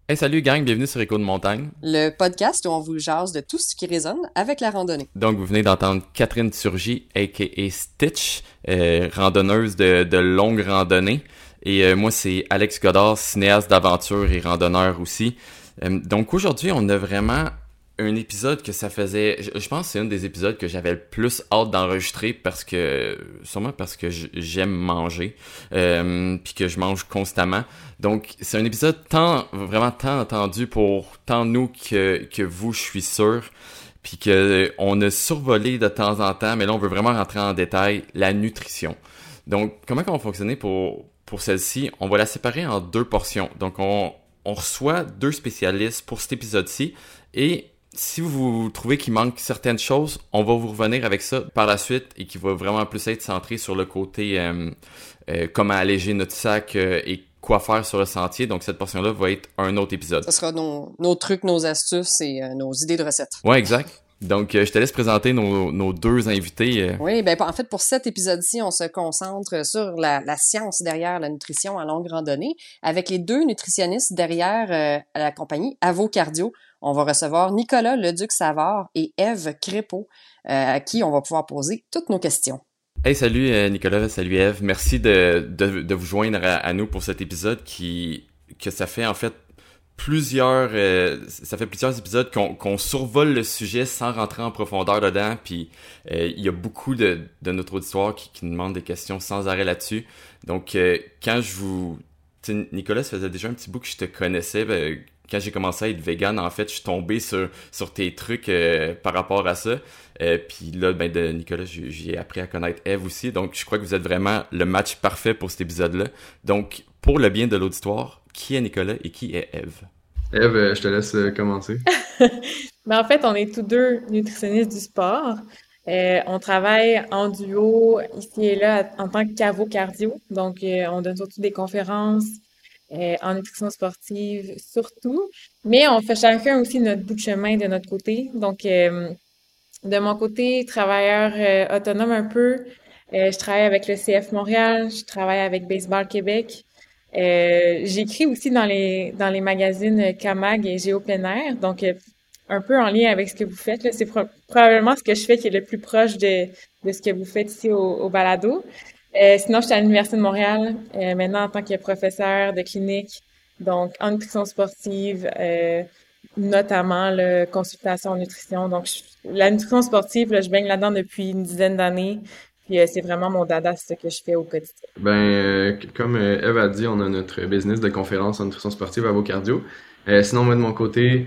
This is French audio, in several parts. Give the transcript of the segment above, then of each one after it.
Hey, salut gang, bienvenue sur Écho de montagne. Le podcast où on vous jase de tout ce qui résonne avec la randonnée. Donc, vous venez d'entendre Catherine Turgy, a.k.a. Stitch, randonneuse de longues randonnées. Et moi, c'est Alex Godard, cinéaste d'aventure et randonneur aussi. Donc, aujourd'hui, on a vraiment un épisode que ça faisait... Je pense que c'est un des épisodes que j'avais le plus hâte d'enregistrer parce que... Sûrement parce que j'aime manger, puis que je mange constamment. Donc, c'est un épisode vraiment tant attendu pour tant nous que vous, je suis sûr. Puis que on a survolé de temps en temps, mais là, on veut vraiment rentrer en détail la nutrition. Donc, comment on va fonctionner pour celle-ci? On va la séparer en deux portions. Donc, on reçoit deux spécialistes pour cet épisode-ci. Et si vous trouvez qu'il manque certaines choses, on va vous revenir avec ça par la suite et qui va vraiment plus être centré sur le côté comment alléger notre sac et quoi faire sur le sentier. Donc, cette portion-là va être un autre épisode. Ce sera nos trucs, nos astuces et nos idées de recettes. Ouais, exact. Donc, je te laisse présenter nos deux invités. Oui, ben en fait, pour cet épisode-ci, on se concentre sur la science derrière la nutrition en longue randonnée avec les deux nutritionnistes derrière la compagnie Avocardio. On va recevoir Nicolas Leduc-Savard et Ève Crépeau, à qui on va pouvoir poser toutes nos questions. Hey, salut Nicolas, salut Eve. Merci de vous joindre à nous pour cet épisode que ça fait en fait ça fait plusieurs épisodes qu'on survole le sujet sans rentrer en profondeur dedans, puis il y a beaucoup de notre auditoire qui nous demande des questions sans arrêt là-dessus. Donc quand tu sais, Nicolas, ça faisait déjà un petit bout que je te connaissais. Quand j'ai commencé à être vegan, en fait, je suis tombé sur tes trucs par rapport à ça. Puis là, de Nicolas, j'ai appris à connaître Eve aussi. Donc, je crois que vous êtes vraiment le match parfait pour cet épisode-là. Donc, pour le bien de l'auditoire, qui est Nicolas et qui est Eve? Eve, je te laisse commencer. Mais en fait, on est tous deux nutritionnistes du sport. On travaille en duo ici et là en tant que cardio. Donc, on donne surtout des conférences en nutrition sportive, surtout. Mais on fait chacun aussi notre bout de chemin de notre côté. Donc, de mon côté, travailleur autonome un peu, je travaille avec le CF Montréal, je travaille avec Baseball Québec. J'écris aussi dans les magazines Camag et Géo Plein Air, donc un peu en lien avec ce que vous faites là. C'est probablement ce que je fais qui est le plus proche de ce que vous faites ici au balado. Sinon, je suis à l'Université de Montréal maintenant en tant que professeur de clinique, donc en nutrition sportive, notamment le consultation en nutrition. Donc, la nutrition sportive, là, je baigne là-dedans depuis une dizaine d'années. Puis c'est vraiment mon dada, c'est ce que je fais au quotidien. Comme Eve a dit, on a notre business de conférence en nutrition sportive à Cardio. Sinon, moi, de mon côté,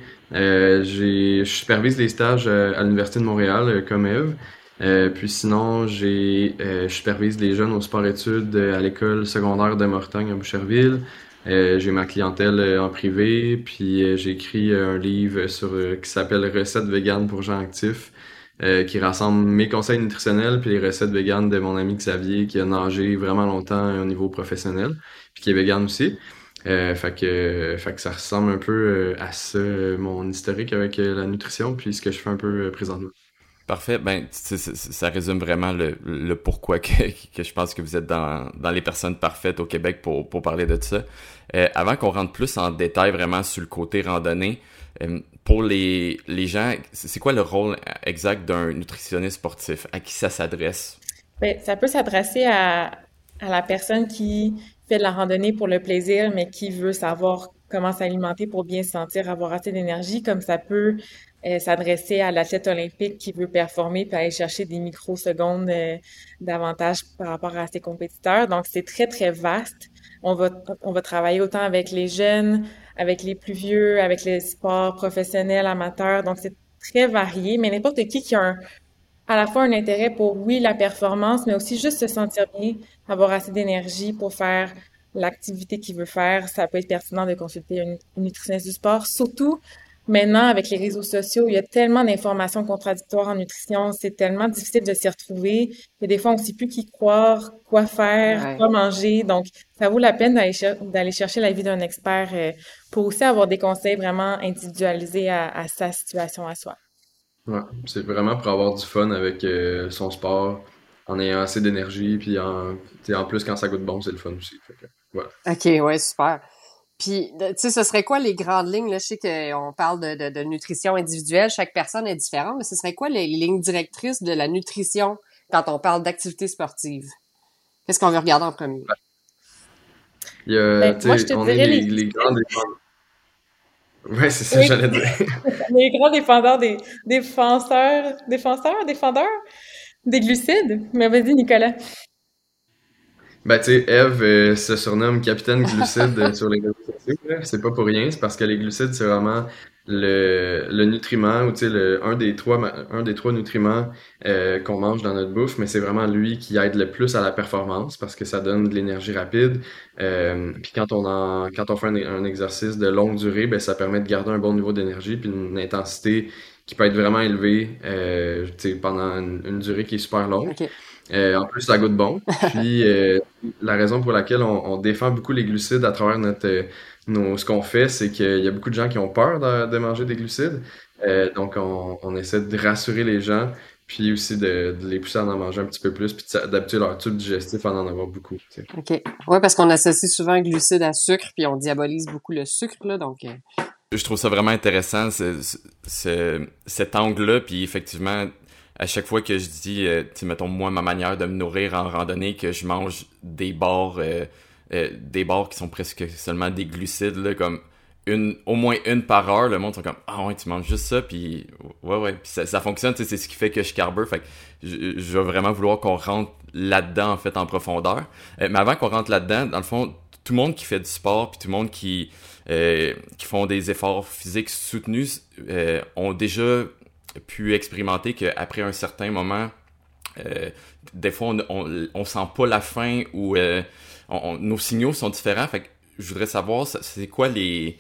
je supervise les stages à l'Université de Montréal, comme Eve. Puis sinon, je supervise les jeunes au sport-études à l'école secondaire de Mortagne à Boucherville. J'ai ma clientèle en privé, puis j'ai écrit un livre qui s'appelle Recettes véganes pour gens actifs, qui rassemble mes conseils nutritionnels puis les recettes véganes de mon ami Xavier qui a nagé vraiment longtemps au niveau professionnel, puis qui est vegan aussi. Fait que ça ressemble un peu à ça, mon historique avec la nutrition, puis ce que je fais un peu présentement. Parfait. Ça résume vraiment le pourquoi que je pense que vous êtes dans les personnes parfaites au Québec pour parler de ça. Avant qu'on rentre plus en détail vraiment sur le côté randonnée, pour les gens, c'est quoi le rôle exact d'un nutritionniste sportif? À qui ça s'adresse? Ben, ça peut s'adresser à la personne qui fait de la randonnée pour le plaisir, mais qui veut savoir comment s'alimenter pour bien se sentir, avoir assez d'énergie, comme ça peut s'adresser à l'athlète olympique qui veut performer puis aller chercher des microsecondes d'avantage par rapport à ses compétiteurs. Donc, c'est très, très vaste. On va travailler autant avec les jeunes, avec les plus vieux, avec les sports professionnels, amateurs. Donc, c'est très varié, mais n'importe qui a à la fois un intérêt pour, oui, la performance, mais aussi juste se sentir bien, avoir assez d'énergie pour faire l'activité qu'il veut faire. Ça peut être pertinent de consulter une nutritionniste du sport, surtout maintenant avec les réseaux sociaux. Il y a tellement d'informations contradictoires en nutrition, c'est tellement difficile de s'y retrouver que des fois on ne sait plus qui croire, quoi faire, Ouais. quoi manger. Donc, ça vaut la peine d'aller chercher l'avis d'un expert pour aussi avoir des conseils vraiment individualisés à sa situation à soi. Ouais, c'est vraiment pour avoir du fun avec son sport, en ayant assez d'énergie, puis en plus quand ça goûte bon, c'est le fun aussi. Fait que, voilà. OK, ouais, super. Puis, tu sais, ce serait quoi les grandes lignes? Là, je sais qu'on parle de nutrition individuelle, chaque personne est différente, mais ce serait quoi les lignes directrices de la nutrition quand on parle d'activité sportive? Qu'est-ce qu'on veut regarder en premier? Il y a, tu Moi, je sais, te on est dirais les grands défenseurs. Ouais, c'est ça, oui, j'allais dire. les grands défendeurs des défendeurs des glucides. Mais vas-y, Nicolas. Ben, tu sais, Eve se surnomme Capitaine Glucide sur les réseaux sociaux, là. C'est pas pour rien, c'est parce que les glucides, c'est vraiment le nutriment, ou tu sais, un des trois nutriments qu'on mange dans notre bouffe, mais c'est vraiment lui qui aide le plus à la performance, parce que ça donne de l'énergie rapide. Puis quand on fait un exercice de longue durée, ben, ça permet de garder un bon niveau d'énergie, puis une intensité qui peut être vraiment élevée, tu sais, pendant une durée qui est super longue. OK. En plus, ça goûte bon. Puis, la raison pour laquelle on défend beaucoup les glucides à travers ce qu'on fait, c'est qu'il y a beaucoup de gens qui ont peur de manger des glucides. Donc, on essaie de rassurer les gens, puis aussi de les pousser à en manger un petit peu plus, puis d'habituer leur tube digestif à en avoir beaucoup, tu sais. OK. Ouais, parce qu'on associe souvent glucides à sucre, puis on diabolise beaucoup le sucre, là, donc... Je trouve ça vraiment intéressant, cet angle-là, puis effectivement, à chaque fois que je dis, tu sais, mettons, moi, ma manière de me nourrir en randonnée, que je mange des barres qui sont presque seulement des glucides, là, comme au moins une par heure, le monde sont comme, ah ouais, tu manges juste ça, puis ouais, puis ça fonctionne, tu sais, c'est ce qui fait que je carbure, fait que je vais vraiment vouloir qu'on rentre là-dedans, en fait, en profondeur. Mais avant qu'on rentre là-dedans, dans le fond, tout le monde qui fait du sport, puis tout le monde qui font des efforts physiques soutenus, ont déjà pu expérimenter qu'après un certain moment, des fois, on sent pas la faim ou nos signaux sont différents. Fait que je voudrais savoir, c'est quoi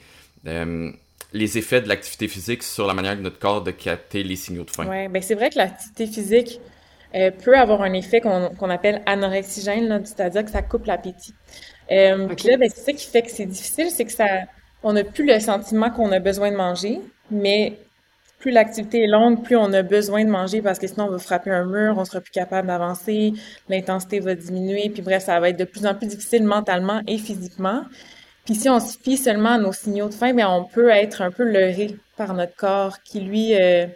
les effets de l'activité physique sur la manière de notre corps de capter les signaux de faim. Ouais, ben c'est vrai que l'activité physique peut avoir un effet qu'on appelle anorexigène, là, c'est-à-dire que ça coupe l'appétit. OK. Puis là, ben, c'est ça qui fait que c'est difficile, c'est que on n'a plus le sentiment qu'on a besoin de manger, mais plus l'activité est longue, plus on a besoin de manger parce que sinon on va frapper un mur, on sera plus capable d'avancer, l'intensité va diminuer, puis bref, ça va être de plus en plus difficile mentalement et physiquement. Puis si on se fie seulement à nos signaux de faim, ben on peut être un peu leurré par notre corps qui lui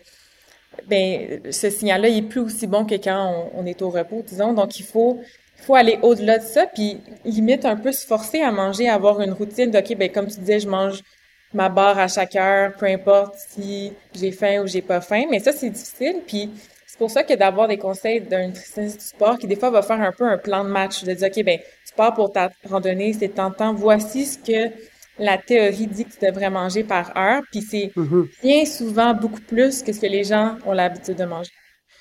ben ce signal-là, il est plus aussi bon que quand on est au repos, disons. Donc il faut aller au-delà de ça, puis limite un peu se forcer à manger, à avoir une routine de, OK, ben comme tu disais, je mange ma barre à chaque heure, peu importe si j'ai faim ou j'ai pas faim. Mais ça, c'est difficile. Puis c'est pour ça que d'avoir des conseils d'un nutritionniste du sport qui, des fois, va faire un peu un plan de match, de dire, OK, ben tu pars pour ta randonnée, c'est tentant, voici ce que la théorie dit que tu devrais manger par heure. Puis c'est Mhm. bien souvent beaucoup plus que ce que les gens ont l'habitude de manger.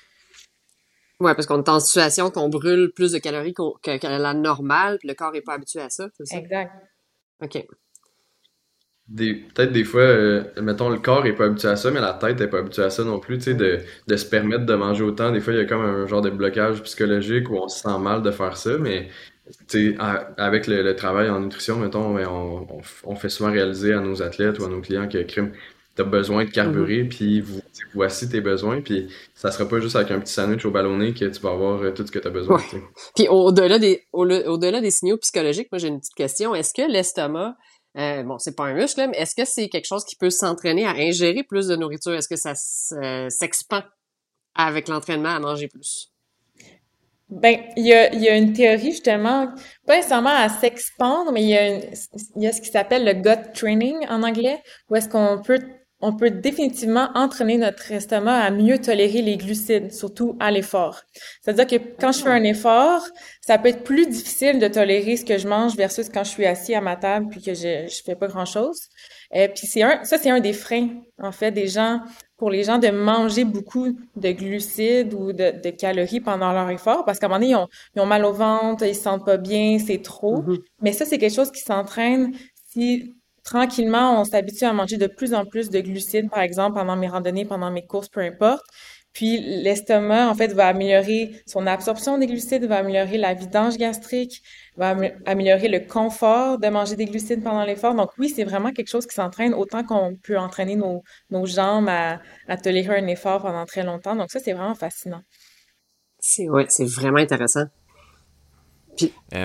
Ouais, parce qu'on est en situation qu'on brûle plus de calories que la normale, puis le corps est pas habitué à ça, c'est ça? Exact. OK. Peut-être des fois, mettons, le corps est pas habitué à ça, mais la tête est pas habituée à ça non plus, tu sais, de se permettre de manger autant. Des fois, il y a comme un genre de blocage psychologique où on se sent mal de faire ça, mais tu sais, avec le travail en nutrition, mettons, ben, on fait souvent réaliser à nos athlètes ou à nos clients que crime, t'as besoin de Mhm. carburer, puis voici tes besoins, puis ça sera pas juste avec un petit sandwich au ballonné que tu vas avoir tout ce que t'as besoin, Ouais. tu sais. Puis au-delà des signaux psychologiques, moi j'ai une petite question. Est-ce que l'estomac, bon, c'est pas un muscle, là, mais est-ce que c'est quelque chose qui peut s'entraîner à ingérer plus de nourriture? Est-ce que ça s'expand avec l'entraînement à manger plus? Ben, il y a une théorie justement, pas nécessairement à s'expandre, mais il y a ce qui s'appelle le gut training en anglais, où est-ce qu'on peut définitivement entraîner notre estomac à mieux tolérer les glucides, surtout à l'effort. C'est-à-dire que quand je fais un effort, ça peut être plus difficile de tolérer ce que je mange versus quand je suis assis à ma table puis que je fais pas grand-chose. Puis c'est un des freins, en fait, pour les gens de manger beaucoup de glucides ou de calories pendant leur effort, parce qu'à un moment donné, ils ont mal au ventre, ils se sentent pas bien, c'est trop. Mhm. Mais ça, c'est quelque chose qui s'entraîne si tranquillement on s'habitue à manger de plus en plus de glucides, par exemple, pendant mes randonnées, pendant mes courses, peu importe. Puis l'estomac, en fait, va améliorer son absorption des glucides, va améliorer la vidange gastrique, va améliorer le confort de manger des glucides pendant l'effort. Donc oui, c'est vraiment quelque chose qui s'entraîne autant qu'on peut entraîner nos jambes à tolérer un effort pendant très longtemps. Donc ça, c'est vraiment fascinant. Ouais, c'est vraiment intéressant. Puis, Euh,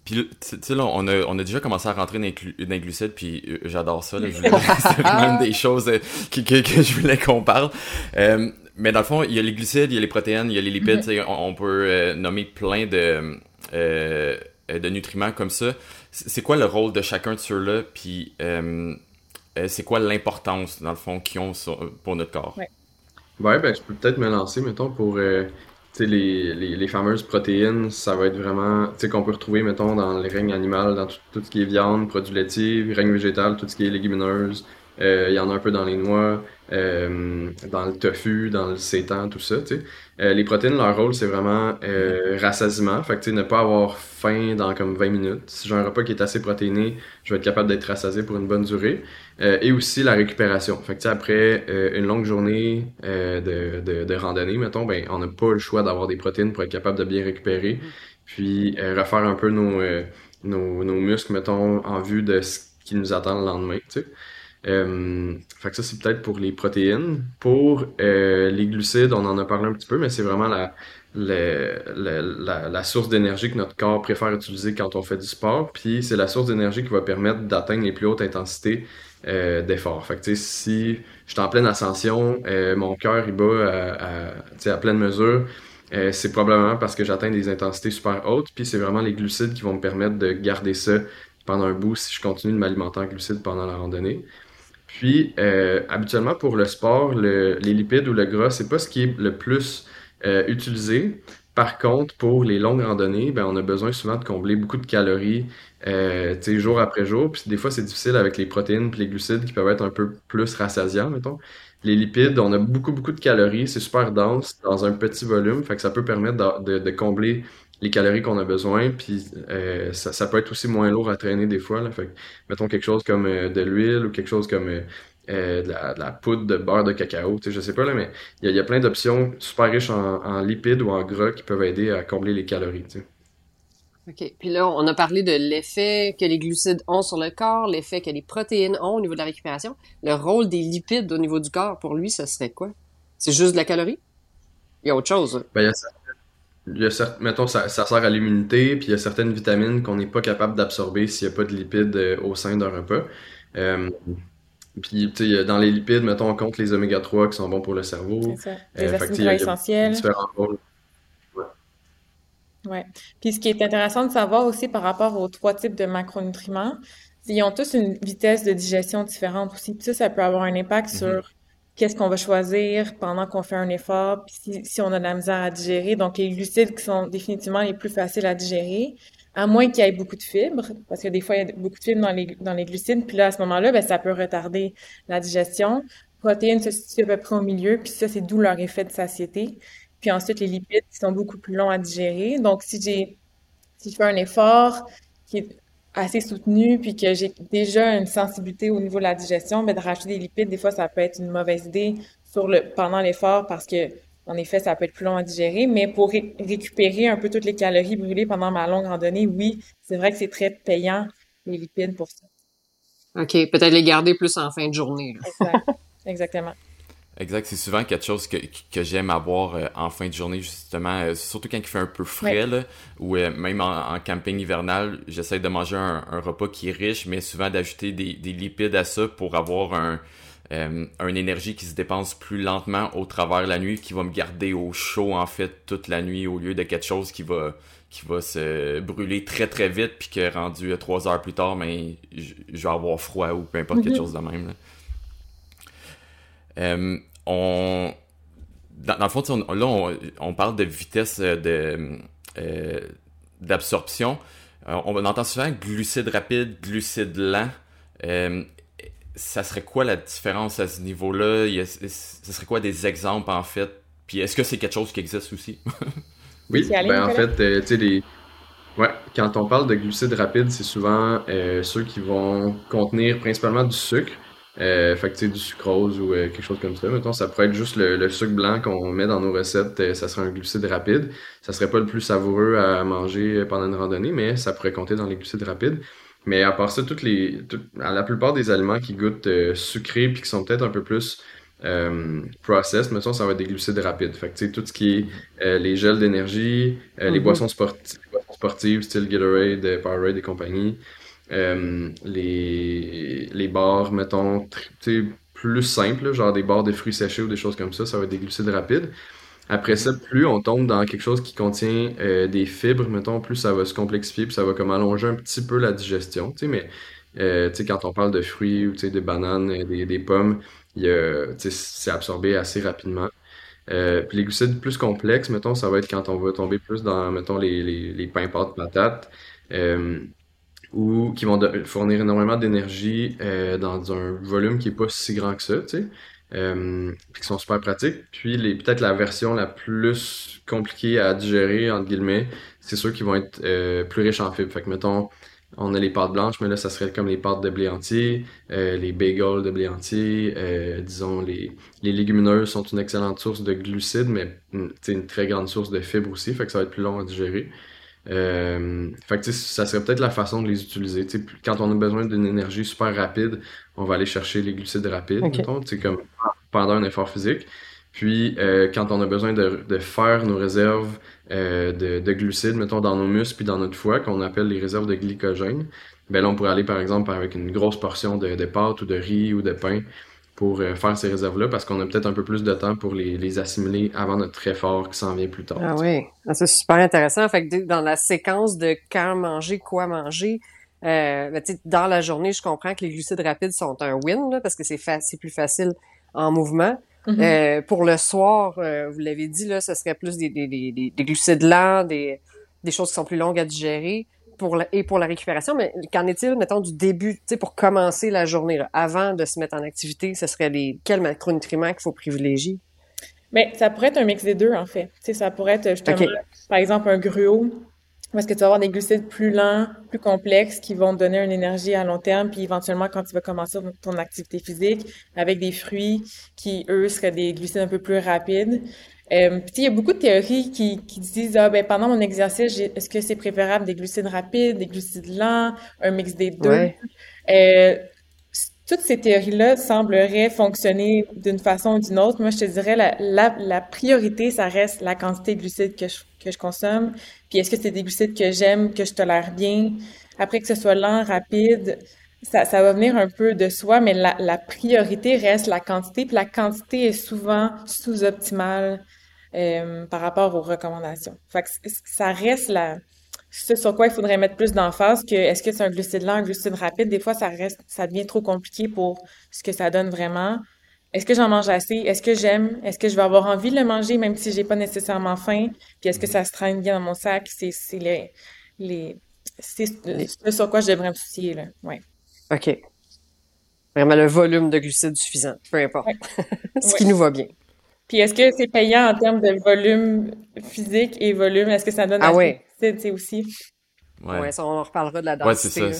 Puis, tu sais, là, on a déjà commencé à rentrer dans les glucides, puis j'adore ça, là. C'est vraiment une des choses que je voulais qu'on parle. Mais dans le fond, il y a les glucides, il y a les protéines, il y a les lipides, tu sais, on peut nommer plein de nutriments comme ça. C'est quoi le rôle de chacun de ceux-là, puis c'est quoi l'importance, dans le fond, qu'ils ont pour notre corps? Ouais. Ouais, ben, je peux peut-être me lancer, mettons, pour tu sais, les fameuses protéines, ça va être vraiment, tu sais, qu'on peut retrouver, mettons, dans le règne animal, dans tout ce qui est viande, produits laitiers, règne végétal, tout ce qui est légumineuse. Il y en a un peu dans les noix, dans le tofu, dans le seitan, tout ça, tu sais. Les protéines, leur rôle, c'est vraiment rassasiement. Fait que, tu sais, ne pas avoir faim dans comme 20 minutes. Si j'ai un repas qui est assez protéiné, je vais être capable d'être rassasié pour une bonne durée. Et aussi la récupération. Fait que, tu sais, après une longue journée de randonnée, mettons, ben, on n'a pas le choix d'avoir des protéines pour être capable de bien récupérer. Puis refaire un peu nos muscles, mettons, en vue de ce qui nous attend le lendemain, tu sais. Fait que ça, c'est peut-être pour les protéines. Pour les glucides, on en a parlé un petit peu, mais c'est vraiment la source d'énergie que notre corps préfère utiliser quand on fait du sport. Puis c'est la source d'énergie qui va permettre d'atteindre les plus hautes intensités d'effort. Fait que tu sais, si je suis en pleine ascension, mon cœur il bat tu sais, à pleine mesure. C'est probablement parce que j'atteins des intensités super hautes, puis c'est vraiment les glucides qui vont me permettre de garder ça pendant un bout si je continue de m'alimenter en glucides pendant la randonnée. Puis, habituellement, pour le sport, les lipides ou le gras, c'est pas ce qui est le plus utilisé. Par contre, pour les longues randonnées, ben, on a besoin souvent de combler beaucoup de calories, tu sais, jour après jour. Puis des fois, c'est difficile avec les protéines puis les glucides qui peuvent être un peu plus rassasiants, mettons. Les lipides, on a beaucoup, beaucoup de calories. C'est super dense dans un petit volume. Fait que ça peut permettre de combler les calories qu'on a besoin. Puis ça peut être aussi moins lourd à traîner des fois, là. Fait que, mettons quelque chose comme de l'huile ou quelque chose comme de la poudre de beurre de cacao, tu sais, je sais pas là, mais il y a plein d'options super riches en lipides ou en gras qui peuvent aider à combler les calories, tu sais. OK. Puis là, on a parlé de l'effet que les glucides ont sur le corps, l'effet que les protéines ont au niveau de la récupération. Le rôle des lipides au niveau du corps, pour lui, ce serait quoi? C'est juste de la calorie? Il y a autre chose, là. Ben, mettons, ça sert à l'immunité, puis il y a certaines vitamines qu'on n'est pas capable d'absorber s'il n'y a pas de lipides au sein d'un repas. Euh, Puis, tu sais, dans les lipides, mettons, on compte les oméga 3 qui sont bons pour le C'est cerveau. ça. Les Fait que, acides tu sais, gras il y a essentiels. différents rôles. Ouais. Ouais. Puis ce qui est intéressant de savoir aussi par rapport aux trois types de macronutriments, c'est qu'ils ont tous une vitesse de digestion différente aussi. Puis ça peut avoir un impact Mhm. sur qu'est-ce qu'on va choisir pendant qu'on fait un effort, puis si on a de la misère à digérer. Donc les glucides qui sont définitivement les plus faciles à digérer, à moins qu'il y ait beaucoup de fibres, parce que des fois il y a beaucoup de fibres dans les glucides, puis là à ce moment-là, ben ça peut retarder la digestion. Protéines se situent à peu près au milieu, puis ça c'est d'où leur effet de satiété. Puis ensuite, les lipides qui sont beaucoup plus longs à digérer. Donc, si je fais un effort qui est assez soutenu, puis que j'ai déjà une sensibilité au niveau de la digestion, ben de rajouter des lipides, des fois, ça peut être une mauvaise idée pendant l'effort parce que, en effet, ça peut être plus long à digérer. Mais pour récupérer un peu toutes les calories brûlées pendant ma longue randonnée, oui, c'est vrai que c'est très payant, les lipides pour ça. OK. Peut-être les garder plus en fin de journée, là. Exact. Exactement. Exact, c'est souvent quelque chose que j'aime avoir en fin de journée, justement, surtout quand il fait un peu Oui. frais, là, ou même en camping hivernal, j'essaie de manger un repas qui est riche, mais souvent d'ajouter des lipides à ça pour avoir une énergie qui se dépense plus lentement au travers la nuit, qui va me garder au chaud, en fait, toute la nuit, au lieu de quelque chose qui va se brûler très très vite, puis que rendu 3 heures plus tard, ben, je vais avoir froid ou peu importe quelque chose de même, là. Euh, on, dans le fond, tu sais, on parle de vitesse euh, d'absorption. On entend souvent glucides rapides, glucides lents. Euh, Ça serait quoi la différence à ce niveau-là? Ça serait quoi des exemples, en fait? Puis est-ce que c'est quelque chose qui existe aussi? Tu veux y Oui, aller, ben en Nicolas? fait, tu sais, ouais, quand on parle de glucides rapides, c'est souvent ceux qui vont contenir principalement du sucre. Fait que tu sais, du sucrose ou quelque chose comme ça. Mettons, ça pourrait être juste le sucre blanc qu'on met dans nos recettes, ça serait un glucide rapide. Ça serait pas le plus savoureux à manger pendant une randonnée, mais ça pourrait compter dans les glucides rapides. Mais à part ça, à la plupart des aliments qui goûtent sucrés puis qui sont peut-être un peu plus processed, mettons, ça va être des glucides rapides. Fait que tu sais, tout ce qui est les gels d'énergie, les Mhm. boissons sportives, style Gatorade, Powerade et compagnie. Les bars, mettons, tu sais, plus simples, genre des bars de fruits séchés ou des choses comme ça va être des glucides rapides. Après ça, plus on tombe dans quelque chose qui contient des fibres, mettons, plus ça va se complexifier, puis ça va comme allonger un petit peu la digestion, tu sais, mais tu sais, quand on parle de fruits ou tu sais, des bananes, des pommes, tu sais, c'est absorbé assez rapidement. Puis les glucides plus complexes, mettons, ça va être quand on va tomber plus dans, mettons, les pains pâtes patates. Euh, ou qui vont fournir énormément d'énergie dans un volume qui est pas si grand que ça, tu sais, puis qui sont super pratiques. Puis peut-être la version la plus compliquée à digérer, entre guillemets, c'est ceux qui vont être plus riches en fibres. Fait que mettons, on a les pâtes blanches, mais là, ça serait comme les pâtes de blé entier, les bagels de blé entier, disons, les légumineuses sont une excellente source de glucides, mais tu sais, une très grande source de fibres aussi, fait que ça va être plus long à digérer. Fait que tu sais, ça serait peut-être la façon de les utiliser. Tu sais, quand on a besoin d'une énergie super rapide, on va aller chercher les glucides rapides, OK. mettons, tu sais, comme pendant un effort physique. Puis quand on a besoin de faire nos réserves de glucides, mettons, dans nos muscles puis dans notre foie, qu'on appelle les réserves de glycogène, ben là, on pourrait aller par exemple avec une grosse portion de pâtes ou de riz ou de pain pour faire ces réserves-là, parce qu'on a peut-être un peu plus de temps pour les assimiler avant notre effort qui s'en vient plus tard. Ah Tu sais. oui, ah, c'est super intéressant. Fait que dans la séquence de quand manger, quoi manger, ben, tu sais, dans la journée, je comprends que les glucides rapides sont un win, là, parce que c'est plus facile en mouvement. Mhm. Pour le soir, vous l'avez dit, là, ce serait plus des glucides lents, des choses qui sont plus longues à digérer et pour la récupération. Mais qu'en est-il, mettons, du début, tu sais, pour commencer la journée, là, avant de se mettre en activité, ce serait quels macronutriments qu'il faut privilégier? Mais ça pourrait être un mix des deux, en fait. Tu sais, ça pourrait être justement, OK. par exemple, un gruau, où est-ce que tu vas avoir des glucides plus lents, plus complexes, qui vont te donner une énergie à long terme, puis éventuellement, quand tu vas commencer ton activité physique, avec des fruits qui, eux, seraient des glucides un peu plus rapides. Puis, tu sais, il y a beaucoup de théories qui disent, ah, ben, pendant mon exercice, est-ce que c'est préférable des glucides rapides, des glucides lents, un mix des deux? Ouais. Euh, Toutes ces théories-là sembleraient fonctionner d'une façon ou d'une autre. Moi, je te dirais, la priorité, ça reste la quantité de glucides que je consomme. Puis est-ce que c'est des glucides que j'aime, que je tolère bien? Après, que ce soit lent, rapide, ça va venir un peu de soi, mais la priorité reste la quantité. Puis la quantité est souvent sous-optimale par rapport aux recommandations. Fait que ça reste ce sur quoi il faudrait mettre plus d'emphase que est-ce que c'est un glucide lent, un glucide rapide, des fois ça devient trop compliqué pour ce que ça donne vraiment. Est-ce que j'en mange assez? Est-ce que j'aime? Est-ce que je vais avoir envie de le manger même si j'ai pas nécessairement faim? Puis est-ce que ça se traîne bien dans mon sac? Les, c'est Les- ce sur quoi je devrais me soucier, là. Ouais. OK. Vraiment le volume de glucides suffisant, peu importe. Ouais. Ce Ouais. qui nous va bien. Puis est-ce que c'est payant en termes de volume physique et volume? Est-ce que ça donne Ah assez de ouais. glucides, tu sais, aussi? Ouais. Ouais, ça, on en reparlera de la Ouais, c'est densité, ça. là.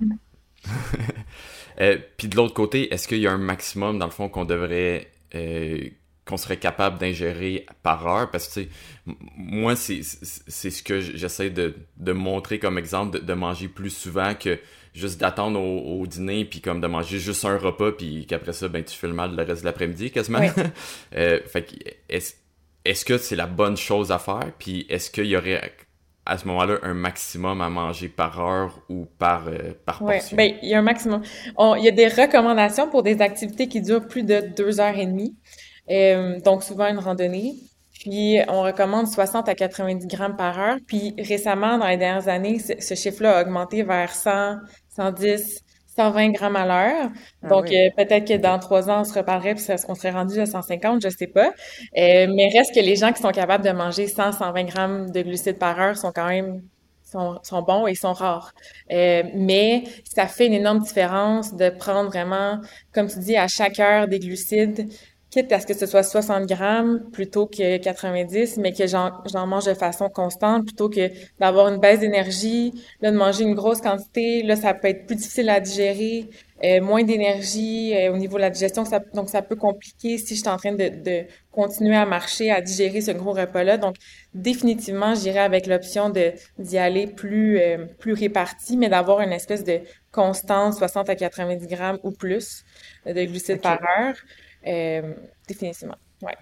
Puis de l'autre côté, est-ce qu'il y a un maximum, dans le fond, qu'on serait capable d'ingérer par heure? Parce que, tu sais, moi, c'est ce que j'essaie de montrer comme exemple, de manger plus souvent que juste d'attendre au dîner, puis comme de manger juste un repas, puis qu'après ça, ben, tu fais le mal le reste de l'après-midi, quasiment. Oui. Fait que, est-ce que c'est la bonne chose à faire? Puis est-ce qu'il y aurait à ce moment-là un maximum à manger par heure ou par Ouais, portion? ben il y a un maximum. Il y a des recommandations pour des activités qui durent plus de 2 heures et demie, donc souvent une randonnée. Puis on recommande 60 à 90 grammes par heure. Puis récemment, dans les dernières années, ce chiffre-là a augmenté vers 100, 110, 120 grammes à l'heure. Ah Donc oui. peut-être que Ok. dans 3 ans, on se reparlerait puis on serait rendu à 150, je sais pas. Mais reste que les gens qui sont capables de manger 100, 120 grammes de glucides par heure sont quand même sont bons et ils sont rares. Mais ça fait une énorme différence de prendre vraiment, comme tu dis, à chaque heure des glucides, quitte à ce que ce soit 60 grammes plutôt que 90, mais que j'en mange de façon constante plutôt que d'avoir une baisse d'énergie, là, de manger une grosse quantité, là, ça peut être plus difficile à digérer, moins d'énergie au niveau de la digestion, donc ça peut compliquer si je suis en train de continuer à marcher, à digérer ce gros repas-là. Donc, définitivement, j'irais avec l'option d'y aller plus réparti, mais d'avoir une espèce de constance, 60 à 90 grammes ou plus de glucides par OK. heure. Euh, Définitivement. Ouais.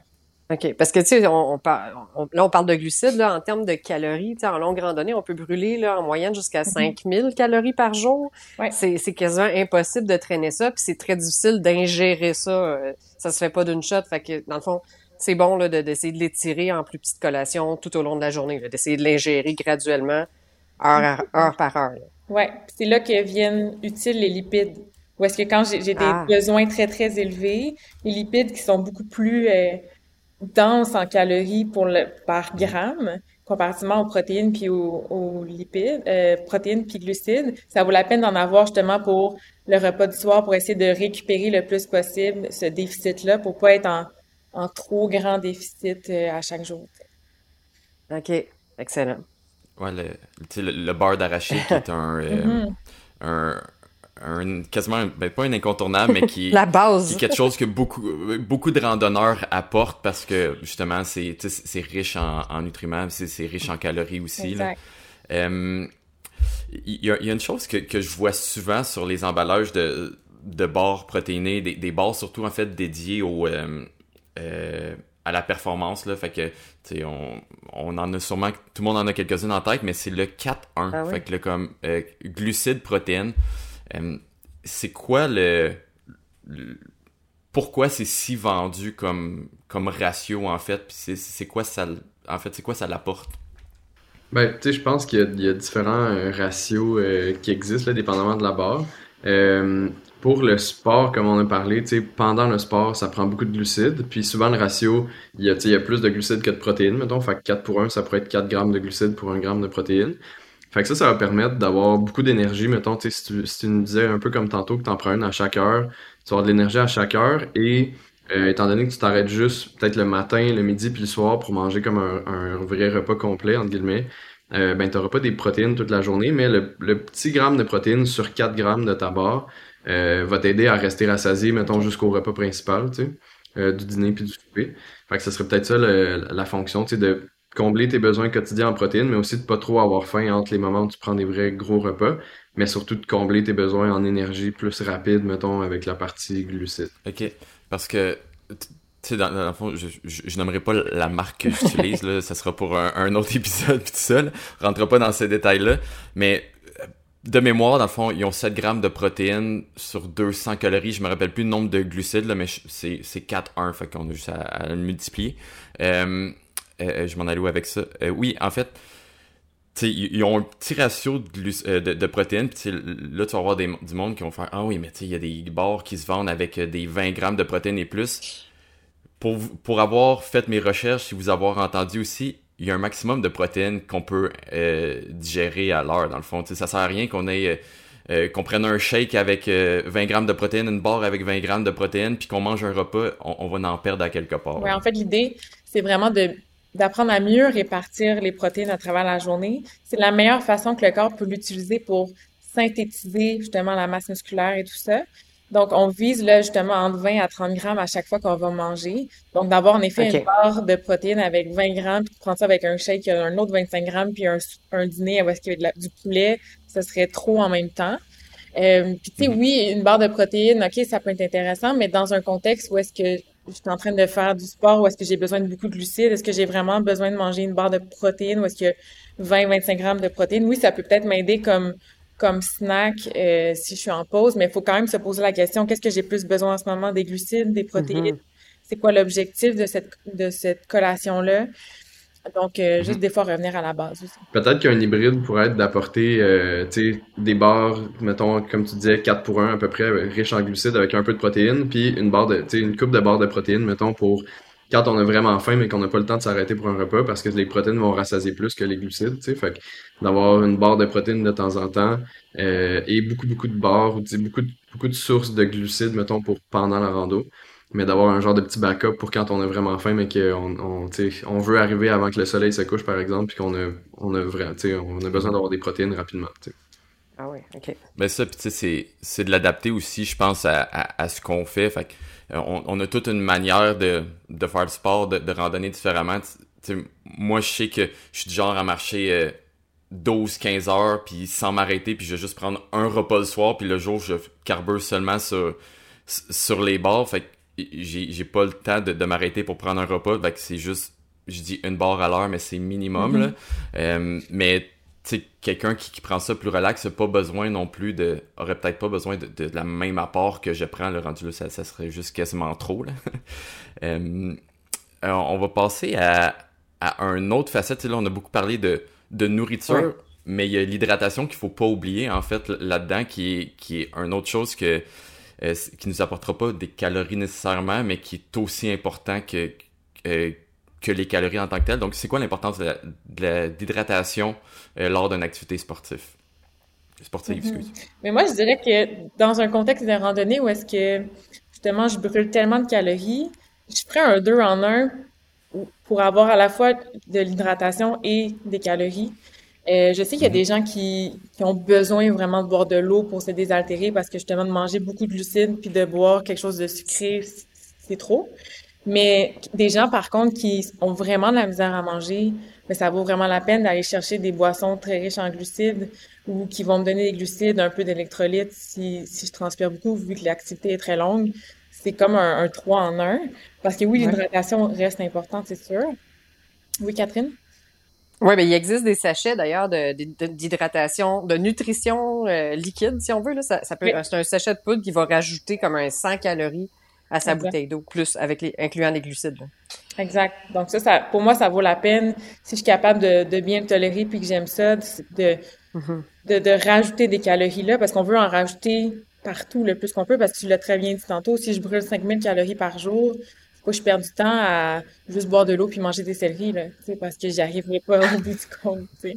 OK. Parce que, tu sais, là, on parle de glucides, là, en termes de calories. Tu sais, en longue randonnée, on peut brûler, là, en moyenne jusqu'à 5000 calories par jour. Ouais. C'est quasiment impossible de traîner ça, puis c'est très difficile d'ingérer ça. Ça se fait pas d'une shot. Fait que, dans le fond, c'est bon, là, d'essayer de l'étirer en plus petites collations tout au long de la journée, là, d'essayer de l'ingérer graduellement, heure par heure, là. Ouais, puis c'est là que viennent utiles les lipides. Ou est-ce que quand j'ai des Ah, besoins très, très élevés, les lipides qui sont beaucoup plus denses en calories par gramme, comparativement aux protéines puis aux lipides, protéines puis glucides, ça vaut la peine d'en avoir justement pour le repas du soir pour essayer de récupérer le plus possible ce déficit-là pour pas être en trop grand déficit à chaque jour. OK. Excellent. Ouais, tu sais, le beurre d'arachide qui est Mhm. un, quasiment, ben, pas un incontournable, mais La qui est base. quelque chose que beaucoup de randonneurs apportent parce que, justement, tu sais, c'est riche en nutriments, c'est riche en calories aussi, là. Exact. Euh, il y a une chose que je vois souvent sur les emballages de barres protéinées, des barres surtout, en fait, dédiées à la performance, là. Fait que, tu sais, on en a sûrement, tout le monde en a quelques-unes en tête, mais c'est le 4-1. Ah oui. Fait que, là, comme, glucides, protéines. Euh, c'est quoi pourquoi c'est si vendu comme ratio, en fait, puis c'est quoi ça, en fait, c'est quoi ça l'apporte? Ben, tu sais, je pense qu'il y a différents ratios qui existent, là, dépendamment de la barre. Euh, pour le sport, comme on a parlé, tu sais, pendant le sport, ça prend beaucoup de glucides. Puis souvent, le ratio, tu sais, il y a plus de glucides que de protéines, mettons. Fait que 4 pour 1, ça pourrait être 4 grammes de glucides pour 1 gramme de protéines. Fait que ça va permettre d'avoir beaucoup d'énergie. Mettons, tu sais, si tu nous disais un peu comme tantôt que t'en prends une à chaque heure, tu vas avoir de l'énergie à chaque heure et étant donné que tu t'arrêtes juste peut-être le matin, le midi puis le soir pour manger comme un vrai repas complet, entre guillemets, ben t'auras pas des protéines toute la journée, mais le petit gramme de protéines sur 4 grammes de ta barre va t'aider à rester rassasié, mettons, OK. jusqu'au repas principal, tu sais, du dîner puis du souper. Fait que ça serait peut-être ça la fonction, tu sais, de combler tes besoins quotidiens en protéines, mais aussi de pas trop avoir faim entre les moments où tu prends des vrais gros repas, mais surtout de combler tes besoins en énergie plus rapide, mettons, avec la partie glucides. OK. Parce que, tu sais, dans le fond, je nommerai pas la marque que j'utilise, là. Ça sera pour un autre épisode, pis tout ça, là. Je rentrerai pas dans ces détails-là. Mais, de mémoire, dans le fond, ils ont 7 grammes de protéines sur 200 calories. Je me rappelle plus le nombre de glucides, là, mais c'est 4-1. Fait qu'on a juste à le multiplier. Je m'en allais où avec ça? Oui, en fait, tu sais, ils ont un petit ratio de protéines, pis tu sais, là, tu vas avoir du monde qui vont faire «Ah oui, mais tu sais, il y a des barres qui se vendent avec des 20 grammes de protéines et plus. » Pour avoir fait mes recherches, si vous avoir entendu aussi, il y a un maximum de protéines qu'on peut digérer à l'heure, dans le fond. Tu sais, ça sert à rien qu'on prenne un shake avec 20 grammes de protéines, une barre avec 20 grammes de protéines, puis qu'on mange un repas, on va en perdre à quelque part, Ouais, là. en fait, l'idée, c'est vraiment d'apprendre à mieux répartir les protéines à travers la journée. C'est la meilleure façon que le corps peut l'utiliser pour synthétiser justement la masse musculaire et tout ça. Donc, on vise là justement entre 20 à 30 grammes à chaque fois qu'on va manger. Donc, d'avoir en effet une OK. barre de protéines avec 20 grammes, puis de prendre ça avec un shake, un autre 25 grammes, puis un dîner où est-ce qu'il y a du poulet, ce serait trop en même temps. Puis tu sais, Mhm. oui, une barre de protéines, ok, ça peut être intéressant, mais dans un contexte où est-ce que je suis en train de faire du sport, où est-ce que j'ai besoin de beaucoup de glucides, est-ce que j'ai vraiment besoin de manger une barre de protéines, où est-ce que 20-25 grammes de protéines, oui, ça peut peut-être m'aider comme snack si je suis en pause, mais il faut quand même se poser la question, qu'est-ce que j'ai plus besoin en ce moment, des glucides, des protéines? Mhm. C'est quoi l'objectif de cette collation-là? Donc, juste Mhm. des fois revenir à la base aussi. Peut-être qu'un hybride pourrait être d'apporter tu sais, des barres, mettons, comme tu disais, 4 pour 1 à peu près, riches en glucides avec un peu de protéines, puis une barre tu sais, une coupe de barres de protéines, mettons, pour quand on a vraiment faim, mais qu'on n'a pas le temps de s'arrêter pour un repas, parce que les protéines vont rassasier plus que les glucides, tu sais, fait que d'avoir une barre de protéines de temps en temps, et beaucoup de barres, ou tu sais, beaucoup de sources de glucides, mettons, pour pendant la rando, mais d'avoir un genre de petit backup pour quand on a vraiment faim, mais tu sais, on veut arriver avant que le soleil se couche, par exemple, puis tu sais, on a besoin d'avoir des protéines rapidement, tu sais. Ah oui, OK. Mais ça, puis tu sais, c'est de l'adapter aussi, je pense, à ce qu'on fait. Fait que, on a toute une manière de faire du sport, de randonner différemment. Tu sais, moi, je sais que je suis du genre à marcher 12-15 heures, puis sans m'arrêter, puis je vais juste prendre un repas le soir, puis le jour, je carbure seulement sur les barres. Fait que j'ai pas le temps de m'arrêter pour prendre un repas, fait que c'est juste, je dis une barre à l'heure, mais c'est minimum, là. Mais, tu sais, quelqu'un qui prend ça plus relax, a pas besoin non plus aurait peut-être pas besoin de la même apport que je prends, le rendu là, ça serait juste quasiment trop, là. On va passer à un autre facette. Là, on a beaucoup parlé de nourriture, mais il y a l'hydratation qu'il faut pas oublier, en fait, là-dedans, qui est une autre chose qui nous apportera pas des calories nécessairement, mais qui est aussi important que les calories en tant que telles. Donc, c'est quoi l'importance d'hydratation lors d'une activité sportive, excuse. Mais moi, je dirais que dans un contexte de randonnée où est-ce que, justement, je brûle tellement de calories, je ferais un 2 en un pour avoir à la fois de l'hydratation et des calories. Je sais qu'il y a des gens qui ont besoin vraiment de boire de l'eau pour se désaltérer parce que justement de manger beaucoup de glucides puis de boire quelque chose de sucré, c'est trop. Mais des gens par contre qui ont vraiment de la misère à manger, mais ça vaut vraiment la peine d'aller chercher des boissons très riches en glucides ou qui vont me donner des glucides, un peu d'électrolytes si je transpire beaucoup vu que l'activité est très longue. C'est comme un 3 en un. Parce que oui, l'hydratation reste importante, c'est sûr. Oui, Catherine? Oui, mais il existe des sachets d'ailleurs d'hydratation, de nutrition liquide, si on veut. Là, ça peut, c'est un sachet de poudre qui va rajouter comme un 100 calories à sa bouteille d'eau, plus incluant les glucides. Là. Exact. Donc ça, pour moi, ça vaut la peine. Si je suis capable de bien le tolérer puis que j'aime ça, de rajouter des calories là, parce qu'on veut en rajouter partout le plus qu'on peut, parce que tu l'as très bien dit tantôt, si je brûle 5000 calories par jour, faut pas que je perde du temps à juste boire de l'eau puis manger des céleris, là, tu sais, parce que j'y arriverai pas au bout du compte, tu sais.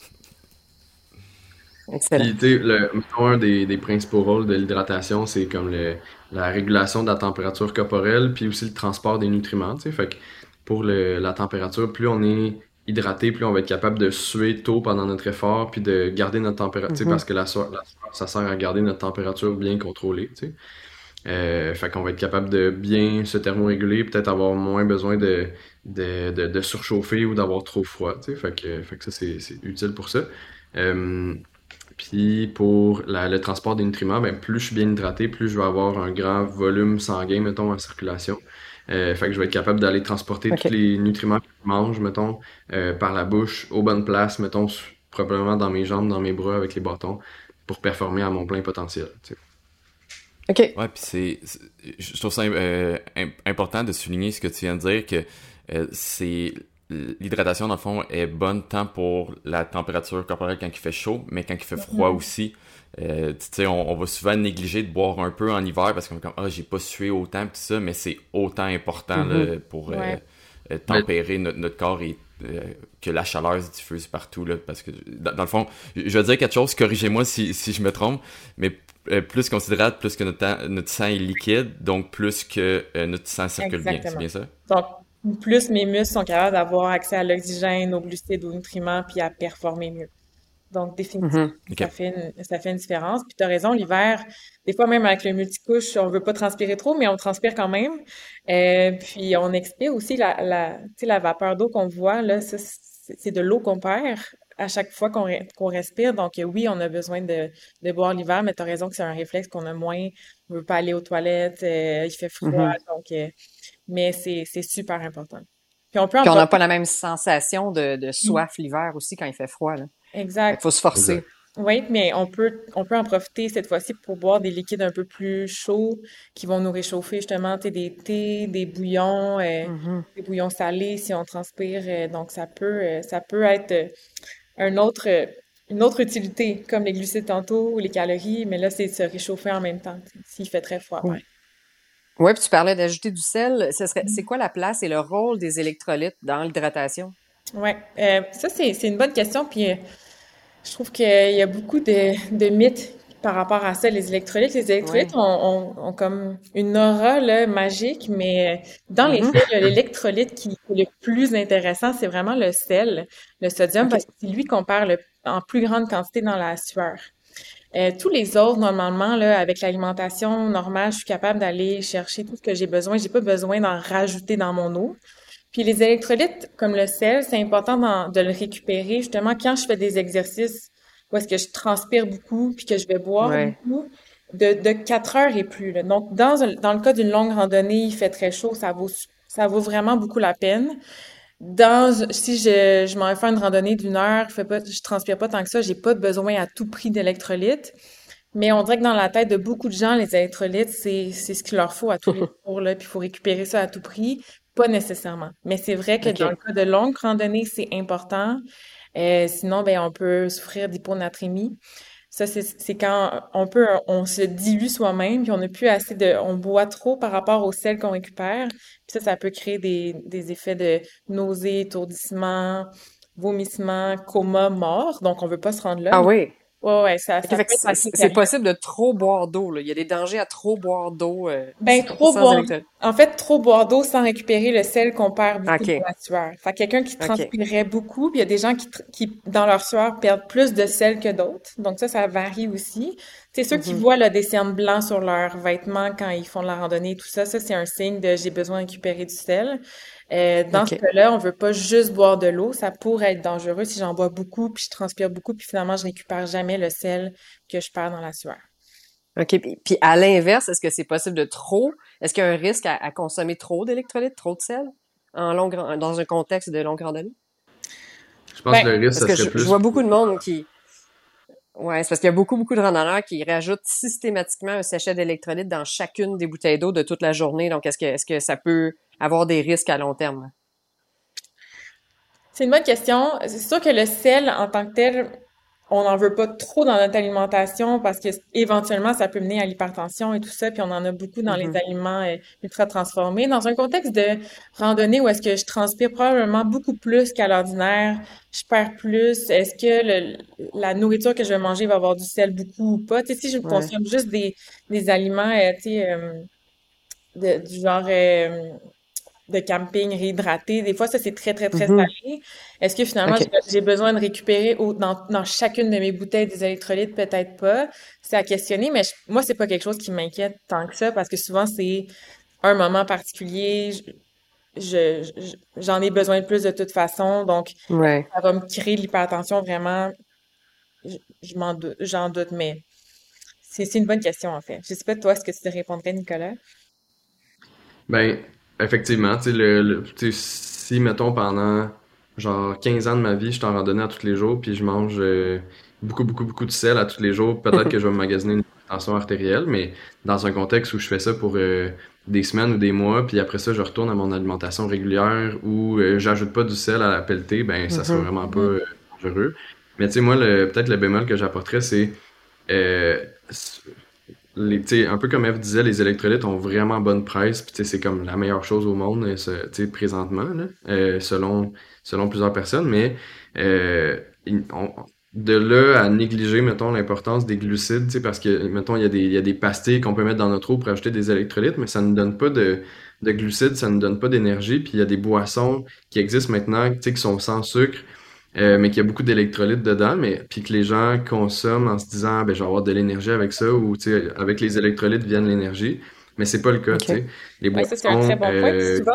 Excellent. Puis, tu sais, un des principaux rôles de l'hydratation, c'est comme la régulation de la température corporelle, puis aussi le transport des nutriments, tu sais. Fait que pour la température, plus on est hydraté, plus on va être capable de suer tôt pendant notre effort, puis de garder notre température, tu sais, parce que la sueur, ça sert à garder notre température bien contrôlée, tu sais. Fait qu'on va être capable de bien se thermoréguler, peut-être avoir moins besoin de surchauffer ou d'avoir trop froid, tu sais. Fait que ça, c'est utile pour ça. Puis pour le transport des nutriments, ben plus je suis bien hydraté, plus je vais avoir un grand volume sanguin, mettons, en circulation. Fait que je vais être capable d'aller transporter tous les nutriments que je mange, mettons, par la bouche, aux bonnes places, mettons, probablement dans mes jambes, dans mes bras avec les bâtons, pour performer à mon plein potentiel, tu sais. OK. Ouais, puis je trouve ça important de souligner ce que tu viens de dire, que c'est l'hydratation, dans le fond, est bonne tant pour la température corporelle quand il fait chaud, mais quand il fait froid aussi. Tu sais, on va souvent négliger de boire un peu en hiver parce qu'on est comme, j'ai pas sué autant, pis tout ça, mais c'est autant important là, pour tempérer notre corps et que la chaleur se diffuse partout, là, parce que, dans le fond, je vais dire quelque chose, corrigez-moi si je me trompe, mais plus qu'on s'hydrate, plus que notre sang est liquide, donc plus que notre sang circule bien, c'est bien ça? Donc, plus mes muscles sont capables d'avoir accès à l'oxygène, aux glucides, aux nutriments, puis à performer mieux. Donc, définitivement, ça fait une différence. Puis tu as raison, l'hiver, des fois même avec le multicouche, on veut pas transpirer trop, mais on transpire quand même. Puis on expire aussi tu sais, la vapeur d'eau qu'on voit, là, ça, c'est de l'eau qu'on perd à chaque fois qu'on respire. Donc oui, on a besoin de boire l'hiver, mais tu as raison que c'est un réflexe qu'on a moins. On veut pas aller aux toilettes, il fait froid, donc mais c'est super important. Puis on n'a pas la même sensation de soif l'hiver aussi quand il fait froid, là. Exact. Il faut se forcer. Exact. Oui, mais on peut en profiter cette fois-ci pour boire des liquides un peu plus chauds qui vont nous réchauffer justement, tu sais, des thés, des bouillons salés si on transpire. Donc ça peut être une autre utilité, comme les glucides tantôt ou les calories, mais là, c'est de se réchauffer en même temps, s'il fait très froid. Oui, puis tu parlais d'ajouter du sel. C'est quoi la place et le rôle des électrolytes dans l'hydratation? Oui, ça, c'est une bonne question, puis je trouve qu'il y a beaucoup de mythes par rapport à ça, les électrolytes. Les électrolytes ont comme une aura là, magique, mais dans les faits, l'électrolyte qui est le plus intéressant, c'est vraiment le sel, le sodium, parce que c'est lui qu'on perd en plus grande quantité dans la sueur. Tous les autres, normalement, là, avec l'alimentation normale, je suis capable d'aller chercher tout ce que j'ai besoin. J'ai pas besoin d'en rajouter dans mon eau. Puis les électrolytes, comme le sel, c'est important de le récupérer justement quand je fais des exercices où est-ce que je transpire beaucoup puis que je vais boire beaucoup. de 4 heures et plus, là. Donc, dans le cas d'une longue randonnée, il fait très chaud, ça vaut vraiment beaucoup la peine. Si je m'en vais faire une randonnée d'une heure, je transpire pas tant que ça, j'ai pas besoin à tout prix d'électrolytes. Mais on dirait que dans la tête de beaucoup de gens, les électrolytes, c'est ce qu'il leur faut à tous les jours, là, puis il faut récupérer ça à tout prix. Pas nécessairement. Mais c'est vrai que dans le OK. cas de longues randonnées, c'est important. Sinon, ben, on peut souffrir d'hyponatrémie. Ça, c'est quand on se dilue soi-même, puis on n'a plus on boit trop par rapport aux sels qu'on récupère. Puis ça peut créer des effets de nausée, étourdissement, vomissement, coma, mort. Donc, on veut pas se rendre là, Ah mais oui. ouais, OK, ça fait peut que être assez c'est sérieux. possible de trop boire d'eau, là. Il y a des dangers à trop boire d'eau Ben, sans électrolyte. en fait, trop boire d'eau sans récupérer le sel qu'on perd beaucoup dans OK. la sueur. Fait que quelqu'un qui OK. transpirerait beaucoup, puis il y a des gens qui, dans leur sueur, perdent plus de sel que d'autres. Donc ça varie aussi. C'est ceux qui Mhm. voient là, des cernes blancs sur leurs vêtements quand ils font de la randonnée et tout ça, c'est un signe de j'ai besoin de récupérer du sel. Dans ce OK. cas-là, on veut pas juste boire de l'eau. Ça pourrait être dangereux si j'en bois beaucoup, puis je transpire beaucoup, puis finalement, je récupère jamais le sel que je perds dans la sueur. OK. Puis à l'inverse, est-ce que c'est possible de trop? Est-ce qu'il y a un risque à consommer trop d'électrolytes, trop de sel dans un contexte de longue randonnée? Je pense Ben, que le risque, Parce ça que serait je plus vois beaucoup pour... de monde qui... Ouais, c'est parce qu'il y a beaucoup de randonneurs qui rajoutent systématiquement un sachet d'électrolytes dans chacune des bouteilles d'eau de toute la journée. Donc, est-ce que ça peut avoir des risques à long terme? C'est une bonne question. C'est sûr que le sel, en tant que tel, on n'en veut pas trop dans notre alimentation parce que éventuellement, ça peut mener à l'hypertension et tout ça, puis on en a beaucoup dans les Mhm. aliments ultra transformés. Dans un contexte de randonnée où est-ce que je transpire probablement beaucoup plus qu'à l'ordinaire, je perds plus, est-ce que la nourriture que je vais manger va avoir du sel beaucoup ou pas? Tu sais, si je Ouais. consomme juste des aliments, tu sais, du genre de camping réhydraté. Des fois, ça, c'est très, très, très Mhm. salé. Est-ce que finalement, OK. j'ai besoin de récupérer dans chacune de mes bouteilles des électrolytes? Peut-être pas. C'est à questionner, mais moi, c'est pas quelque chose qui m'inquiète tant que ça parce que souvent, c'est un moment particulier. J'en ai besoin de plus de toute façon. Donc, Ouais. ça va me créer de l'hypertension vraiment. J'en doute, mais c'est une bonne question, en fait. Je sais pas, toi, ce que tu te répondrais, Nicolas? Ben, effectivement, tu sais, tu sais, si, mettons, pendant genre 15 ans de ma vie, je suis en randonnée à tous les jours, puis je mange beaucoup de sel à tous les jours, peut-être que je vais me magasiner une tension artérielle, mais dans un contexte où je fais ça pour des semaines ou des mois, puis après ça, je retourne à mon alimentation régulière où j'ajoute pas du sel à la pelletée, ben, ça sera Mhm. vraiment pas Mhm. dangereux. Mais tu sais, moi, peut-être le bémol que j'apporterais, c'est euh, tu sais, un peu comme Eve disait, les électrolytes ont vraiment bonne presse, puis tu sais, c'est comme la meilleure chose au monde, tu sais, présentement, là, selon plusieurs personnes, mais euh, il- on- de là à négliger, mettons, l'importance des glucides, tu sais, parce que, mettons, il y a des pastilles qu'on peut mettre dans notre eau pour ajouter des électrolytes, mais ça ne donne pas de glucides, ça ne donne pas d'énergie, puis il y a des boissons qui existent maintenant, tu sais, qui sont sans sucre, mais qu'il y a beaucoup d'électrolytes dedans, mais puis que les gens consomment en se disant, ah, ben, je vais avoir de l'énergie avec ça, ou tu sais, avec les électrolytes viennent l'énergie, mais c'est pas le cas, tu OK. sais. Les Ouais, ça, c'est un très boissons, bon point. Puis souvent,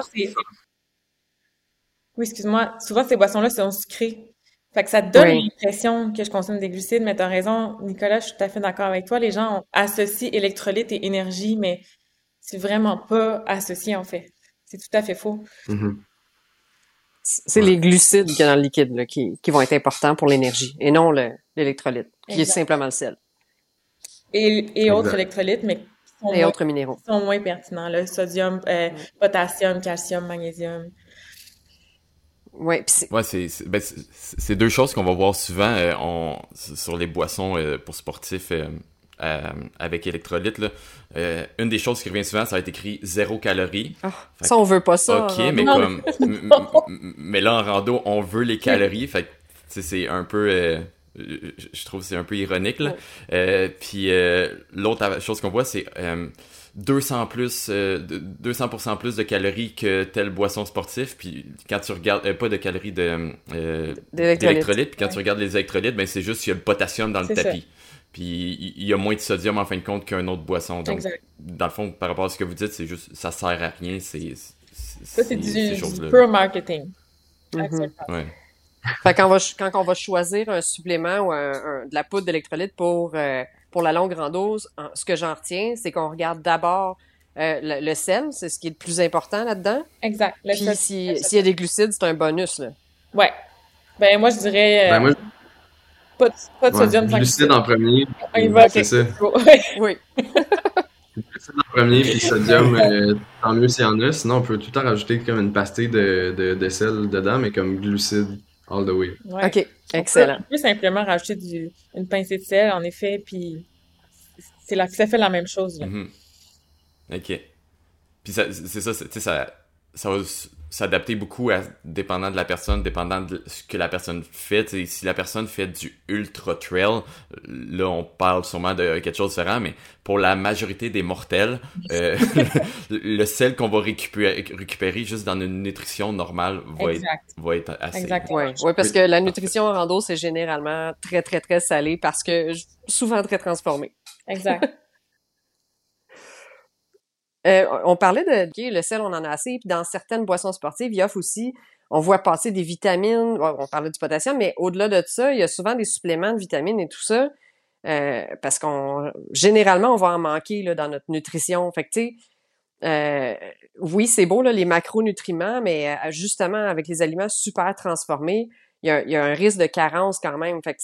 oui, excuse-moi. Souvent, ces boissons-là sont sucrées. Fait que ça te donne Oui. l'impression que je consomme des glucides, mais t'as raison, Nicolas, je suis tout à fait d'accord avec toi. Les gens associent électrolytes et énergie, mais c'est vraiment pas associé, en fait. C'est tout à fait faux. mhm, C'est ouais, les glucides qu'il y a dans le liquide là, qui vont être importants pour l'énergie et non l'électrolyte, qui est Exact. simplement le sel Et autres exact. électrolytes, mais et autres minéraux. qui sont moins pertinents, là. Sodium, Ouais. potassium, calcium, magnésium. Ouais, puis Ouais, ben, c'est deux choses qu'on va voir souvent sur les boissons pour sportifs avec électrolytes. Là. Une des choses qui revient souvent, ça va être écrit 0 calories. Fait ça on veut pas ça en ok, mais rando. Non, comme, mais là en rando, on veut les calories. Fait que, tu sais, c'est un peu, je trouve que c'est un peu ironique là. Ouais. Puis l'autre chose qu'on voit, c'est 200% plus de calories que telle boisson sportive. Puis quand tu regardes, pas de calories D'électrolytes. d'électrolytes. Puis quand tu regardes les électrolytes, ben c'est juste qu'il y a le potassium dans le c'est ça. tapis. Puis il y a moins de sodium en fin de compte qu'une autre boisson. Donc Exact. dans le fond, par rapport à ce que vous dites, c'est juste ça sert à rien. Ça, c'est Ces du choses-là. pure marketing. Mhm. Absolument. Ouais. Fait quand on va choisir un supplément ou de la poudre d'électrolyte pour la longue rando, ce que j'en retiens, c'est qu'on regarde d'abord le sel, c'est ce qui est le plus important là-dedans. Exact. Puis s'il y a des glucides, c'est un bonus, là. Ouais. Ben, moi, je dirais pas de sodium sans glucides en premier. On y va, c'est ça. Oui. Glucides en premier, puis sodium, tant mieux s'il y en a. Sinon, on peut tout le temps rajouter comme une pastille de sel dedans, mais comme glucides all the way. Ouais. OK, excellent. On peut simplement rajouter une pincée de sel, en effet, puis ça fait la même chose, là. OK. Puis c'est ça, tu sais, ça va s'adapter beaucoup dépendant de la personne, dépendant de ce que la personne fait. T'sais, si la personne fait du ultra trail, là on parle sûrement de quelque chose de différent, mais pour la majorité des mortels, le sel qu'on va récupérer juste dans une nutrition normale va être assez. Exactement. Oui, parce que la nutrition en rando, c'est généralement très, très, très salé parce que souvent très transformé. Exact. On parlait le sel, on en a assez, puis dans certaines boissons sportives, il offre aussi, on voit passer des vitamines, on parlait du potassium, mais au-delà de ça, il y a souvent des suppléments de vitamines et tout ça, parce généralement, on va en manquer là, dans notre nutrition. Fait que, tu sais, oui, c'est beau, là, les macronutriments, mais justement, avec les aliments super transformés, il y a un risque de carence quand même. Fait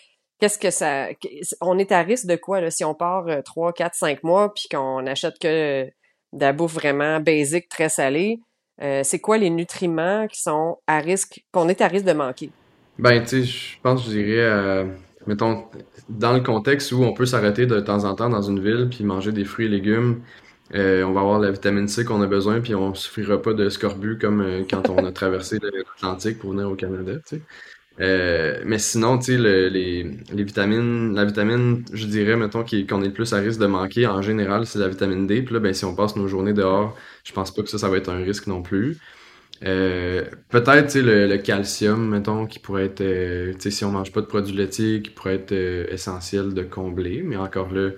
que on est à risque de quoi, là, si on part 3, 4, 5 mois, puis qu'on achète que de la bouffe vraiment basique, très salée, c'est quoi les nutriments qui sont à risque, qu'on est à risque de manquer? Ben, tu sais, je pense, je dirais, mettons, dans le contexte où on peut s'arrêter de temps en temps dans une ville puis manger des fruits et légumes, on va avoir la vitamine C qu'on a besoin puis on souffrira pas de scorbut comme quand on a traversé l'Atlantique pour venir au Canada, tu sais. Mais sinon, tu sais, les vitamines, la vitamine, je dirais, mettons, qu'on est le plus à risque de manquer, en général, c'est la vitamine D. Puis là, ben, si on passe nos journées dehors, je pense pas que ça va être un risque non plus. Peut-être, tu sais, le calcium, mettons, qui pourrait être, tu sais, si on mange pas de produits laitiers, qui pourrait être essentiel de combler. Mais encore là,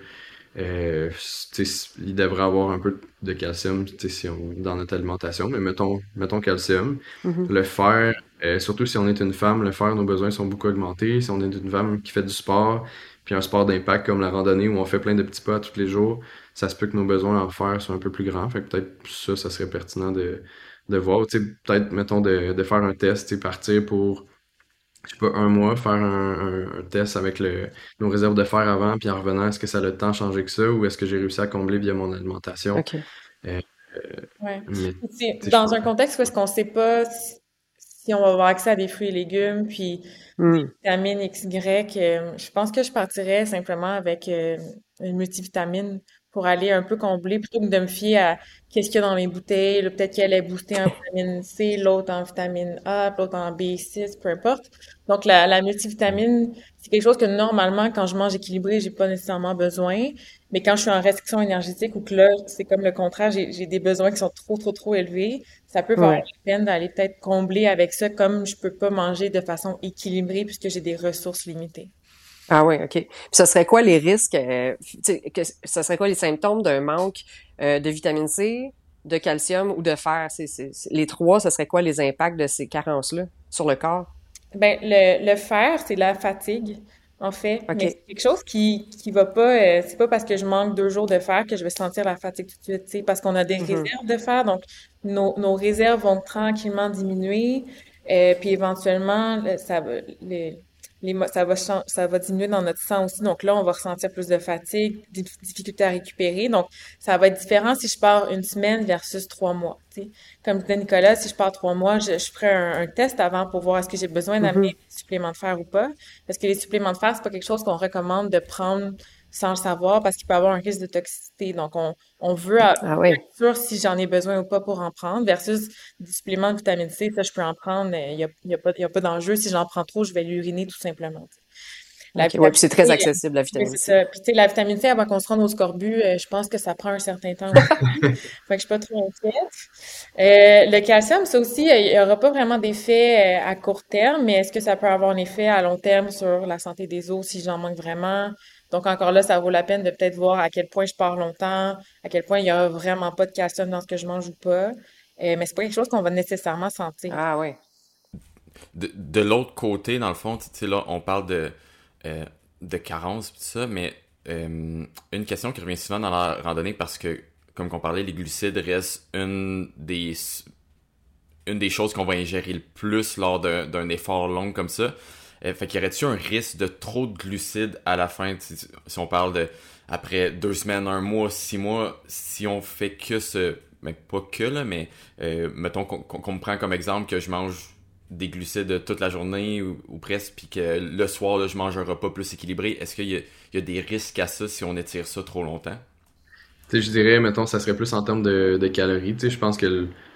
tu sais, il devrait avoir un peu de calcium, tu sais, dans notre alimentation. Mais mettons calcium. Mm-hmm. Le fer, surtout si on est une femme, le fer, nos besoins sont beaucoup augmentés. Si on est une femme qui fait du sport, puis un sport d'impact comme la randonnée où on fait plein de petits pas tous les jours, ça se peut que nos besoins en fer soient un peu plus grands. Fait que peut-être ça serait pertinent de voir. Tu sais, peut-être, mettons, de faire un test, tu sais, partir pour, je sais pas, un mois, faire un test avec nos réserves de fer avant, puis en revenant, est-ce que ça a le temps changé que ça, ou est-ce que j'ai réussi à combler via mon alimentation? OK. Ouais. Mais, Dans un contexte où est-ce qu'on sait pas si on va avoir accès à des fruits et légumes, puis des vitamines XY, je pense que je partirais simplement avec une multivitamine pour aller un peu combler, plutôt que de me fier à qu'est-ce qu'il y a dans les bouteilles. Là, peut-être qu'elle est boostée en vitamine C, l'autre en vitamine A, puis l'autre en B6, peu importe. Donc, la multivitamine, c'est quelque chose que normalement, quand je mange équilibré, j'ai pas nécessairement besoin. Mais quand je suis en restriction énergétique ou que là, c'est comme le contraire, j'ai des besoins qui sont trop élevés, ça peut valoir Ouais. la peine d'aller peut-être combler avec ça, comme je peux pas manger de façon équilibrée puisque j'ai des ressources limitées. Ah oui, OK. Puis ça serait quoi les risques, ça serait quoi les symptômes d'un manque de vitamine C, de calcium ou de fer? Les trois, ça serait quoi les impacts de ces carences-là sur le corps? Ben, le fer, c'est la fatigue, en fait. OK. Mais c'est quelque chose qui va pas, c'est pas parce que je manque 2 jours de fer que je vais sentir la fatigue tout de suite, tu sais, parce qu'on a des réserves de fer, donc nos réserves vont tranquillement diminuer, puis éventuellement, ça va diminuer dans notre sang aussi, donc là, on va ressentir plus de fatigue, des difficultés à récupérer, donc ça va être différent si je pars une semaine versus 3 mois, tu sais. Comme disait Nicolas, si je pars 3 mois, je ferai un test avant pour voir est-ce que j'ai besoin d'amener des suppléments de fer ou pas. Parce que les suppléments de fer, c'est pas quelque chose qu'on recommande de prendre sans le savoir parce qu'il peut avoir un risque de toxicité. Donc, on veut Ah oui. être sûr si j'en ai besoin ou pas pour en prendre versus des suppléments de vitamine C, ça, je peux en prendre. Il y a pas d'enjeu. Si j'en prends trop, je vais l'uriner tout simplement. La OK. Ouais, puis c'est très C, accessible, la oui, vitamine c'est C. ça. Puis, tu sais, la vitamine C, avant qu'on se rende au scorbut, je pense que ça prend un certain temps aussi. Fait que je suis pas trop inquiète. Le calcium, ça aussi, il y aura pas vraiment d'effet à court terme, mais est-ce que ça peut avoir un effet à long terme sur la santé des os si j'en manque vraiment? Donc, encore là, ça vaut la peine de peut-être voir à quel point je pars longtemps, à quel point il y a vraiment pas de calcium dans ce que je mange ou pas. Mais c'est pas quelque chose qu'on va nécessairement sentir. Ah oui. De l'autre côté, dans le fond, tu sais, là, on parle de carence pis tout ça, mais une question qui revient souvent dans la randonnée parce que, comme qu'on parlait, les glucides restent une des choses qu'on va ingérer le plus lors d'un effort long comme ça. Fait qu'il y aurait-tu un risque de trop de glucides à la fin, si on parle de après 2 semaines, 1 mois, 6 mois, si on fait que ben pas que là, mais mettons qu'on me prend comme exemple que je mange des glucides toute la journée ou presque, puis que le soir là, je mange un repas plus équilibré, est-ce qu'il y a des risques à ça si on étire ça trop longtemps? Tu sais, je dirais, mettons, ça serait plus en termes de calories. Tu sais, je pense que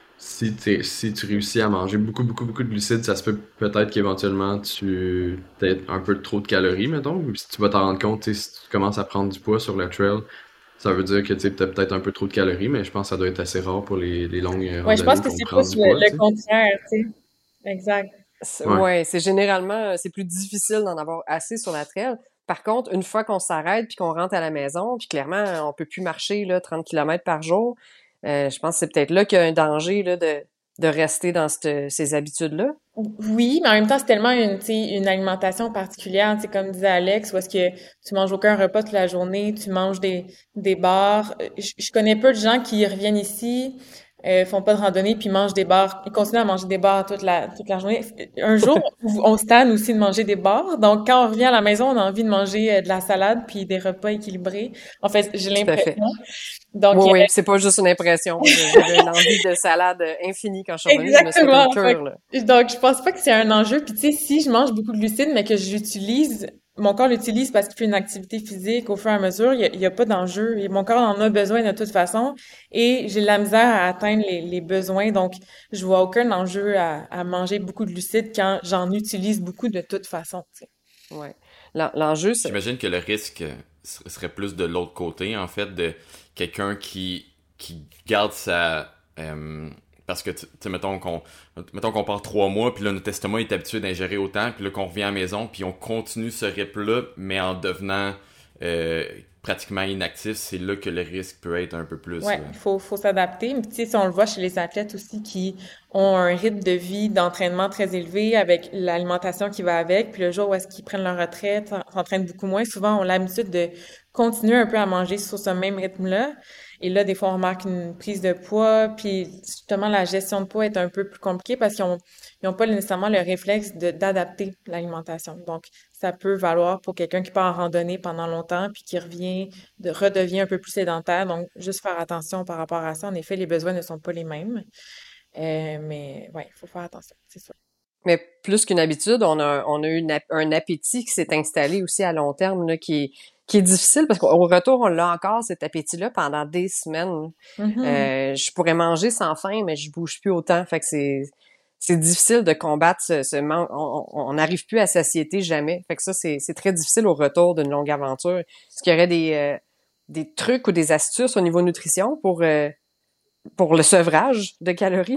si tu réussis à manger beaucoup de glucides, ça se peut peut-être qu'éventuellement tu aies un peu trop de calories, mettons. Puis si tu vas t'en rendre compte, tu sais, si tu commences à prendre du poids sur le trail, ça veut dire que tu as peut-être un peu trop de calories, mais je pense que ça doit être assez rare pour les longues Ouais, je pense randonnées que qu'on c'est prend plus du poids, tu le sais. contraire, tu sais. Exact. Ouais. Ouais, c'est généralement, c'est plus difficile d'en avoir assez sur la trail. Par contre, une fois qu'on s'arrête puis qu'on rentre à la maison, puis clairement, on peut plus marcher là, 30 km par jour, je pense que c'est peut-être là qu'il y a un danger là, de rester dans ces habitudes-là. Oui, mais en même temps, c'est tellement tu sais, une alimentation particulière, tu sais, comme disait Alex, où est-ce que tu manges aucun repas toute la journée, tu manges des bars. Je connais peu de gens qui reviennent ici, font pas de randonnée, puis mangent des bars. Ils continuent à manger des bars toute la journée. Un jour, on se tanne aussi de manger des bars. Donc, quand on revient à la maison, on a envie de manger de la salade puis des repas équilibrés. En fait, j'ai Tout à fait. l'impression. Donc, Oui, oui, c'est pas juste une impression. J'avais une envie de salade infinie quand je suis revenue. Je me suis fait exactement. une cure, là. Donc, je pense pas que c'est un enjeu. Puis, tu sais, si je mange beaucoup de glucides, mais que j'utilise, mon corps l'utilise parce qu'il fait une activité physique au fur et à mesure, il y a pas d'enjeu. Et mon corps en a besoin de toute façon. Et j'ai de la misère à atteindre les besoins. Donc, je vois aucun enjeu à manger beaucoup de glucides quand j'en utilise beaucoup de toute façon, tu sais. Ouais. L'enjeu, c'est... J'imagine que le risque serait plus de l'autre côté, en fait, de quelqu'un qui garde parce que, tu sais, mettons qu'on part 3 mois, puis là, notre estomac est habitué d'ingérer autant, puis là, qu'on revient à la maison, puis on continue ce rythme-là, mais en devenant pratiquement inactif, c'est là que le risque peut être un peu plus. Ouais, faut s'adapter. Mais tu sais, si on le voit chez les athlètes aussi qui ont un rythme de vie, d'entraînement très élevé avec l'alimentation qui va avec, puis le jour où est-ce qu'ils prennent leur retraite, s'entraînent beaucoup moins, souvent ont l'habitude de continuer un peu à manger sur ce même rythme-là. Et là, des fois, on remarque une prise de poids, puis justement, la gestion de poids est un peu plus compliquée parce ils ont pas nécessairement le réflexe d'adapter l'alimentation. Donc, ça peut valoir pour quelqu'un qui part en randonnée pendant longtemps, puis qui redevient un peu plus sédentaire. Donc, juste faire attention par rapport à ça. En effet, les besoins ne sont pas les mêmes. Mais ouais, il faut faire attention, c'est sûr. Mais plus qu'une habitude, on a eu un appétit qui s'est installé aussi à long terme, là, qui est difficile parce qu'au retour, on l'a encore, cet appétit-là, pendant des semaines. Mhm. Je pourrais manger sans faim, mais je bouge plus autant. Fait que c'est difficile de combattre ce manque. On n'arrive plus à satiété jamais. Fait que ça, c'est très difficile au retour d'une longue aventure. Est-ce qu'il y aurait des trucs ou des astuces au niveau nutrition pour le sevrage de calories?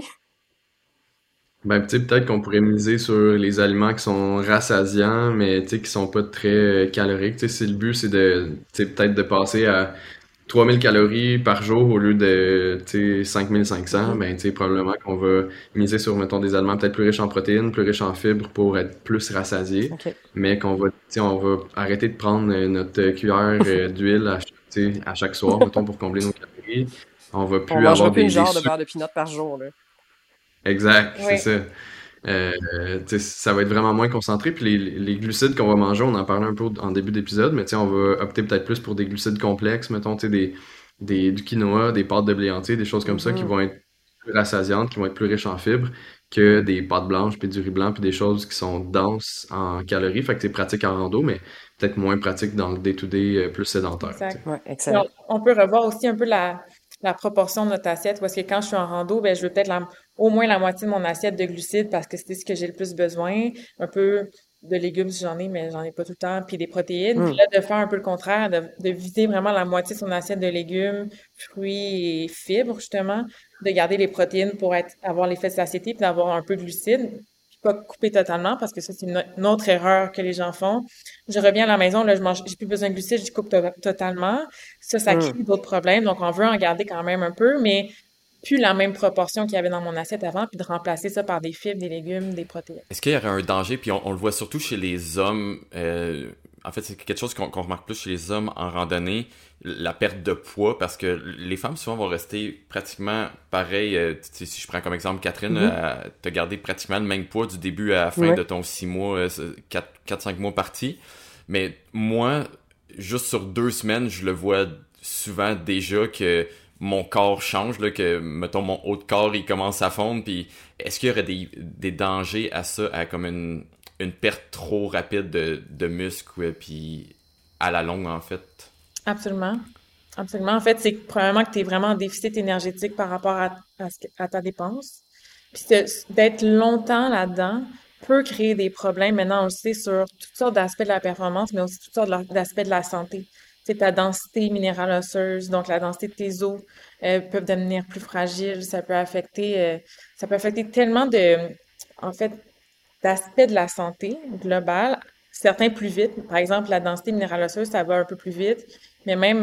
Ben, tu sais, peut-être qu'on pourrait miser sur les aliments qui sont rassasiants, mais tu sais, qui sont pas très caloriques. Tu sais, si le but, c'est tu sais, peut-être de passer à 3000 calories par jour au lieu de, tu sais, 5500, Mhm. ben, tu sais, probablement qu'on va miser sur, mettons, des aliments peut-être plus riches en protéines, plus riches en fibres pour être plus rassasiés, OK. mais tu sais, on va arrêter de prendre notre cuillère d'huile tu sais, à chaque soir, mettons, pour combler nos calories. On va On plus mangera avoir plus une des jarre de sucres. beurre de pinot par jour, là. Exact, c'est Oui. ça. Tu sais, ça va être vraiment moins concentré. Puis les glucides qu'on va manger, on en parlait un peu en début d'épisode, mais tu sais, on va opter peut-être plus pour des glucides complexes, mettons, tu sais, du quinoa, des pâtes de blé entier, des choses comme ça qui Mhm. vont être plus rassasiantes, qui vont être plus riches en fibres que des pâtes blanches, puis du riz blanc, puis des choses qui sont denses en calories. Fait que c'est pratique en rando, mais peut-être moins pratique dans le day-to-day plus sédentaire, tu Exact. sais. Ouais, Puis excellent. on peut revoir aussi un peu la proportion de notre assiette, parce que quand je suis en rando, ben, je veux peut-être au moins la moitié de mon assiette de glucides parce que c'est ce que j'ai le plus besoin. Un peu de légumes si j'en ai, mais j'en ai pas tout le temps, puis des protéines. Puis Mm. là, de faire un peu le contraire, de viser vraiment la moitié de son assiette de légumes, fruits et fibres, justement, de garder les protéines pour avoir l'effet de satiété, puis d'avoir un peu de glucides, puis pas couper totalement, parce que ça, c'est une autre erreur que les gens font. Je reviens à la maison, là, j'ai plus besoin de glucides, je coupe totalement. Ça Mm. crée d'autres problèmes. Donc, on veut en garder quand même un peu, mais plus la même proportion qu'il y avait dans mon assiette avant, puis de remplacer ça par des fibres, des légumes, des protéines. Est-ce qu'il y aurait un danger, puis on le voit surtout chez les hommes, en fait, c'est quelque chose qu'on remarque plus chez les hommes en randonnée, la perte de poids, parce que les femmes souvent vont rester pratiquement pareil. Si je prends comme exemple Catherine, t'as gardé pratiquement le même poids du début à la fin de ton 6 mois, 4-5 mois parti. Mais moi, juste sur 2 semaines, je le vois souvent déjà que mon corps change, là, que, mettons, mon haut de corps, il commence à fondre, puis est-ce qu'il y aurait des dangers à ça, à comme une perte trop rapide de muscles, puis à la longue, en fait? Absolument. Absolument. En fait, c'est probablement que tu es vraiment en déficit énergétique par rapport à ta dépense. Puis d'être longtemps là-dedans peut créer des problèmes. Maintenant, on le sait sur toutes sortes d'aspects de la performance, mais aussi toutes sortes d'aspects de la santé. C'est ta densité minérale osseuse, donc la densité de tes os peuvent devenir plus fragiles. Ça peut affecter tellement en fait, d'aspects de la santé globale, certains plus vite. Par exemple, la densité minérale osseuse, ça va un peu plus vite, mais même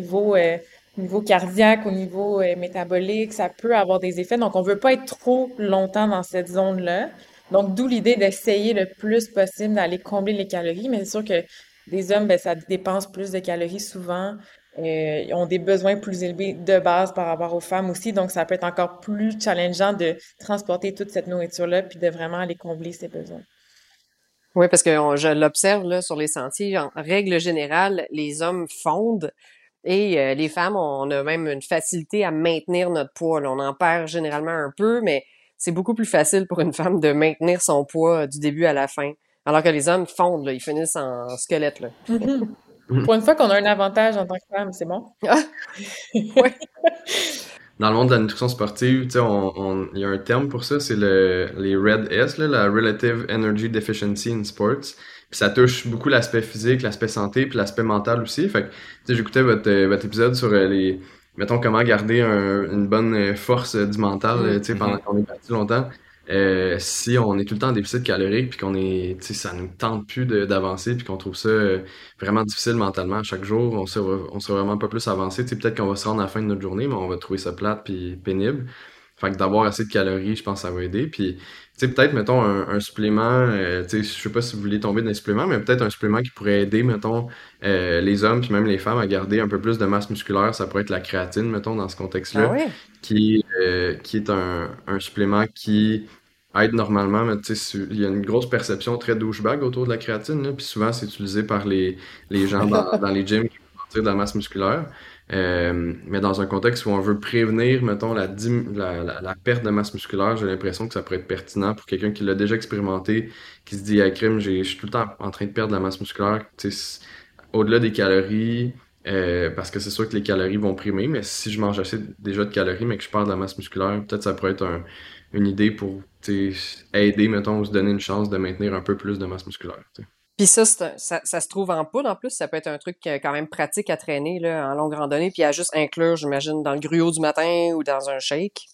au niveau cardiaque, au niveau métabolique, ça peut avoir des effets. Donc, on veut pas être trop longtemps dans cette zone-là. Donc, d'où l'idée d'essayer le plus possible d'aller combler les calories. Mais c'est sûr que les hommes, ben, ça dépense plus de calories souvent. Ils ont des besoins plus élevés de base par rapport aux femmes aussi. Donc, ça peut être encore plus challengeant de transporter toute cette nourriture-là puis de vraiment aller combler ces besoins. Oui, parce que je l'observe là sur les sentiers. En règle générale, les hommes fondent et les femmes, on a même une facilité à maintenir notre poids. Là. On en perd généralement un peu, mais c'est beaucoup plus facile pour une femme de maintenir son poids du début à la fin. Alors que les hommes fondent, là, ils finissent en squelette. Là. Pour une fois qu'on a un avantage en tant que femme, c'est bon. Ah, ouais. Dans le monde de la nutrition sportive, tu sais, il y a un terme pour ça, c'est les Red S, là, la Relative Energy Deficiency in Sports. Puis ça touche beaucoup l'aspect physique, l'aspect santé, puis l'aspect mental aussi. Fait que, tu sais, j'écoutais votre épisode sur mettons, comment garder une bonne force du mental, tu sais, pendant qu'on est parti longtemps. Si on est tout le temps en déficit calorique, puis qu'on est, tu sais, ça nous tente plus d'avancer, puis qu'on trouve ça vraiment difficile mentalement à chaque jour, on sera vraiment pas plus avancé. Tu sais, peut-être qu'on va se rendre à la fin de notre journée, mais on va trouver ça plate puis pénible. Fait que d'avoir assez de calories, je pense que ça va aider. Puis, tu sais, peut-être, mettons, un supplément, tu sais, je sais pas si vous voulez tomber dans les suppléments, mais peut-être un supplément qui pourrait aider, mettons, les hommes puis même les femmes à garder un peu plus de masse musculaire. Ça pourrait être la créatine, mettons, dans ce contexte-là, Ah oui. qui est un supplément qui aide normalement, mais tu sais, il y a une grosse perception très douchebag autour de la créatine, là, puis souvent, c'est utilisé par les gens dans les gyms qui veulent sortir de la masse musculaire. Mais dans un contexte où on veut prévenir, mettons, la perte de masse musculaire, j'ai l'impression que ça pourrait être pertinent pour quelqu'un qui l'a déjà expérimenté, qui se dit, à crime, je suis tout le temps en train de perdre de la masse musculaire, tu sais, au-delà des calories, parce que c'est sûr que les calories vont primer, mais si je mange assez déjà de calories, mais que je perds de la masse musculaire, peut-être ça pourrait être une idée pour, tu sais, aider, mettons, ou se donner une chance de maintenir un peu plus de masse musculaire, tu sais. Puis ça, ça se trouve en poudre en plus. Ça peut être un truc quand même pratique à traîner là, en longue randonnée, puis à juste inclure, j'imagine, dans le gruau du matin ou dans un shake.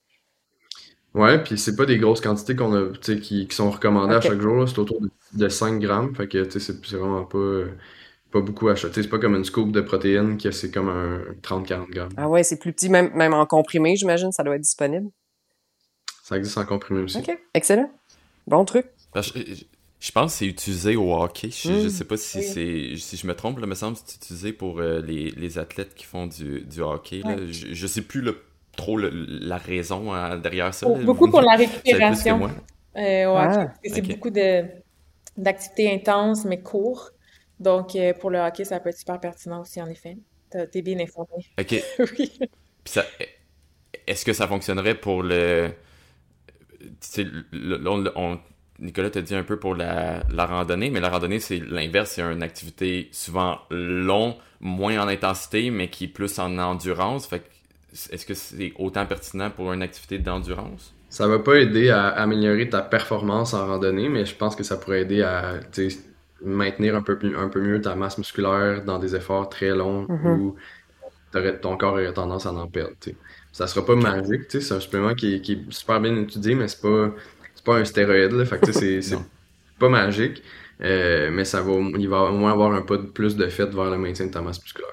Ouais, puis c'est pas des grosses quantités qu'on a, tu sais, qui sont recommandées à OK. chaque jour, là. C'est autour de 5 grammes, fait que, tu sais, c'est vraiment pas beaucoup à acheter. C'est pas comme une scoop de protéines que c'est comme un 30-40 grammes. Ah ouais, c'est plus petit, même en comprimé, j'imagine, ça doit être disponible. Ça existe en comprimé aussi. OK, excellent. Bon truc. Je pense que c'est utilisé au hockey. Je sais pas si oui. si je me trompe, là, me semble que c'est utilisé pour les athlètes qui font du hockey. Là. Ouais. Je sais plus trop la raison derrière ça. Là. Beaucoup pour la Vous savez plus que récupération. moi. Ouais, Ah, c'est Ok. beaucoup d'activités intenses, mais courts. Donc, pour le hockey, ça peut être super pertinent aussi, en effet. T'es bien informé. Ok. Puis Oui. ça, est-ce que ça fonctionnerait pour le... Tu sais, Nicolas t'a dit un peu pour la randonnée, mais la randonnée, c'est l'inverse. C'est une activité souvent long, moins en intensité, mais qui est plus en endurance. Fait que, est-ce que c'est autant pertinent pour une activité d'endurance? Ça va pas aider à améliorer ta performance en randonnée, mais je pense que ça pourrait aider à, tu sais, maintenir un peu mieux ta masse musculaire dans des efforts très longs mhm. où ton corps aurait tendance à en perdre, tu sais. Ça sera pas Ok. magique, tu sais, c'est un supplément qui est super bien étudié, mais c'est pas un stéroïde, là, fait que tu sais, c'est Non. pas magique, mais il va au moins avoir un pas de plus de fait vers le maintien de ta masse musculaire.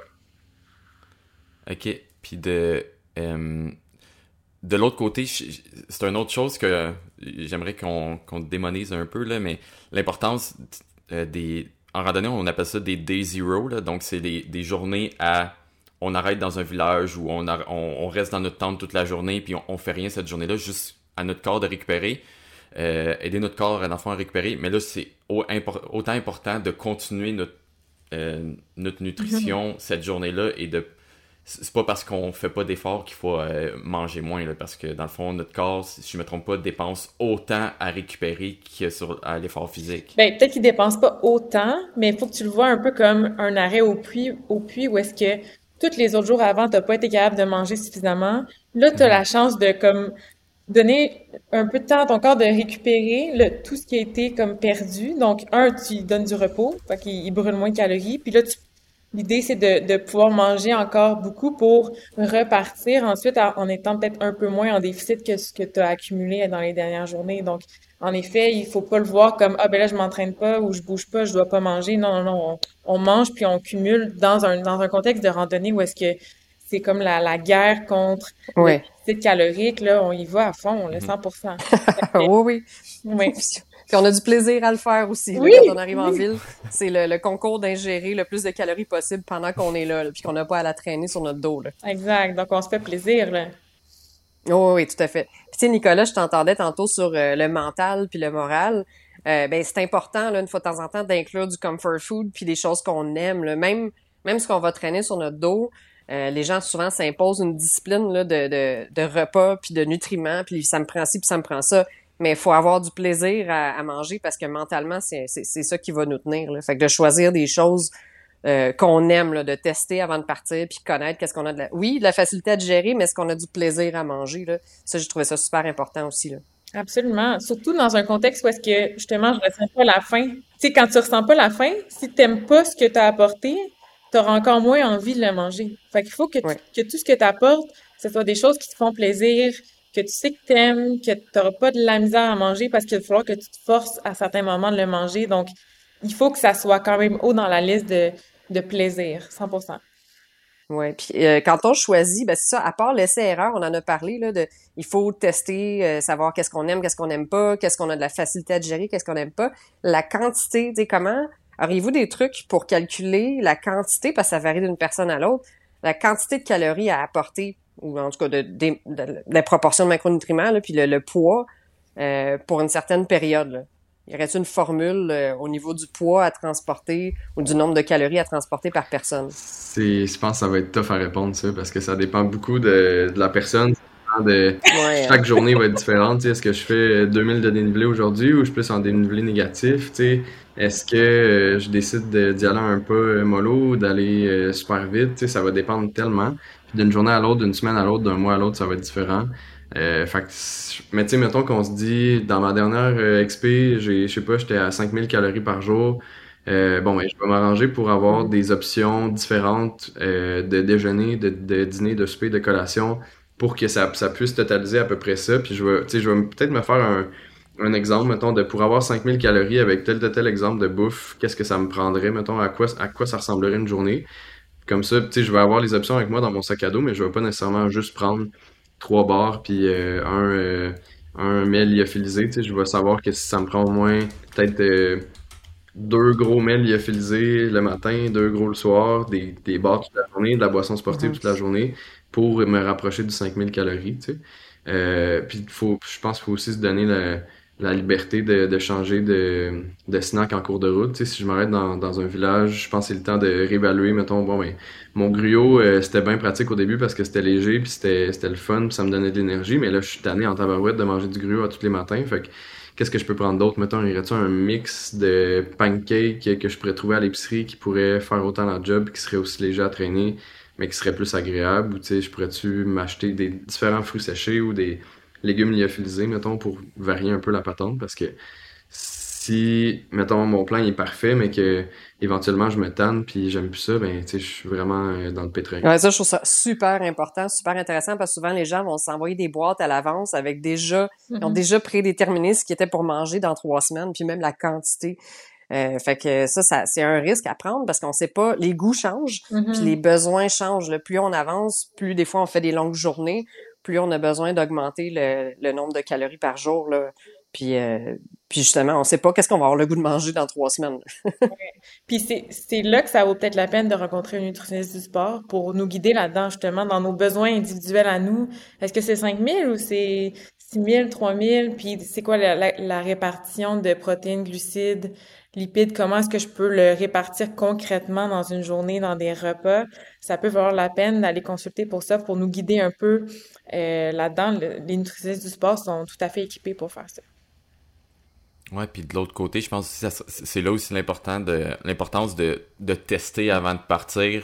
Ok. Puis de l'autre côté, c'est une autre chose que j'aimerais qu'on démonise un peu, là, mais l'importance en randonnée, on appelle ça des day zero, là. Donc, c'est des journées on arrête dans un village où on reste dans notre tente toute la journée puis on fait rien cette journée-là, juste à notre corps de récupérer, aider notre corps à l'enfant à récupérer. Mais là, c'est autant important de continuer notre nutrition cette journée-là et c'est pas parce qu'on fait pas d'efforts qu'il faut manger moins, là, parce que dans le fond, notre corps, si je me trompe pas, dépense autant à récupérer à l'effort physique. Ben, peut-être qu'il dépense pas autant, mais il faut que tu le vois un peu comme un arrêt au puits où est-ce que tous les autres jours avant, t'as pas été capable de manger suffisamment. Là, t'as la chance de comme donner un peu de temps à ton corps de récupérer tout ce qui a été comme perdu. Donc, tu lui donnes du repos, fait qu'il brûle moins de calories. Puis là, l'idée, c'est de pouvoir manger encore beaucoup pour repartir ensuite en étant peut-être un peu moins en déficit que ce que tu as accumulé dans les dernières journées. Donc, en effet, il faut pas le voir comme, ah ben là, je m'entraîne pas ou je bouge pas, je dois pas manger. Non, non, non, on mange puis on cumule dans un contexte de randonnée où est-ce que c'est comme la guerre contre le Ouais. déficit calorique, là, on y va à fond, le 100%. Oui. Oui. Puis on a du plaisir à le faire aussi. Oui, là, quand on arrive en ville, c'est le concours d'ingérer le plus de calories possible pendant qu'on est là, puis qu'on n'a pas à la traîner sur notre dos. Là. Exact. Donc, on se fait plaisir, là. Oh, oui, tout à fait. Puis tu sais, Nicolas, je t'entendais tantôt sur le mental puis le moral. Ben c'est important, là, une fois de temps en temps, d'inclure du comfort food puis des choses qu'on aime. Là. Même ce qu'on va traîner sur notre dos, les gens souvent s'imposent une discipline là, de repas puis de nutriments, puis ça me prend ci puis ça me prend ça. Mais il faut avoir du plaisir à manger parce que mentalement, c'est ça qui va nous tenir. Là. Fait que de choisir des choses qu'on aime, là, de tester avant de partir, puis connaître qu'est-ce qu'on a de la facilité à digérer, mais est-ce qu'on a du plaisir à manger, là? Ça, j'ai trouvé ça super important aussi, là. Absolument. Surtout dans un contexte où est-ce que, justement, je ressens pas la faim. Tu sais, quand tu ressens pas la faim, si t'aimes pas ce que t'as apporté, t'auras encore moins envie de le manger. Fait qu'il faut que tout ce que t'apportes, ce soit des choses qui te font plaisir, que tu sais que t'aimes, que t'auras pas de la misère à manger parce qu'il va falloir que tu te forces à certains moments de le manger. Donc, il faut que ça soit quand même haut dans la liste de plaisir, 100%. Ouais, puis quand on choisit, ben c'est ça, à part l'essai-erreur, on en a parlé là il faut tester, savoir qu'est-ce qu'on aime, qu'est-ce qu'on n'aime pas, qu'est-ce qu'on a de la facilité à digérer, qu'est-ce qu'on n'aime pas, la quantité, tu sais comment auriez-vous des trucs pour calculer la quantité parce que ça varie d'une personne à l'autre, la quantité de calories à apporter ou en tout cas de la proportion de macronutriments là, puis le poids pour une certaine période là. Y aurait-il une formule au niveau du poids à transporter ou du nombre de calories à transporter par personne? Je pense que ça va être tough à répondre, ça, parce que ça dépend beaucoup de la personne. Chaque journée va être différente. Tu sais, est-ce que je fais 2000 de dénivelé aujourd'hui ou je suis plus en dénivelé négatif? Tu sais, est-ce que je décide d'y aller un peu mollo ou d'aller super vite? Tu sais, ça va dépendre tellement. Puis d'une journée à l'autre, d'une semaine à l'autre, d'un mois à l'autre, ça va être différent. Mais tu sais, mettons qu'on se dit, dans ma dernière XP, je sais pas, j'étais à 5000 calories par jour. Bon, ben, je vais m'arranger pour avoir des options différentes de déjeuner, de dîner, de souper, de collation pour que ça puisse totaliser à peu près ça. Puis je vais peut-être me faire un exemple, mettons, pour avoir 5000 calories avec tel exemple de bouffe, qu'est-ce que ça me prendrait, mettons, à quoi ça ressemblerait une journée. Comme ça, tu sais, je vais avoir les options avec moi dans mon sac à dos, mais je vais pas nécessairement juste prendre 3 barres puis un mets lyophilisé. Tu sais, je vais savoir que si ça me prend au moins peut-être 2 gros mets lyophilisés le matin, 2 gros le soir, des barres toute la journée, de la boisson sportive toute la journée pour me rapprocher du 5000 calories, tu sais. Puis je pense qu'il faut aussi se donner la liberté de changer de snack en cours de route. Tu sais, si je m'arrête dans un village, je pense que c'est le temps de réévaluer. Mettons, bon, ben, mon gruau, c'était bien pratique au début parce que c'était léger, puis c'était le fun, puis ça me donnait de l'énergie. Mais là, je suis tanné en tabarouette de manger du gruau à tous les matins. Fait que, qu'est-ce que je peux prendre d'autre? Mettons, y aurait-il un mix de pancakes que je pourrais trouver à l'épicerie qui pourrait faire autant la job, qui serait aussi léger à traîner, mais qui serait plus agréable? Ou, tu sais, je pourrais-tu m'acheter des différents fruits séchés ou des légumes lyophilisés, mettons, pour varier un peu la patente, parce que si, mettons, mon plan il est parfait, mais que éventuellement je me tanne puis j'aime plus ça, ben, tu sais, je suis vraiment dans le pétrin. Ouais, ça, je trouve ça super important, super intéressant, parce que souvent, les gens vont s'envoyer des boîtes à l'avance avec ils ont déjà prédéterminé ce qui était pour manger dans 3 semaines, puis même la quantité. Fait que ça, c'est un risque à prendre parce qu'on sait pas, les goûts changent, puis les besoins changent. Là. Plus on avance, plus des fois on fait des longues journées, plus on a besoin d'augmenter le nombre de calories par jour là, Puis, puis justement, on sait pas qu'est-ce qu'on va avoir le goût de manger dans 3 semaines. Puis c'est là que ça vaut peut-être la peine de rencontrer un nutritionniste du sport pour nous guider là-dedans, justement, dans nos besoins individuels à nous. Est-ce que c'est 5 000 ou c'est 6 000, 3 000? Puis c'est quoi la répartition de protéines, glucides, lipides? Comment est-ce que je peux le répartir concrètement dans une journée, dans des repas? Ça peut valoir la peine d'aller consulter pour ça, pour nous guider un peu là-dedans. Les nutritionnistes du sport sont tout à fait équipés pour faire ça. Ouais, puis de l'autre côté, je pense que c'est là aussi l'importance de tester avant de partir.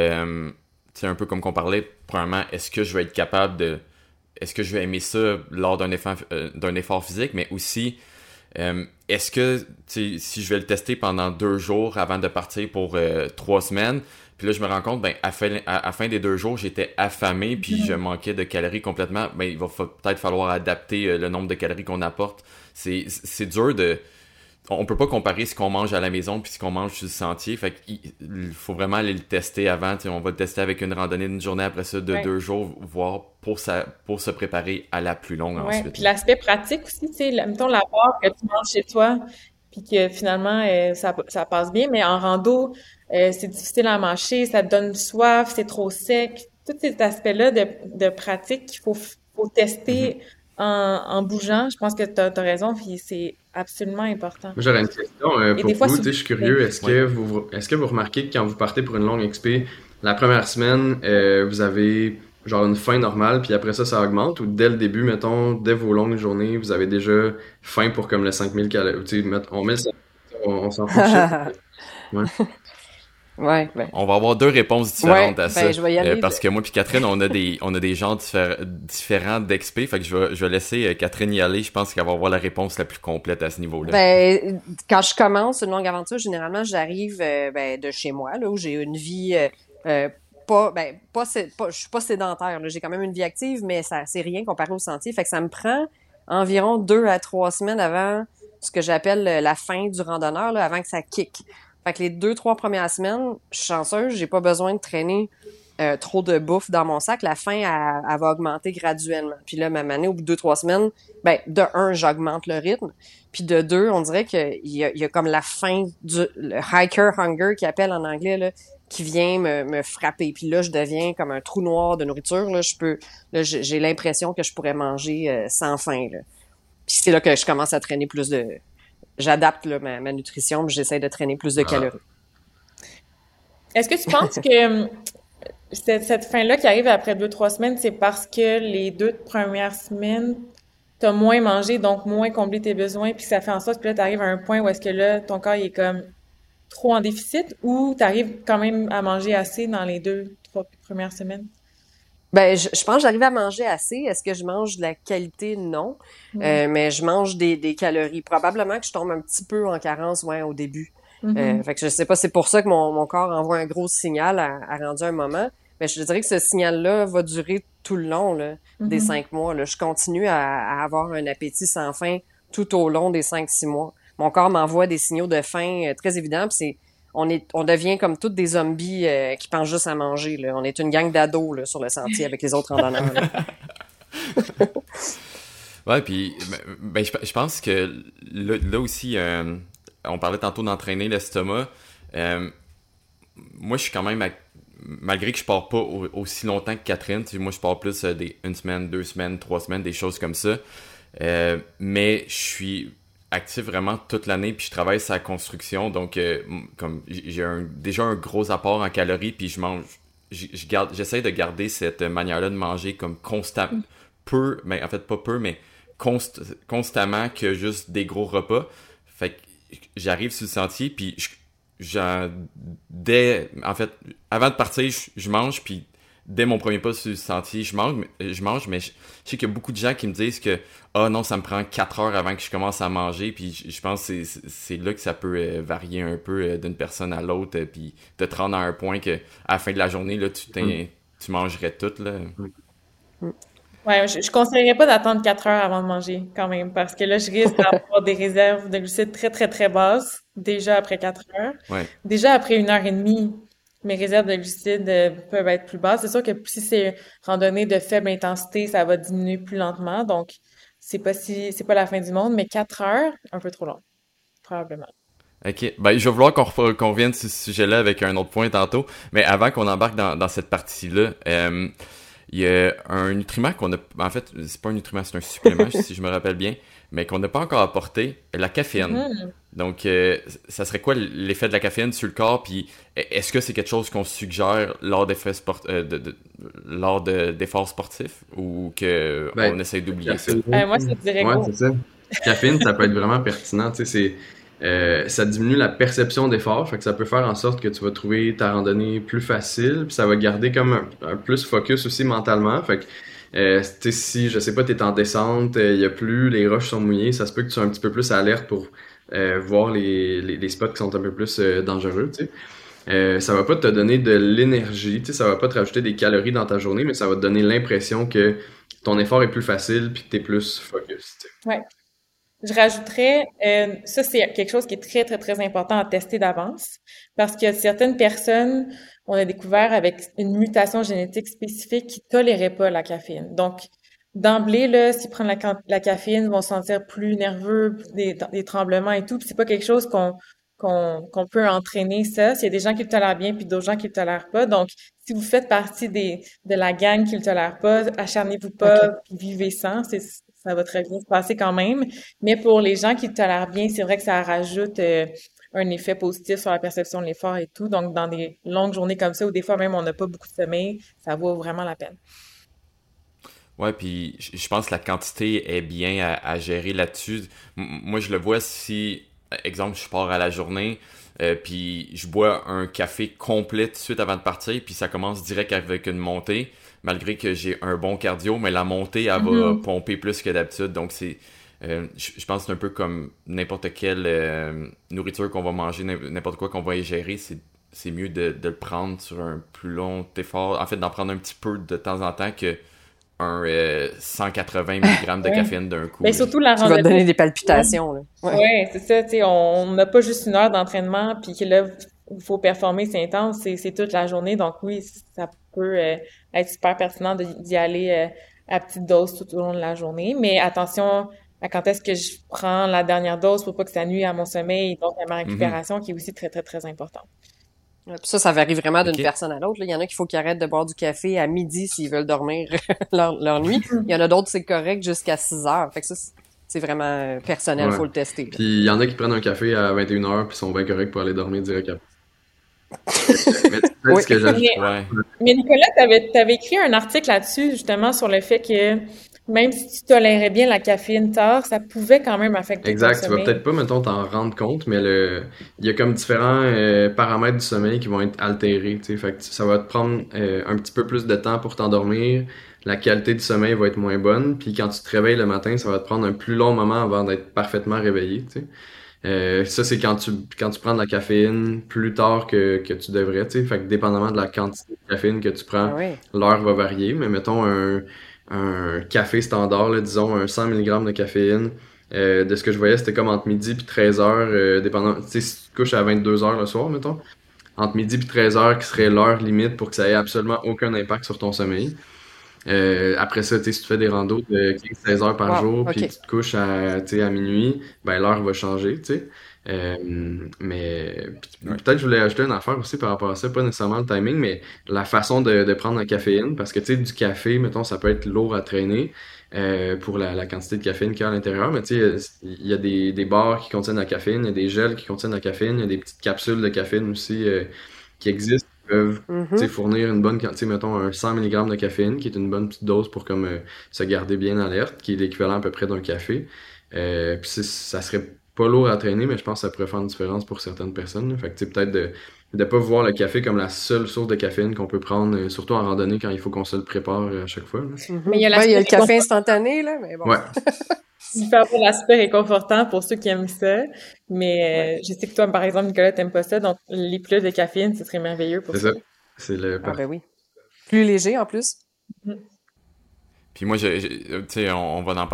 C'est un peu comme qu'on parlait, premièrement, est-ce que je vais être capable est-ce que je vais aimer ça lors d'un effort physique, mais aussi, est-ce que, si je vais le tester pendant 2 jours avant de partir pour 3 semaines, puis là, je me rends compte, à la fin des 2 jours, j'étais affamé, puis je manquais de calories complètement, il va peut-être falloir adapter le nombre de calories qu'on apporte. C'est dur on peut pas comparer ce qu'on mange à la maison puis ce qu'on mange sur le sentier. Fait qu'il faut vraiment aller le tester avant. On va le tester avec une randonnée d'une journée, après ça de 2 jours, voire pour se préparer à la plus longue ensuite. Puis l'aspect pratique aussi, tu sais, mettons l'apport que tu manges chez toi, puis que finalement ça passe bien, mais en rando, c'est difficile à mâcher, ça te donne soif, c'est trop sec. Tous ces aspects-là de pratique qu'il faut tester en bougeant. Je pense que tu as raison, puis c'est absolument important. Moi, j'aurais une question Et pour des fois, vous. Tu sais, je suis curieux. Est-ce que vous remarquez que quand vous partez pour une longue expé, la première semaine, vous avez genre une faim normale, puis après ça, ça augmente, ou dès le début, mettons, dès vos longues journées, vous avez déjà faim pour comme le 5000 calories. Tu sais, on met le 5000, on s'en fout du chiffre. Ouais. Ouais, ben. On va avoir 2 réponses différentes à ça. Je vais y aller. Parce que moi puis Catherine, on a des genres différents d'expé. Fait que je vais laisser Catherine y aller. Je pense qu'elle va avoir la réponse la plus complète à ce niveau-là. Ben, quand je commence une longue aventure, généralement, j'arrive de chez moi, là, où j'ai une vie je suis pas sédentaire, là. J'ai quand même une vie active, mais c'est rien comparé au sentier. Fait que ça me prend environ 2 à 3 semaines avant ce que j'appelle la fin du randonneur, là, avant que ça kick. Fait que les 2-3 premières semaines, je suis chanceuse, j'ai pas besoin de traîner trop de bouffe dans mon sac. La faim, elle va augmenter graduellement. Puis là, ma année, au bout de 2-3 semaines, de 1, j'augmente le rythme. Puis de 2, on dirait qu'il y a comme la faim le hiker hunger qu'ils appellent en anglais, là, qui vient me frapper. Puis là, je deviens comme un trou noir de nourriture. Là, j'ai l'impression que je pourrais manger sans faim, là. Puis c'est là que je commence à traîner j'adapte là, ma nutrition, mais j'essaie de traîner plus de calories. Est-ce que tu penses que cette fin-là qui arrive après 2-3 semaines, c'est parce que les 2 premières semaines, t'as moins mangé, donc moins comblé tes besoins, puis ça fait en sorte que là, t'arrives à un point où est-ce que là, ton corps il est comme trop en déficit, ou t'arrives quand même à manger assez dans les 2-3 premières semaines? Je pense que j'arrive à manger assez. Est-ce que je mange de la qualité? Non. Mais je mange des calories. Probablement que je tombe un petit peu en carence, au début. Fait que je sais pas, c'est pour ça que mon corps envoie un gros signal à rendu un moment. Mais je dirais que ce signal-là va durer tout le long, là, des 5 mois, là. Je continue à avoir un appétit sans faim tout au long des 5-6 mois. Mon corps m'envoie des signaux de faim très évidents, puis on devient comme toutes des zombies qui pensent juste à manger, là. On est une gang d'ados, là, sur le sentier avec les autres randonneurs, là. Ouais, puis je pense que là aussi, on parlait tantôt d'entraîner l'estomac. Moi, je suis quand même, malgré que je pars pas aussi longtemps que Catherine, moi je pars plus 1 semaine, 2 semaines, 3 semaines, des choses comme ça. Mais je suis actif vraiment toute l'année, puis je travaille sur la construction, donc comme j'ai déjà un gros apport en calories, puis je mange, j'essaie de garder cette manière-là de manger comme constamment, mais en fait pas peu, mais constamment, que juste des gros repas. Fait que j'arrive sur le sentier, puis en fait, avant de partir, je mange, puis dès mon premier pas sur le sentier, je mange, mais je sais qu'il y a beaucoup de gens qui me disent que non, ça me prend 4 heures avant que je commence à manger, puis je pense que c'est là que ça peut varier un peu d'une personne à l'autre, puis de te rendre à un point que à la fin de la journée, là, tu mangerais tout, là. Ouais, je conseillerais pas d'attendre 4 heures avant de manger, quand même, parce que là, je risque d'avoir des réserves de glucides très, très, très basses, déjà après 4 heures. Ouais. Déjà après 1 heure et demie, mes réserves de glucides peuvent être plus basses. C'est sûr que si c'est randonnée de faible intensité, ça va diminuer plus lentement. Donc, c'est pas la fin du monde, mais 4 heures, un peu trop long, probablement. Ok, ben je vais vouloir qu'on revienne sur ce sujet-là avec un autre point tantôt, mais avant qu'on embarque dans cette partie-là, il y a un nutriment qu'on a, en fait, c'est pas un nutriment, c'est un supplément si je me rappelle bien, mais qu'on n'a pas encore apporté, la caféine. Mhm. Donc, ça serait quoi l'effet de la caféine sur le corps, puis est-ce que c'est quelque chose qu'on suggère lors d'efforts sportifs ou que Ben, on essaie d'oublier ça? Moi, je te dirais Ouais, go. c'est ça. Caféine, ça peut être vraiment pertinent. Tu sais, ça diminue la perception d'effort, fait que ça peut faire en sorte que tu vas trouver ta randonnée plus facile, puis ça va garder comme un plus focus aussi mentalement. Fait que, tu sais, si, je sais pas, t'es en descente, il y a plus, les roches sont mouillées, ça se peut que tu sois un petit peu plus alerte pour voir les spots qui sont un peu plus dangereux, tu sais. Ça va pas te donner de l'énergie, tu sais, ça va pas te rajouter des calories dans ta journée, mais ça va te donner l'impression que ton effort est plus facile puis que t'es plus focus, tu sais. Ouais. Je rajouterais, ça c'est quelque chose qui est très, très, très important à tester d'avance parce que certaines personnes, on a découvert avec une mutation génétique spécifique qui toléraient pas la caféine. Donc, d'emblée, là, s'ils prennent la caféine, ils vont se sentir plus nerveux, des tremblements et tout. Puis c'est pas quelque chose qu'on peut entraîner ça. S'il y a des gens qui le tolèrent bien puis d'autres gens qui le tolèrent pas. Donc, si vous faites partie de la gang qui le tolère pas, acharnez-vous pas, OK. puis vivez sans. Ça va très bien se passer quand même. Mais pour les gens qui le tolèrent bien, c'est vrai que ça rajoute un effet positif sur la perception de l'effort et tout. Donc, dans des longues journées comme ça, où des fois même on n'a pas beaucoup de sommeil, ça vaut vraiment la peine. Ouais, puis je pense que la quantité est bien à gérer là-dessus. Moi, je le vois si, exemple, je pars à la journée, puis je bois un café complet tout de suite avant de partir, puis ça commence direct avec une montée, malgré que j'ai un bon cardio, mais la montée, elle va Mhm. pomper plus que d'habitude. Donc, je pense que c'est un peu comme n'importe quelle nourriture qu'on va manger, n'importe quoi qu'on va ingérer, c'est mieux de le prendre sur un plus long effort. En fait, d'en prendre un petit peu de temps en temps que un 180 mg de Ouais. caféine d'un coup, Mais là. surtout la Qui va te randonnée. donner des palpitations, là. Ouais. Ouais, c'est ça, tu sais, on n'a pas juste une heure d'entraînement, puis que là, il faut performer, c'est intense, c'est toute la journée, donc oui, ça peut être super pertinent d'y aller à petite dose tout au long de la journée, mais attention à quand est-ce que je prends la dernière dose pour pas que ça nuise à mon sommeil et donc à ma Mhm. récupération, qui est aussi très, très, très important. Ouais, puis ça varie vraiment d'une OK. personne à l'autre, là. Il y en a qu'il faut qu'ils arrêtent de boire du café à midi s'ils veulent dormir leur nuit. Il y en a d'autres, c'est correct jusqu'à 6 heures. Fait que ça, c'est vraiment personnel, Ouais. faut le tester, là. Puis il y en a qui prennent un café à 21h puis sont bien corrects pour aller dormir direct après. Mais peut-être Oui. ce que j'ajoute. Mais Ouais. Mais Nicolas, t'avais écrit un article là-dessus, justement, sur le fait que même si tu tolérais bien la caféine tard, ça pouvait quand même affecter ton Exact, tu vas sommeil. peut-être pas, mettons, t'en rendre compte, mais il y a comme différents paramètres du sommeil qui vont être altérés, tu sais. Fait que ça va te prendre un petit peu plus de temps pour t'endormir, la qualité du sommeil va être moins bonne, puis quand tu te réveilles le matin, ça va te prendre un plus long moment avant d'être parfaitement réveillé, tu sais. Ça, c'est quand tu prends de la caféine plus tard que tu devrais, tu sais. Fait que dépendamment de la quantité de caféine que tu Ah prends, oui. l'heure va varier. Mais mettons un café standard, là, disons un 100 mg de caféine. De ce que je voyais, c'était comme entre midi puis 13 heures, dépendant, tu sais, si tu te couches à 22 heures le soir, mettons, entre midi puis 13 heures qui serait l'heure limite pour que ça ait absolument aucun impact sur ton sommeil. Après ça, tu sais, si tu fais des randos de 15-16 heures par Wow. jour, puis OK. tu te couches tu sais, à minuit, ben l'heure va changer, tu sais. Mais Ouais. peut-être que je voulais ajouter une affaire aussi par rapport à ça, pas nécessairement le timing, mais la façon de prendre la caféine, parce que tu sais, du café, mettons, ça peut être lourd à traîner pour la quantité de caféine qu'il y a à l'intérieur, mais tu sais, il y a des barres qui contiennent la caféine, il y a des gels qui contiennent la caféine, il y a des petites capsules de caféine aussi qui existent, qui peuvent tu sais, Mhm. fournir une bonne quantité, mettons un 100 mg de caféine, qui est une bonne petite dose pour comme se garder bien alerte, qui est l'équivalent à peu près d'un café. Puis ça serait pas lourd à traîner, mais je pense que ça pourrait faire une différence pour certaines personnes, là. Fait que tu sais, peut-être de pas voir le café comme la seule source de caféine qu'on peut prendre, surtout en randonnée quand il faut qu'on se le prépare à chaque fois, là. Mais il Mhm. y a Ouais, il y a l'aspect le café instantané, là, mais bon. Ouais, il peut avoir l'aspect réconfortant pour ceux qui aiment ça. Ouais. Mais je sais que toi, par exemple, Nicolas, t'aimes pas ça, donc les pilules de caféine, ce serait merveilleux pour c'est ça. ça. C'est le Ah parfait. ben oui. Plus léger en plus. Mhm. Puis moi, tu sais, on va en parler.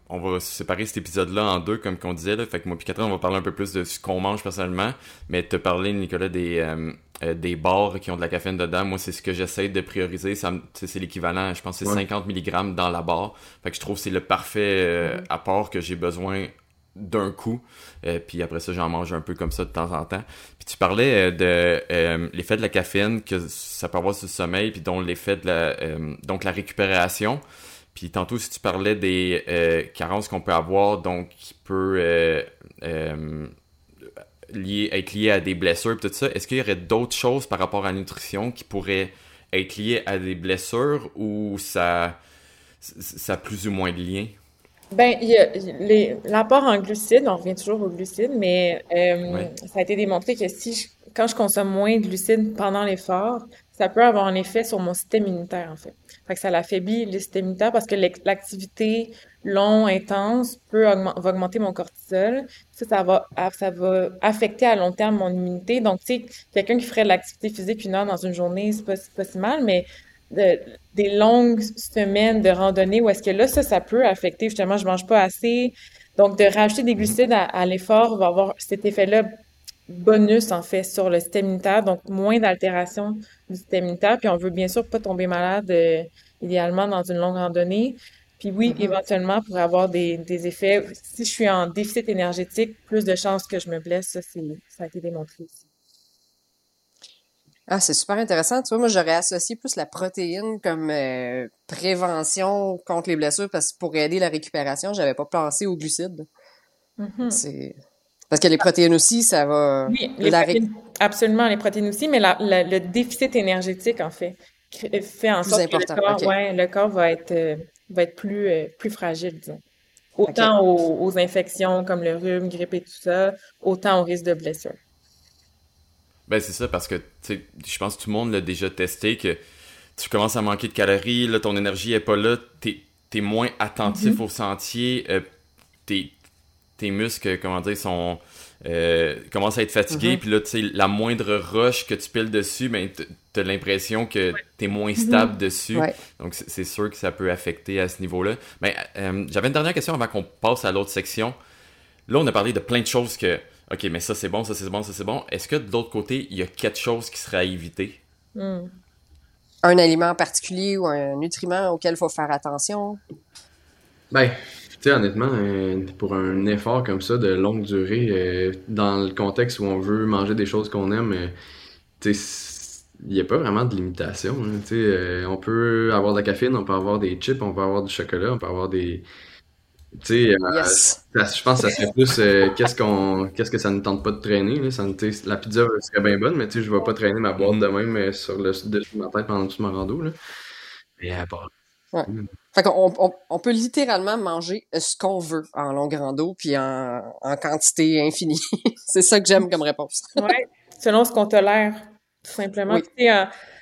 on va séparer cet épisode-là en deux, comme qu'on disait, là. Fait que moi puis Catherine, on va parler un peu plus de ce qu'on mange personnellement, mais te parler, Nicolas, des bars qui ont de la caféine dedans. Moi, c'est ce que j'essaie de prioriser. C'est l'équivalent, je pense que c'est 50 mg dans la barre. Fait que je trouve que c'est le parfait apport que j'ai besoin d'un coup. Puis après ça, j'en mange un peu comme ça de temps en temps. Puis tu parlais de l'effet de la caféine que ça peut avoir sur le sommeil, puis dont l'effet de donc la récupération. Puis tantôt, si tu parlais des carences qu'on peut avoir, donc qui peut être lié à des blessures et tout ça, est-ce qu'il y aurait d'autres choses par rapport à la nutrition qui pourraient être liées à des blessures ou ça a plus ou moins de lien? Ben, il y a l'apport en glucides, on revient toujours aux glucides, mais Ouais. ça a été démontré que quand je consomme moins de glucides pendant l'effort, ça peut avoir un effet sur mon système immunitaire, en fait. Fait que ça l'affaiblit le système immunitaire parce que l'activité longue, intense, va augmenter mon cortisol. Ça va affecter à long terme mon immunité. Donc, tu sais, quelqu'un qui ferait de l'activité physique 1 heure dans une journée, c'est pas si mal, mais de- des longues semaines de randonnée où est-ce que là, ça peut affecter, justement, je mange pas assez. Donc, de rajouter des glucides à l'effort va avoir cet effet-là bonus, en fait, sur le système immunitaire. Donc, moins d'altération du système immunitaire. Puis, on veut bien sûr pas tomber malade, idéalement, dans une longue randonnée. Puis oui, Mhm. éventuellement, pour avoir des effets, si je suis en déficit énergétique, plus de chances que je me blesse. Ça a été démontré aussi. Ah, c'est super intéressant. Tu vois, moi, j'aurais associé plus la protéine comme prévention contre les blessures parce que pour aider la récupération, j'avais pas pensé aux glucides. Mhm. C'est parce que les protéines aussi, ça va Oui, les la ré... protéines, absolument, les protéines aussi, mais le déficit énergétique, en fait, fait en plus sorte que important. OK. le corps va être plus fragile, disons. OK. Autant aux infections comme le rhume, grippe et tout ça, autant au risque de blessure. Ben c'est ça, parce que tu sais, je pense que tout le monde l'a déjà testé, que tu commences à manquer de calories, là, ton énergie est pas là, t'es moins attentif au sentier, tes, tes muscles, comment dire, commencent à être fatigués, Mhm. puis là, tu sais, la moindre roche que tu piles dessus, ben t'as l'impression que t'es moins Mhm. stable dessus. Ouais. Donc c'est sûr que ça peut affecter à ce niveau-là. Ben, j'avais une dernière question avant qu'on passe à l'autre section. Là, on a parlé de plein de choses que, ok, mais ça c'est bon, ça c'est bon, ça c'est bon. Est-ce que de l'autre côté, il y a quelque chose qui serait à éviter? Mm. Un aliment particulier ou un nutriment auquel il faut faire attention. Ben, tu sais, honnêtement, pour un effort comme ça de longue durée, dans le contexte où on veut manger des choses qu'on aime, tu sais, il n'y a pas vraiment de limitation, hein. Tu sais, on peut avoir de la caféine, on peut avoir des chips, on peut avoir du chocolat, on peut avoir des... Tu sais, Yes. je pense que ça serait plus qu'est-ce que ça ne tente pas de traîner, là. Tu sais, la pizza serait bien bonne, mais tu sais, je vais pas traîner ma boîte de Mhm. même sur le dessus de ma tête pendant tout mon rando, là. Et à part... Ouais. Fait qu'on peut littéralement manger ce qu'on veut en longue rando puis en quantité infinie. C'est ça que j'aime comme réponse. Ouais, selon ce qu'on tolère, tout simplement. Oui. Puis, tu sais,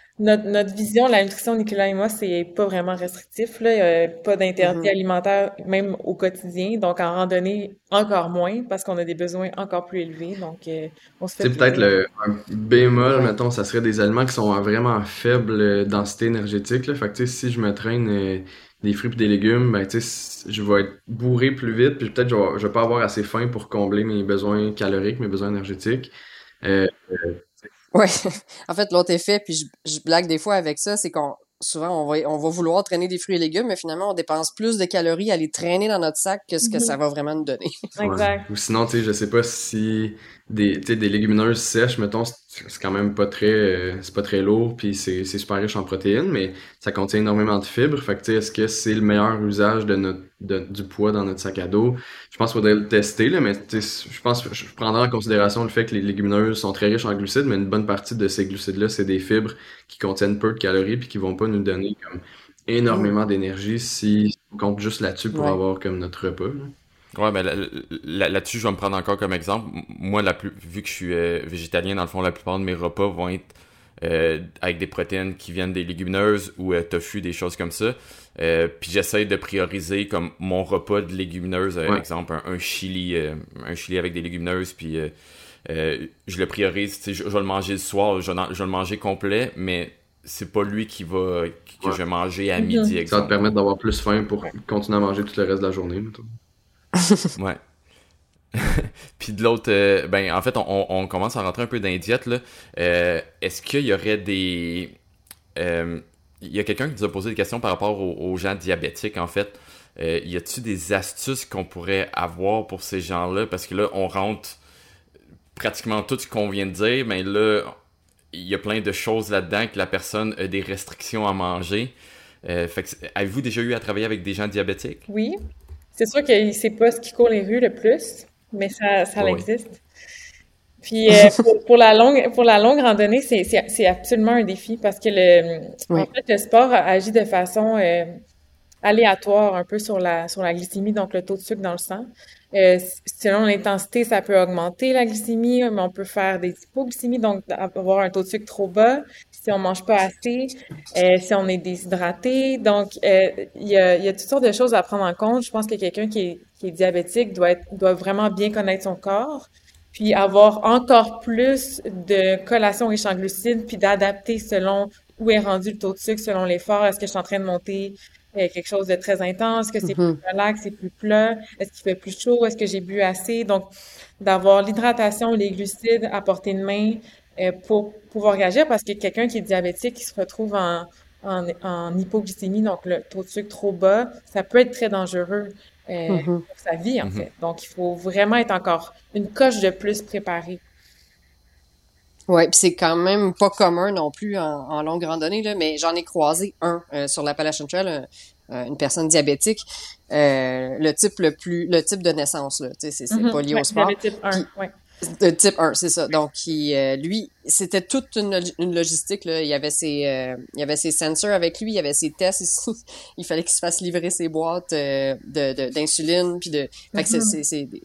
notre vision de la nutrition, Nicolas et moi, c'est pas vraiment restrictif, là. Il y a pas d'interdit Mhm. alimentaire, même au quotidien. Donc, en randonnée, encore moins, parce qu'on a des besoins encore plus élevés. Donc, on se fait Tu sais, peut-être plaisir. un bémol, Ouais. mettons, ça serait des aliments qui sont à vraiment faible densité énergétique, là. Fait que, tu sais, si je me traîne des fruits et des légumes, ben, tu sais, je vais être bourré plus vite, puis peut-être je vais pas avoir assez faim pour combler mes besoins caloriques, mes besoins énergétiques. Euh, Ouais. En fait, l'autre effet, puis je blague des fois avec ça, c'est qu'on souvent on va vouloir traîner des fruits et légumes, mais finalement on dépense plus de calories à les traîner dans notre sac que ce que ça Mhm. va vraiment nous donner. Ouais. Exact. Ou sinon, tu sais, je sais pas si tu sais, des légumineuses sèches, mettons, c'est quand même pas très, c'est pas très lourd, puis c'est super riche en protéines, mais ça contient énormément de fibres. Fait que, tu sais, est-ce que c'est le meilleur usage du poids dans notre sac à dos? Je pense qu'il faudrait le tester, là, mais tu sais, je pense que je prendrais en considération le fait que les légumineuses sont très riches en glucides, mais une bonne partie de ces glucides-là, c'est des fibres qui contiennent peu de calories, puis qui vont pas nous donner comme Mhm. énormément d'énergie si on compte juste là-dessus pour Ouais. avoir comme notre repas, là. Ouais, ben là-dessus, je vais me prendre encore comme exemple. Moi, vu que je suis végétalien, dans le fond, la plupart de mes repas vont être avec des protéines qui viennent des légumineuses ou tofu, des choses comme ça. Puis j'essaie de prioriser comme mon repas de légumineuses, Ouais. exemple un chili avec des légumineuses, puis je le priorise. Tu sais, je vais le manger le soir, je vais le manger complet, mais c'est pas lui que Ouais. je vais manger à midi, Mhm. Ça va te exemple. permettre d'avoir plus faim pour Ouais. continuer à manger tout le reste de la journée, mettons. Ouais. Puis de l'autre, ben en fait, on commence à rentrer un peu dans les diètes, là. Est-ce qu'il y aurait des... il y a quelqu'un qui nous a posé des questions par rapport aux gens diabétiques, en fait. Y a-tu des astuces qu'on pourrait avoir pour ces gens-là? Parce que là, on rentre pratiquement tout ce qu'on vient de dire, mais là, il y a plein de choses là-dedans que la personne a des restrictions à manger. Fait que, avez-vous déjà eu à travailler avec des gens diabétiques? Oui, c'est sûr que c'est pas ce qui court les rues le plus, mais ça Oui, existe. Puis pour la longue randonnée, c'est absolument un défi parce que en Oui. fait, le sport agit de façon aléatoire un peu sur la glycémie, donc le taux de sucre dans le sang. Selon l'intensité, ça peut augmenter la glycémie, mais on peut faire des hypoglycémies, donc avoir un taux de sucre trop bas si on mange pas assez, si on est déshydraté. Donc, il y a toutes sortes de choses à prendre en compte. Je pense que quelqu'un qui est diabétique doit vraiment bien connaître son corps, puis avoir encore plus de collations riches en glucides, puis d'adapter selon où est rendu le taux de sucre, selon l'effort. Est-ce que je suis en train de monter quelque chose de très intense? Est-ce que c'est plus Mhm. relax, c'est plus plat? Est-ce qu'il fait plus chaud? Est-ce que j'ai bu assez? Donc, d'avoir l'hydratation, les glucides à portée de main pour pouvoir réagir, parce que quelqu'un qui est diabétique, qui se retrouve en hypoglycémie, donc le taux de sucre trop bas, ça peut être très dangereux Mhm. pour sa vie, en mhm, fait. Donc, il faut vraiment être encore une coche de plus préparé. Ouais, puis c'est quand même pas commun non plus en longue randonnée, là, mais j'en ai croisé un sur l'Appalachian Trail, une personne diabétique, le type de naissance, là, tu sais, c'est pas lié au Ouais, sport. diabète type 1, Puis ouais. de type 1, c'est ça. Donc, lui, c'était toute une logistique, là. Il y avait ses sensors avec lui, il y avait ses tests ici. Il fallait qu'il se fasse livrer ses boîtes d'insuline, puis fait que Mhm,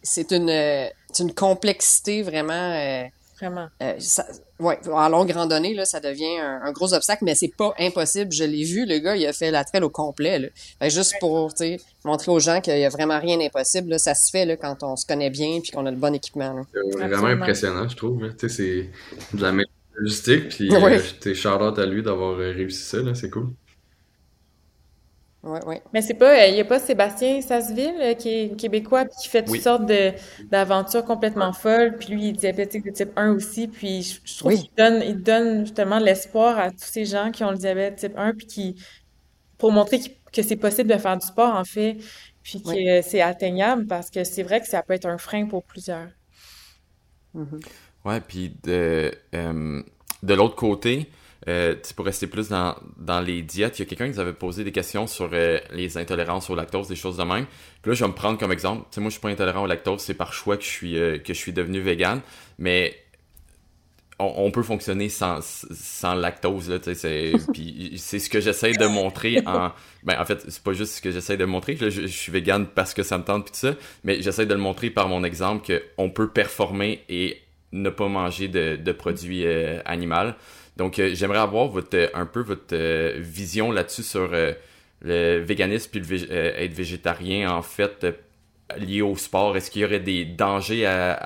c'est une complexité vraiment. vraiment. Ça, ouais, en longue randonnée, là, ça devient un gros obstacle, mais c'est pas impossible. Je l'ai vu, le gars, il a fait la trail au complet, là. Fait que juste pour, tu sais, montrer aux gens qu'il y a vraiment rien d'impossible, là, ça se fait, là, quand on se connaît bien puis qu'on a le bon équipement, là. C'est vraiment Absolument. impressionnant, je trouve, là. Tu sais, c'est de la méthode logistique, puis Oui, tu sais, shout-out à lui d'avoir réussi ça, là, c'est cool. ouais, ouais. Mais c'est pas, il y a pas Sébastien Sasseville qui est québécois puis qui fait toutes oui. sortes d'aventures complètement folles. Puis lui, il est diabétique de type 1 aussi. Puis je trouve Oui. il donne justement de l'espoir à tous ces gens qui ont le diabète type 1 puis pour montrer que c'est possible de faire du sport en fait, puis Oui. que c'est atteignable parce que c'est vrai que ça peut être un frein pour plusieurs. Mhm. Ouais, puis de l'autre côté, tu sais, pour rester plus dans les diètes, il y a quelqu'un qui nous avait posé des questions sur les intolérances au lactose, des choses de même. Puis là, je vais me prendre comme exemple. Tu sais, moi, je suis pas intolérant au lactose, c'est par choix que je suis devenu vegan, mais on peut fonctionner sans lactose, là, tu sais, puis c'est ce que j'essaie de montrer en fait, c'est pas juste ce que j'essaie de montrer, là, je suis vegan parce que ça me tente, puis tout ça, mais j'essaie de le montrer par mon exemple qu'on peut performer et ne pas manger de produits animaux. Donc, j'aimerais avoir un peu votre vision là-dessus sur le véganisme puis être végétarien, en fait, lié au sport. Est-ce qu'il y aurait des dangers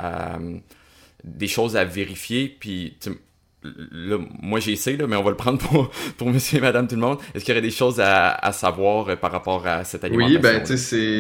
des choses à vérifier, puis là, moi j'essaie, là, mais on va le prendre pour monsieur et madame tout le monde. Est-ce qu'il y aurait des choses à savoir par rapport à cette Oui, ben, alimentation-là? tu sais,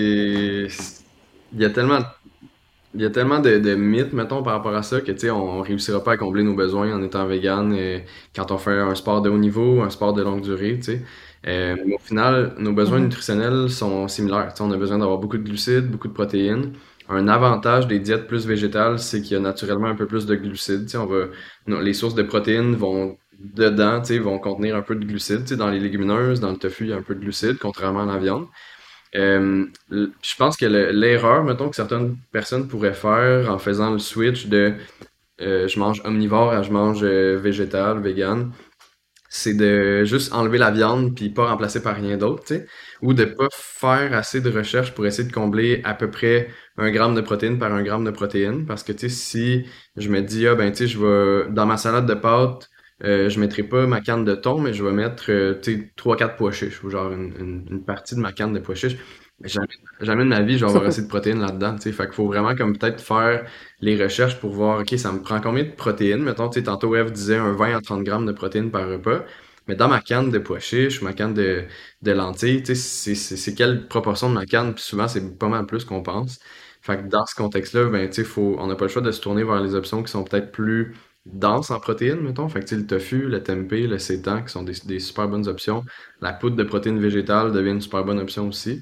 il y a tellement, il y a tellement de mythes, mettons, par rapport à ça, que, tu sais, on réussira pas à combler nos besoins en étant vegan quand on fait un sport de haut niveau, un sport de longue durée, tu sais. Mais au final, nos besoins Mhm. nutritionnels sont similaires. Tu sais, on a besoin d'avoir beaucoup de glucides, beaucoup de protéines. Un avantage des diètes plus végétales, c'est qu'il y a naturellement un peu plus de glucides. Tu sais, les sources de protéines vont dedans, tu sais, vont contenir un peu de glucides. Tu sais, dans les légumineuses, dans le tofu, il y a un peu de glucides, contrairement à la viande. Je pense que l'erreur, mettons, que certaines personnes pourraient faire en faisant le switch de je mange omnivore à je mange végétal, vegan, c'est de juste enlever la viande puis pas remplacer par rien d'autre, tu sais, ou de pas faire assez de recherches pour essayer de combler à peu près 1 gramme de protéines par 1 gramme de protéines, parce que tu sais, si je me dis ah ben tu sais je vais dans ma salade de pâtes je mettrai pas ma canne de thon, mais je vais mettre tu sais 3-4 pois chiches ou genre une partie de ma canne de pois chiches. Mais jamais de ma vie je vais avoir assez de protéines là-dedans, tu sais. Fait qu'il faut vraiment comme peut-être faire les recherches pour voir, OK, ça me prend combien de protéines? Mettons, tu sais, tantôt Eve disait un 20 à 30 grammes de protéines par repas. Mais dans ma canne de pois chiches, ma canne de lentilles, tu sais, c'est quelle proportion de ma canne, puis souvent c'est pas mal plus qu'on pense. Fait que dans ce contexte-là, ben, tu sais, on n'a pas le choix de se tourner vers les options qui sont peut-être plus denses en protéines, mettons. Fait que, tu sais, le tofu, le tempeh, le seitan, qui sont des super bonnes options. La poudre de protéines végétales devient une super bonne option aussi.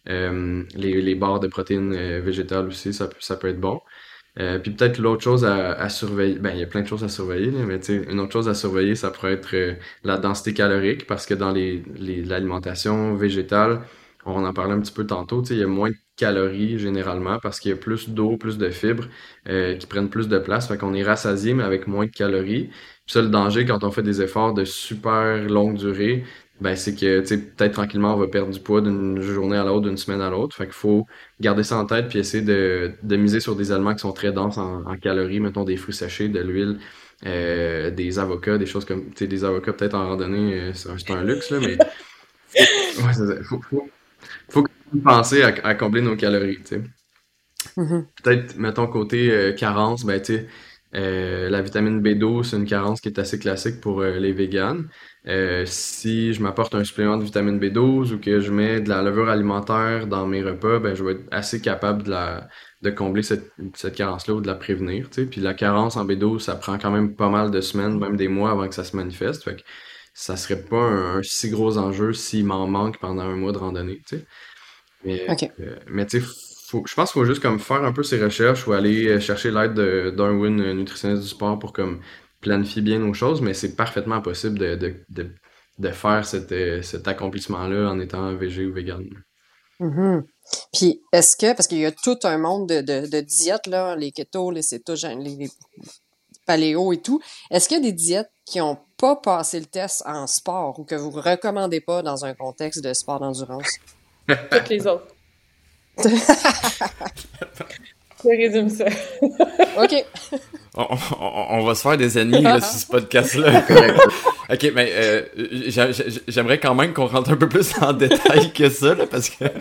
Les barres de protéines végétales aussi, ça peut être bon. Puis peut-être l'autre chose à surveiller, ben il y a plein de choses à surveiller, là, mais tu sais, une autre chose à surveiller, ça pourrait être la densité calorique, parce que dans l'alimentation végétale, on en parlait un petit peu tantôt, tu sais, il y a moins de calories généralement, parce qu'il y a plus d'eau, plus de fibres qui prennent plus de place, fait qu'on est rassasié, mais avec moins de calories. Puis ça, le danger quand on fait des efforts de super longue durée, ben c'est que, tu sais, peut-être tranquillement, on va perdre du poids d'une journée à l'autre, d'une semaine à l'autre. Fait qu'il faut garder ça en tête puis essayer de miser sur des aliments qui sont très denses en calories, mettons des fruits séchés, de l'huile, des avocats, des choses comme, tu sais, des avocats peut-être en randonnée, c'est un luxe, là, mais ouais, faut quand même penser à combler nos calories, tu sais. Mhm. Peut-être, mettons, côté carence, ben, tu sais, la vitamine B12, c'est une carence qui est assez classique pour les véganes. Si je m'apporte un supplément de vitamine B12 ou que je mets de la levure alimentaire dans mes repas, ben, je vais être assez capable de combler cette carence-là ou de la prévenir, tu sais. Puis la carence en B12, ça prend quand même pas mal de semaines, même des mois avant que ça se manifeste. Fait que ça serait pas un si gros enjeu s'il m'en manque pendant un mois de randonnée, tu sais. OK. Mais tu sais, je pense qu'il faut juste comme faire un peu ses recherches ou aller chercher l'aide d'un ou une nutritionniste du sport pour comme planifier bien nos choses, mais c'est parfaitement possible de faire cet accomplissement-là en étant végé ou vegan. Mhm. Puis, parce qu'il y a tout un monde de diètes, là, les keto, les cétogènes, les paléo et tout, est-ce qu'il y a des diètes qui ont pas passé le test en sport ou que vous recommandez pas dans un contexte de sport d'endurance? Toutes les autres. Je résume ça. OK. On va se faire des ennemis là, sur ce podcast-là. Correct. Ok, mais j'aimerais quand même qu'on rentre un peu plus en détail que ça, là, parce que...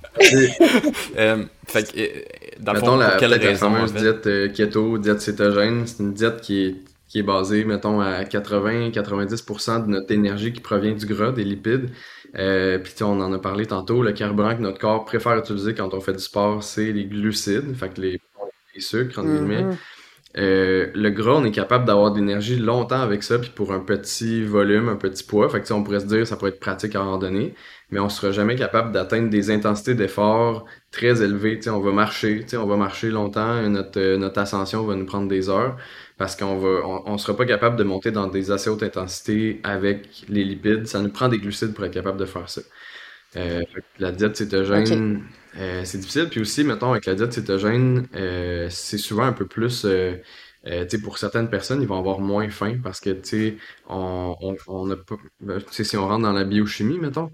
fait que, dans le Mettons fond, pour quelle peut-être la raison, en fameuse fait? diète keto, diète cétogène, c'est une diète qui est basée, mettons, à 80-90% de notre énergie qui provient du gras, des lipides. Puis tu sais, on en a parlé tantôt, le carburant que notre corps préfère utiliser quand on fait du sport, c'est les glucides, fait que les sucres, entre guillemets. Mhm. Le gras, on est capable d'avoir de l'énergie longtemps avec ça, puis pour un petit volume, un petit poids. Fait que, tu sais, on pourrait se dire ça pourrait être pratique à randonnée, mais on sera jamais capable d'atteindre des intensités d'effort très élevées. Tu sais, on va marcher longtemps, et notre ascension va nous prendre des heures, parce on sera pas capable de monter dans des assez hautes intensités avec les lipides. Ça nous prend des glucides pour être capable de faire ça. Fait que la diète OK. cétogène, c'est difficile. Puis aussi, mettons, avec la diète cétogène, c'est souvent un peu plus, tu sais, pour certaines personnes, ils vont avoir moins faim parce que, tu sais, on a pas, tu sais, si on rentre dans la biochimie, mettons,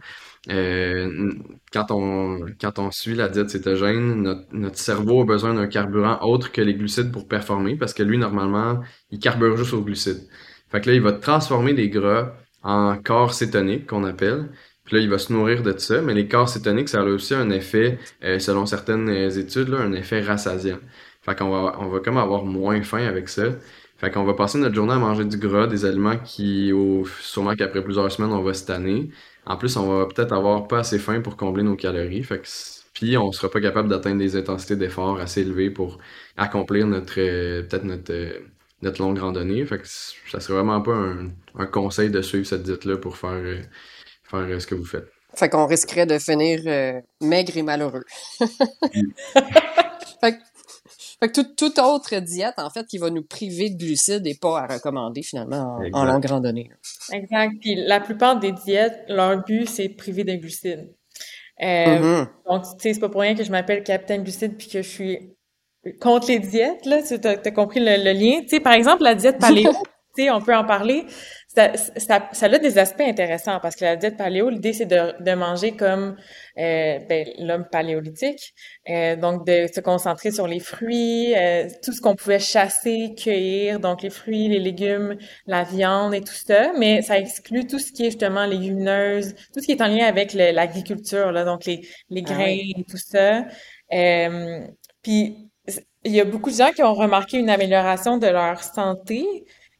quand on suit la diète cétogène, notre cerveau a besoin d'un carburant autre que les glucides pour performer parce que lui, normalement, il carbure juste aux glucides. Fait que là, il va transformer les gras en corps cétonique, qu'on appelle. Puis là, il va se nourrir de ça, mais les corps cétoniques, ça a aussi un effet, selon certaines études, là, un effet rassasiant. Fait qu'on va comme avoir moins faim avec ça. Fait qu'on va passer notre journée à manger du gras, des aliments sûrement qu'après plusieurs semaines, on va se tanner. En plus, on va peut-être avoir pas assez faim pour combler nos calories. Puis on sera pas capable d'atteindre des intensités d'effort assez élevées pour accomplir peut-être notre longue randonnée. Fait que ça serait vraiment pas un conseil de suivre cette diète-là pour faire ce que vous faites. Fait qu'on risquerait de finir maigre et malheureux. Fait que, fait que toute autre diète, en fait, qui va nous priver de glucides n'est pas à recommander, finalement, en longue Exact. randonnée. Exact. Puis la plupart des diètes, leur but, c'est de priver de glucides. Mhm. Donc, tu sais, c'est pas pour rien que je m'appelle Capitaine Glucide puis que je suis contre les diètes, là. T'as compris le lien. Tu sais, par exemple, la diète paléo, tu sais, on peut en parler. Ça a des aspects intéressants parce que la diète paléo, l'idée, c'est de manger comme l'homme paléolithique. Donc, de se concentrer sur les fruits, tout ce qu'on pouvait chasser, cueillir, donc les fruits, les légumes, la viande et tout ça. Mais ça exclut tout ce qui est justement légumineuses, tout ce qui est en lien avec l'agriculture, là, donc les Ah grains ouais. et tout ça. Puis, il y a beaucoup de gens qui ont remarqué une amélioration de leur santé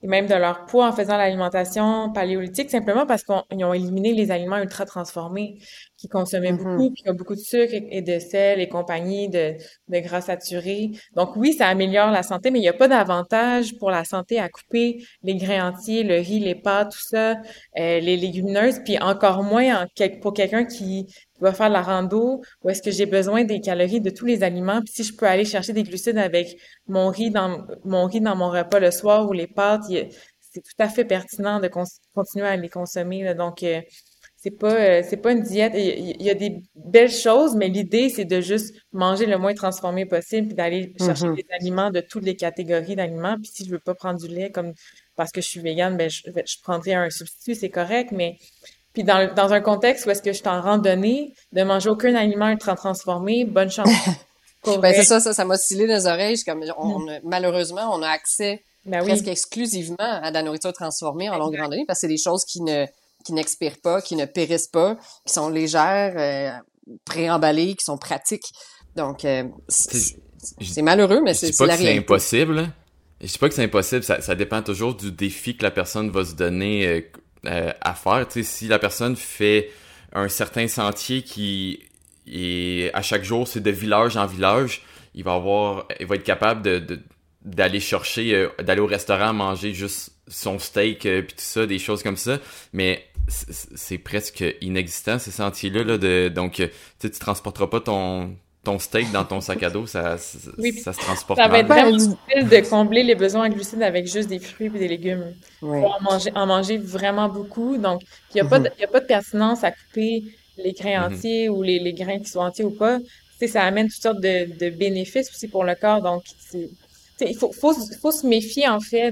et même de leur poids en faisant l'alimentation paléolithique, simplement parce qu'ils ont éliminé les aliments ultra transformés qui consommaient beaucoup, qui ont beaucoup de sucre et de sel et compagnie, de gras saturés. Donc oui, ça améliore la santé, mais il n'y a pas d'avantage pour la santé à couper les grains entiers, le riz, les pâtes, tout ça, les légumineuses, puis encore moins pour quelqu'un qui va faire de la rando, où est-ce que j'ai besoin des calories de tous les aliments, puis si je peux aller chercher des glucides avec mon riz dans mon repas le soir ou les pâtes, c'est tout à fait pertinent de continuer à les consommer, là. Donc c'est pas une diète. Il y a des belles choses, mais l'idée c'est de juste manger le moins transformé possible, puis d'aller chercher des aliments de toutes les catégories d'aliments. Puis si je veux pas prendre du lait comme parce que je suis végane, ben je prendrai un substitut, c'est correct, mais puis dans un contexte où est-ce que je suis en randonnée, de manger aucun aliment ultra transformé, bonne chance. Ben c'est ça m'a scellé les oreilles. Comme malheureusement, on a accès presque exclusivement à de la nourriture transformée en longue randonnée parce que c'est des choses qui n'expirent pas, qui ne périssent pas, qui sont légères, préemballées, qui sont pratiques. Donc c'est malheureux, mais c'est la réalité. C'est impossible. Je dis pas que c'est impossible, ça dépend toujours du défi que la personne va se donner à faire. Tu sais, si la personne fait un certain sentier qui est à chaque jour, c'est de village en village, il va être capable d'aller chercher, d'aller au restaurant manger juste son steak puis tout ça, des choses comme ça, mais c'est presque inexistant ces sentiers-là là, donc tu transporteras pas ton steak dans ton sac à dos, ça se transporte mal. Ça va être vraiment difficile de combler les besoins en glucides avec juste des fruits et des légumes. Oui. Faut en manger vraiment beaucoup. Donc, il y a pas de pertinence à couper les grains entiers ou les grains qui sont entiers ou pas. Tu sais, ça amène toutes sortes de bénéfices aussi pour le corps. Donc, il faut se méfier, en fait,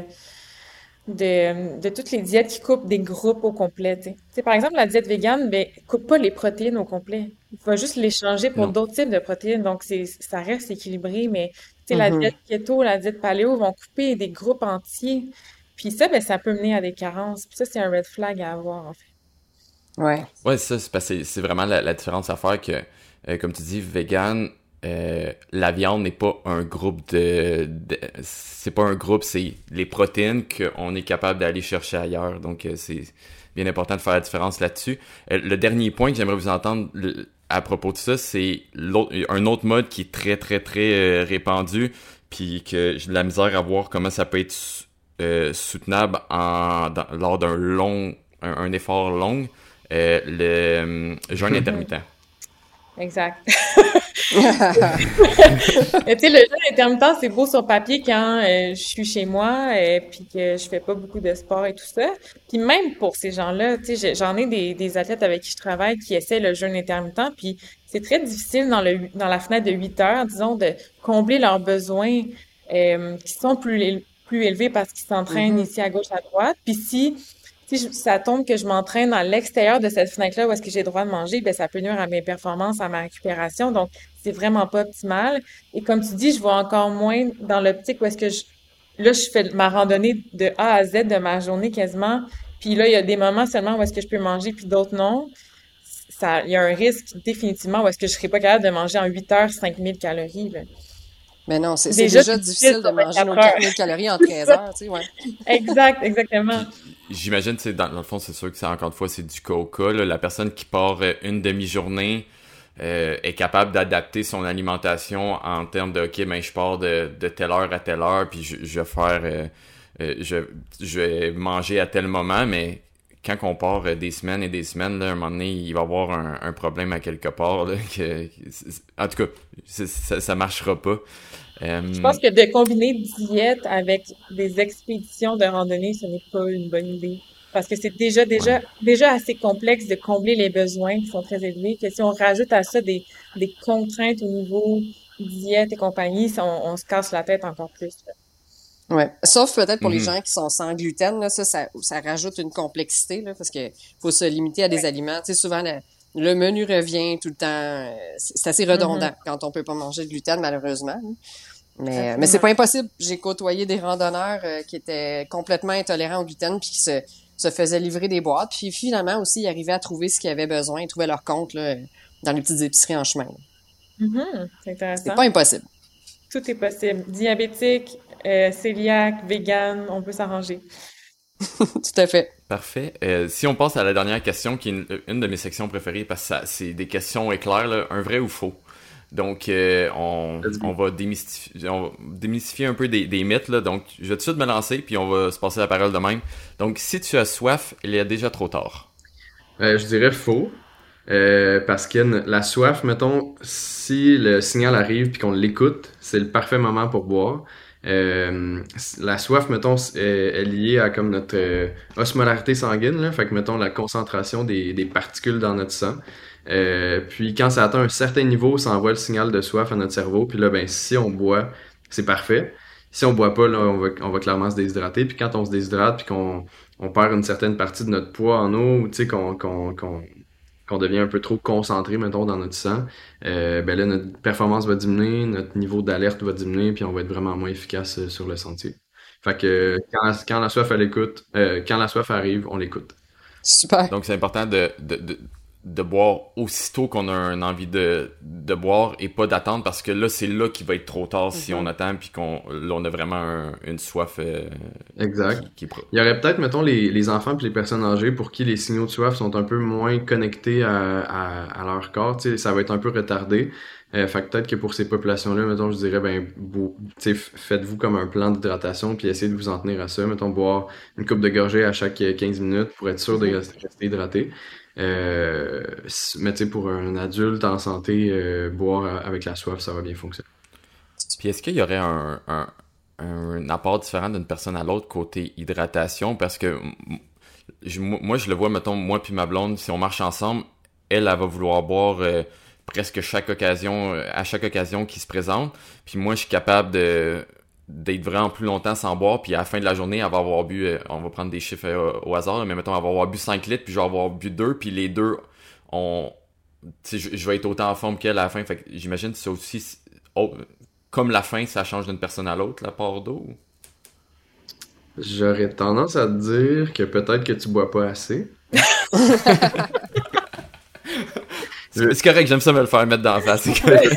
de toutes les diètes qui coupent des groupes au complet, tu sais. Par exemple, la diète végane, ben, coupe pas les protéines au complet. Il faut juste les changer pour d'autres types de protéines. Donc, ça reste équilibré, mais, tu sais, la diète keto, la diète paléo vont couper des groupes entiers. Puis ça, ben, ça peut mener à des carences. Puis ça, c'est un red flag à avoir, en fait. Ouais. Ouais, ça, c'est parce que c'est vraiment la différence à faire que, comme tu dis, vegan, la viande n'est pas un groupe c'est pas un groupe, c'est les protéines qu'on est capable d'aller chercher ailleurs. Donc, c'est bien important de faire la différence là-dessus. Le dernier point que j'aimerais vous entendre à propos de ça, c'est un autre mode qui est très, très, très répandu, puis que j'ai de la misère à voir comment ça peut être soutenable lors d'un un effort long, le jeûne intermittent. Exact. Tu sais, le jeûne intermittent, c'est beau sur papier quand je suis chez moi puis que je fais pas beaucoup de sport et tout ça. Puis même pour ces gens-là, tu sais, j'en ai des athlètes avec qui je travaille qui essaient le jeûne intermittent, puis c'est très difficile dans la fenêtre de 8 heures, disons, de combler leurs besoins qui sont plus élevés parce qu'ils s'entraînent ici à gauche, à droite. Puis si ça tombe que je m'entraîne à l'extérieur de cette fenêtre-là où est-ce que j'ai le droit de manger, ben ça peut nuire à mes performances, à ma récupération. Donc, c'est vraiment pas optimal. Et comme tu dis, je vois encore moins dans l'optique où est-ce que je fais ma randonnée de A à Z de ma journée quasiment. Puis là, il y a des moments seulement où est-ce que je peux manger, puis d'autres non. Il y a un risque définitivement où est-ce que je serais pas capable de manger en 8 heures 5000 calories, là. Mais non, c'est déjà difficile de manger nos 4000 calories en 13 heures, tu sais, ouais. Exactement. J'imagine, dans le fond, c'est sûr que encore une fois, c'est du cas au cas, là. La personne qui part une demi-journée est capable d'adapter son alimentation en termes de, OK, ben, je pars de telle heure à telle heure, puis je vais faire, je vais manger à tel moment, mais quand on part des semaines et des semaines, là, à un moment donné, il va y avoir un problème à quelque part, là, en tout cas, ça marchera pas. Je pense que de combiner diète avec des expéditions de randonnée, ce n'est pas une bonne idée. Parce que c'est déjà assez complexe de combler les besoins qui sont très élevés, que si on rajoute à ça des contraintes au niveau diète et compagnie, on se casse la tête encore plus, là. Ouais. Sauf peut-être pour les gens qui sont sans gluten, là, ça rajoute une complexité, là, parce que faut se limiter à des aliments. Tu sais, souvent, le menu revient tout le temps. C'est assez redondant quand on peut pas manger de gluten, malheureusement. Mais c'est pas impossible. J'ai côtoyé des randonneurs qui étaient complètement intolérants au gluten puis qui se faisaient livrer des boîtes. Puis finalement aussi, ils arrivaient à trouver ce qu'ils avaient besoin. Ils trouvaient leur compte là, dans les petites épiceries en chemin. C'est intéressant. C'est pas impossible. Tout est possible. Diabétique, cœliaque, vegan, on peut s'arranger. Tout à fait. Parfait. Si on passe à la dernière question, qui est une de mes sections préférées, parce que c'est des questions éclairs, là, un vrai ou faux. Donc, on va démystifier un peu des mythes, là. Donc, je vais tout de suite me lancer, puis on va se passer la parole de même. Donc, si tu as soif, il est déjà trop tard. Je dirais faux. Parce que la soif, mettons, si le signal arrive puis qu'on l'écoute, c'est le parfait moment pour boire. La soif, mettons, est liée à comme notre osmolarité sanguine, là. Fait que, mettons, la concentration des particules dans notre sang. Puis quand ça atteint un certain niveau, ça envoie le signal de soif à notre cerveau. Puis là, ben, si on boit, c'est parfait. Si on boit pas, là, on va clairement se déshydrater. Puis quand on se déshydrate, puis qu'on perd une certaine partie de notre poids en eau, ou tu sais, qu'on devient un peu trop concentré, mettons, dans notre sang, ben là, notre performance va diminuer, notre niveau d'alerte va diminuer, puis on va être vraiment moins efficace sur le sentier. Fait que quand la soif, quand la soif arrive, on l'écoute. Super. Donc, c'est important de boire aussitôt qu'on a une envie de boire et pas d'attendre, parce que là, c'est là qu'il va être trop tard si on attend, puis là, on a vraiment une soif Exact. qui Il y aurait peut-être, mettons, les enfants puis les personnes âgées pour qui les signaux de soif sont un peu moins connectés à leur corps, tu sais, ça va être un peu retardé. Fait que peut-être que pour ces populations-là, mettons, je dirais, ben, faites-vous comme un plan d'hydratation puis essayez de vous en tenir à ça. Mettons, boire une coupe de gorgée à chaque 15 minutes pour être sûr de rester hydraté. Mais tu sais, pour un adulte en santé, boire avec la soif, ça va bien fonctionner. Puis est-ce qu'il y aurait un apport différent d'une personne à l'autre côté hydratation? Parce que moi, je le vois, mettons, moi puis ma blonde, si on marche ensemble, elle va vouloir boire presque à chaque occasion qui se présente. Puis moi, je suis capable d'être vraiment plus longtemps sans boire, puis à la fin de la journée, elle va avoir bu, on va prendre des chiffres au hasard, là, mais mettons, elle va avoir bu 5 litres, puis je vais avoir bu 2, puis les deux, je vais être autant en forme qu'elle à la fin. Fait que j'imagine que c'est aussi, comme la faim, ça change d'une personne à l'autre, l'apport d'eau. J'aurais tendance à te dire que peut-être que tu bois pas assez. C'est correct, j'aime ça me le faire mettre dans la face. C'est correct.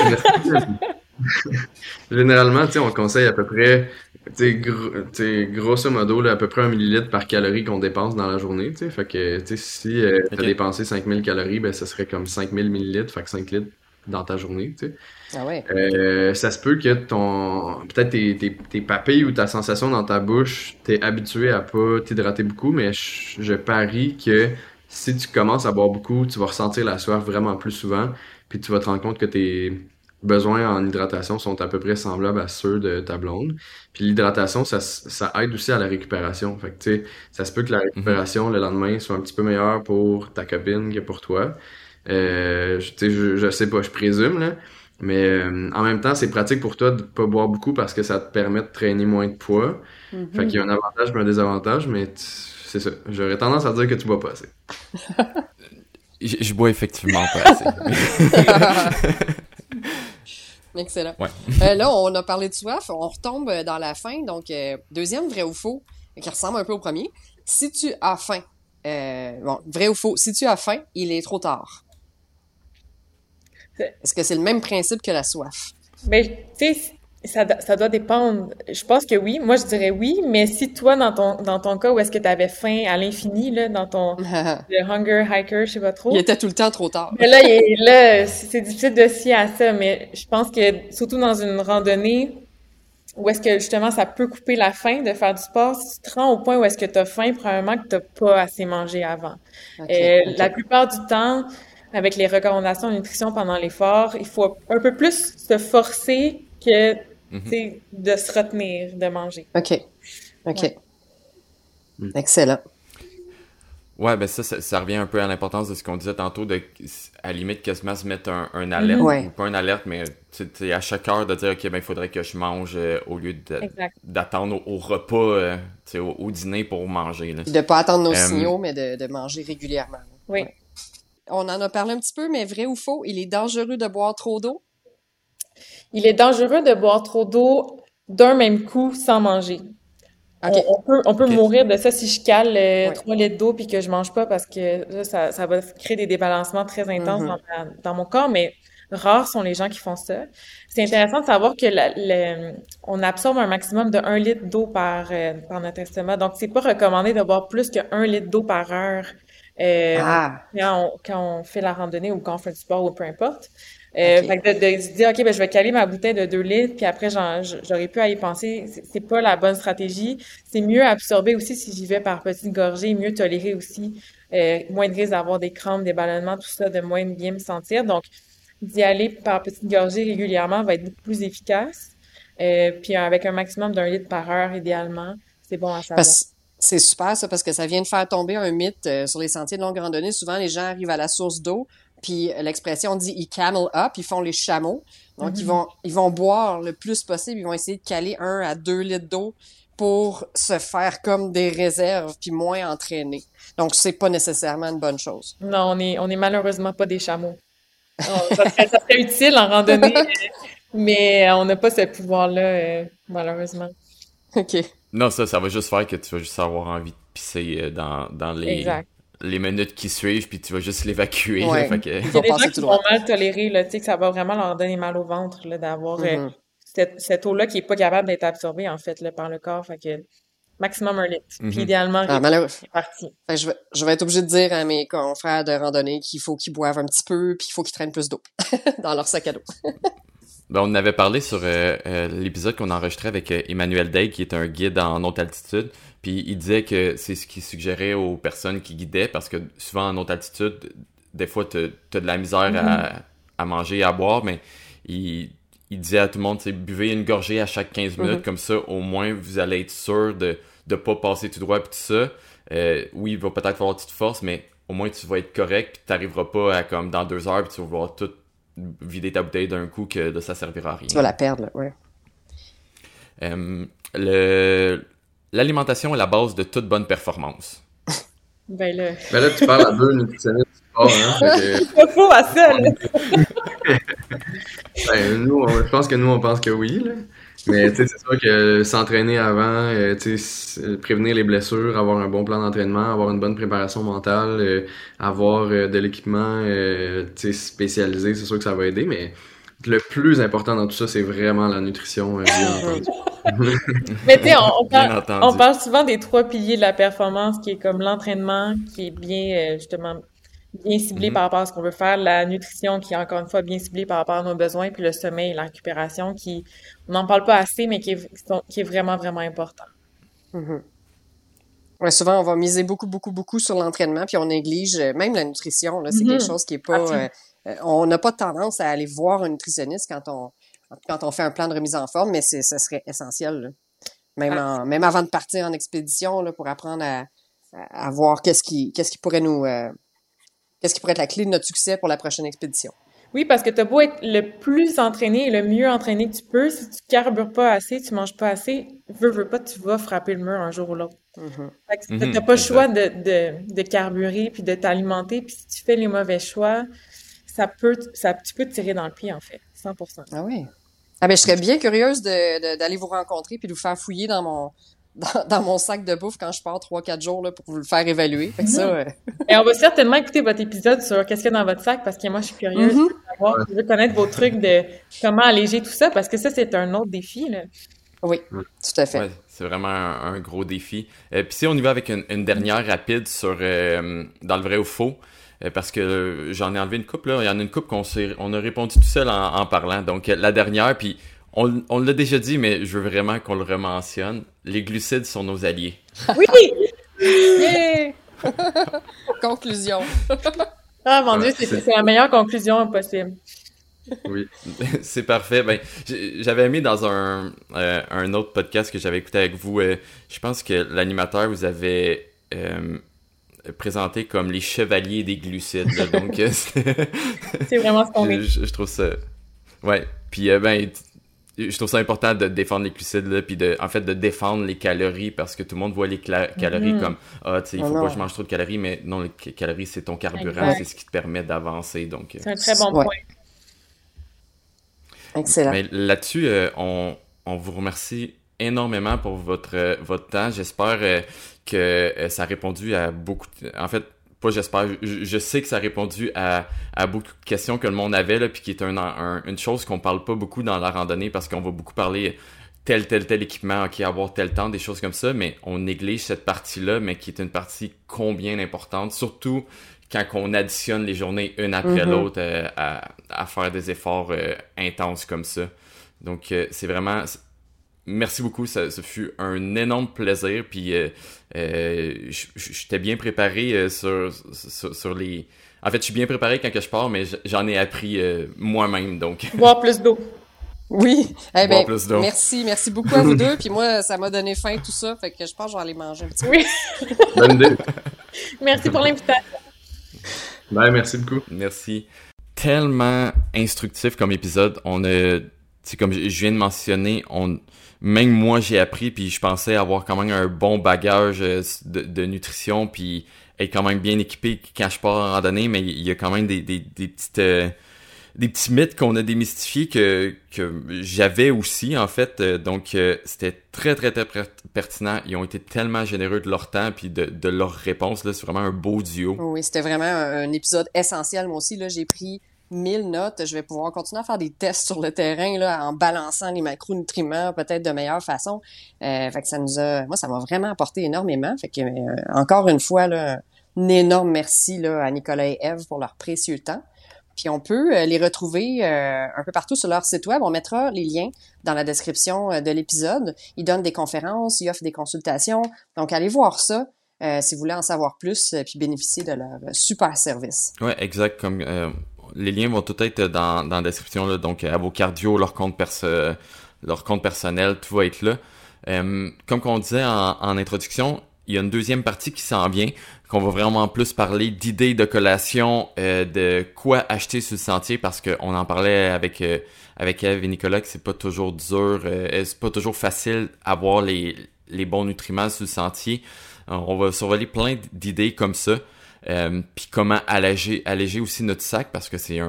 Généralement, tu sais, on conseille à peu près, tu sais, grosso modo, là, à peu près 1 millilitre par calorie qu'on dépense dans la journée, tu sais. Fait que, tu sais, si t'as dépensé 5000 calories, ben, ça serait comme 5000 millilitres, fait que 5 litres dans ta journée, tu sais. Ah ouais. Ça se peut que peut-être tes papilles ou ta sensation dans ta bouche, t'es habitué à pas t'hydrater beaucoup, mais je parie que si tu commences à boire beaucoup, tu vas ressentir la soif vraiment plus souvent, puis tu vas te rendre compte que tes besoins en hydratation sont à peu près semblables à ceux de ta blonde. Puis l'hydratation, ça aide aussi à la récupération. Fait que, tu sais, ça se peut que la récupération le lendemain soit un petit peu meilleure pour ta copine que pour toi. Tu sais, je sais pas, je présume, là. Mais en même temps, c'est pratique pour toi de pas boire beaucoup parce que ça te permet de traîner moins de poids. Fait qu'il y a un avantage et un désavantage, mais c'est ça. J'aurais tendance à dire que tu bois pas assez. Je bois effectivement pas assez. Excellent. Ouais. Là, on a parlé de soif, on retombe dans la faim. Donc, deuxième, vrai ou faux, qui ressemble un peu au premier. Si tu as faim, vrai ou faux, si tu as faim, il est trop tard. Est-ce que c'est le même principe que la soif? Ben, tu sais, ça doit dépendre. Je pense que oui. Moi, je dirais oui. Mais si toi, dans ton cas, où est-ce que tu avais faim à l'infini, là, dans ton le hunger hiker, je sais pas trop. Il était tout le temps trop tard. Mais là, c'est difficile de se fier à ça. Mais je pense que, surtout dans une randonnée, où est-ce que, justement, ça peut couper la faim de faire du sport, si tu te rends au point où est-ce que tu as faim, probablement que tu pas assez mangé avant. Okay. La plupart du temps, avec les recommandations de nutrition pendant l'effort, il faut un peu plus se forcer que de se retenir de manger. OK. Ouais. Excellent. Ouais, ben ça revient un peu à l'importance de ce qu'on disait tantôt, à la limite quasiment se mettre un alerte, ou pas un alerte, mais à chaque heure de dire, OK, ben il faudrait que je mange au lieu d'attendre au repas, au dîner pour manger. Là. De pas attendre nos signaux, mais de manger régulièrement. Oui. Ouais. On en a parlé un petit peu, mais vrai ou faux, il est dangereux de boire trop d'eau? Il est dangereux de boire trop d'eau d'un même coup sans manger. Okay. On peut mourir de ça si je cale 3 litres d'eau puis que je mange pas parce que là, ça va créer des débalancements très intenses dans mon corps, mais Rares sont les gens qui font ça. C'est intéressant de savoir que on absorbe un maximum de 1 litre d'eau par notre estomac. Donc, c'est pas recommandé de boire plus que 1 litre d'eau par heure quand on fait la randonnée ou quand on fait du sport ou peu importe. Fait que de se dire, OK, ben, je vais caler ma bouteille de 2 litres, puis après, j'aurais pu à y penser. C'est pas la bonne stratégie. C'est mieux absorber aussi si j'y vais par petites gorgées, mieux tolérer aussi, moins de risque d'avoir des crampes, des ballonnements, tout ça, de moins bien me sentir. Donc, d'y aller par petites gorgées régulièrement va être beaucoup plus efficace. Puis avec un maximum d'1 litre par heure, idéalement, c'est bon à savoir. C'est super, ça, parce que ça vient de faire tomber un mythe sur les sentiers de longue randonnée. Souvent, les gens arrivent à la source d'eau, puis l'expression dit « ils camel up », ils font les chameaux. Donc, ils vont boire le plus possible. Ils vont essayer de caler 1 à 2 litres d'eau pour se faire comme des réserves, puis moins entraîner. Donc, c'est pas nécessairement une bonne chose. Non, on est malheureusement pas des chameaux. Ça serait utile en randonnée, mais on n'a pas ce pouvoir-là, malheureusement. OK. Non, ça va juste faire que tu vas juste avoir envie de pisser dans les minutes qui suivent, puis tu vas juste l'évacuer. Ouais. Fait que... Il y a des gens qui vont mal tolérer, là, tu sais, que ça va vraiment leur donner mal au ventre, là, d'avoir cette eau-là qui est pas capable d'être absorbée, en fait, là, par le corps. Fait que maximum 1 litre. Puis idéalement, c'est parti. Fait que je vais être obligée de dire à mes confrères de randonnée qu'il faut qu'ils boivent un petit peu, puis il faut qu'ils traînent plus d'eau dans leur sac à dos. Ben, on avait parlé sur l'épisode qu'on a enregistré avec Emmanuel Day, qui est un guide en haute altitude. Puis il disait que c'est ce qu'il suggérait aux personnes qui guidaient, parce que souvent en haute altitude, des fois, t'as de la misère à manger et à boire, mais il disait à tout le monde, buvez une gorgée à chaque 15 minutes, comme ça, au moins, vous allez être sûr de pas passer tout droit, puis tout ça. Oui, il va peut-être falloir que tu te forces, mais au moins, tu vas être correct, puis t'arriveras pas à, comme, dans 2 heures, puis tu vas vouloir tout vider ta bouteille d'un coup, que ça servira à rien. Tu vas la perdre, là, ouais. L'alimentation est la base de toute bonne performance. Ben là, tu parles à 2 nutritionnistes du sport, hein? c'est pas faux à ça, là. Je pense que nous, on pense que oui, là. Mais tu sais, c'est sûr que s'entraîner avant, prévenir les blessures, avoir un bon plan d'entraînement, avoir une bonne préparation mentale, avoir de l'équipement spécialisé, c'est sûr que ça va aider, mais le plus important dans tout ça, c'est vraiment la nutrition, bien entendu. Mais tu sais, on parle souvent des 3 piliers de la performance, qui est comme l'entraînement, qui est bien, justement, bien ciblé par rapport à ce qu'on veut faire, la nutrition qui est encore une fois bien ciblée par rapport à nos besoins, puis le sommeil et la récupération qui, on n'en parle pas assez, mais qui est vraiment, vraiment important. Ouais, souvent, on va miser beaucoup, beaucoup, beaucoup sur l'entraînement, puis on néglige même la nutrition, là. C'est quelque chose qui est pas... on n'a pas tendance à aller voir un nutritionniste quand on fait un plan de remise en forme, mais ça serait essentiel, là. Même avant de partir en expédition, là, pour apprendre à voir qu'est-ce qui pourrait qu'est-ce qui pourrait être la clé de notre succès pour la prochaine expédition. Oui, parce que t'as beau être le plus entraîné et le mieux entraîné que tu peux, si tu carbures pas assez, tu manges pas assez, veux pas, tu vas frapper le mur un jour ou l'autre. Fait que t'as pas le choix de carburer puis de t'alimenter, puis si tu fais les mauvais choix, tu peux te tirer dans le pied, en fait, 100%. Ah oui. Ah ben, je serais bien curieuse d'aller vous rencontrer puis de vous faire fouiller dans mon sac de bouffe quand je pars 3-4 jours là, pour vous le faire évaluer. Fait que ça, Et on va certainement écouter votre épisode sur qu'est-ce qu'il y a dans votre sac, parce que moi, je suis curieuse de savoir, je veux connaître vos trucs de comment alléger tout ça, parce que ça, c'est un autre défi, là. Oui, tout à fait. Ouais, c'est vraiment un gros défi. Puis si on y va avec une dernière rapide sur dans le vrai ou faux, parce que j'en ai enlevé une couple, là. Il y en a une couple on a répondu tout seul en parlant. Donc, la dernière, puis on l'a déjà dit, mais je veux vraiment qu'on le rementionne. Les glucides sont nos alliés. Oui! Yeah! Conclusion. Ah, mon Dieu, c'est la meilleure conclusion possible. Oui. C'est parfait. Ben, j'avais mis dans un autre podcast que j'avais écouté avec vous, je pense que l'animateur vous avait présenté comme les chevaliers des glucides. Là, donc, c'est vraiment ce qu'on est. Je trouve ça... Ouais. Puis, je trouve ça important de défendre les glucides, là, puis en fait, de défendre les calories, parce que tout le monde voit les calories comme, tu sais, il faut pas que je mange trop de calories, mais non, les calories, c'est ton carburant, c'est ce qui te permet d'avancer. Donc, c'est un très bon point. Excellent. Mais là-dessus, on vous remercie énormément pour votre temps. J'espère que ça a répondu à beaucoup... En fait, pas j'espère, je sais que ça a répondu à beaucoup de questions que le monde avait, là, puis qui est une chose qu'on parle pas beaucoup dans la randonnée, parce qu'on va beaucoup parler tel équipement, ok, avoir tel temps, des choses comme ça, mais on néglige cette partie-là, mais qui est une partie combien importante, surtout quand on additionne les journées une après l'autre à faire des efforts intenses comme ça. Donc, c'est vraiment... Merci beaucoup, ça fut un énorme plaisir, puis j'étais bien préparé sur les... En fait, je suis bien préparé quand que je pars, mais j'en ai appris moi-même, donc... Boire plus d'eau. Oui, eh ben, plus d'eau. merci beaucoup à vous deux, puis moi, ça m'a donné faim tout ça, fait que je pense que je vais aller manger un petit peu. Oui. Bonne idée. Merci pour l'invitation. Ben, merci beaucoup. Merci. Tellement instructif comme épisode. On a, tu sais, comme je viens de mentionner, même moi j'ai appris, puis je pensais avoir quand même un bon bagage de nutrition, puis être quand même bien équipé quand je pars en randonnée, mais il y a quand même des petits mythes qu'on a démystifiés que j'avais aussi, en fait. Donc, c'était très, très, très pertinent. Ils ont été tellement généreux de leur temps puis de leurs réponses. Là, c'est vraiment un beau duo. Oui, c'était vraiment un épisode essentiel. Moi aussi, là, j'ai pris 1000 notes. Je vais pouvoir continuer à faire des tests sur le terrain, là, en balançant les macronutriments, peut-être de meilleure façon. Fait que moi, ça m'a vraiment apporté énormément. Fait que, encore une fois, là, un énorme merci, là, à Nicolas et Ève pour leur précieux temps. Puis on peut les retrouver un peu partout sur leur site web. On mettra les liens dans la description de l'épisode. Ils donnent des conférences, ils offrent des consultations. Donc, allez voir ça si vous voulez en savoir plus puis bénéficier de leur super service. Ouais, exact. Comme les liens vont tout être dans la description, là. Donc, à vos cardio, leur compte personnel, tout va être là. Comme on disait en introduction, il y a une deuxième partie qui s'en vient, qu'on va vraiment plus parler d'idées de collation, de quoi acheter sur le sentier, parce qu'on en parlait avec Ève et Nicolas, que c'est pas toujours dur, c'est pas toujours facile d'avoir les bons nutriments sur le sentier. On va survoler plein d'idées comme ça, puis comment alléger aussi notre sac, parce que c'est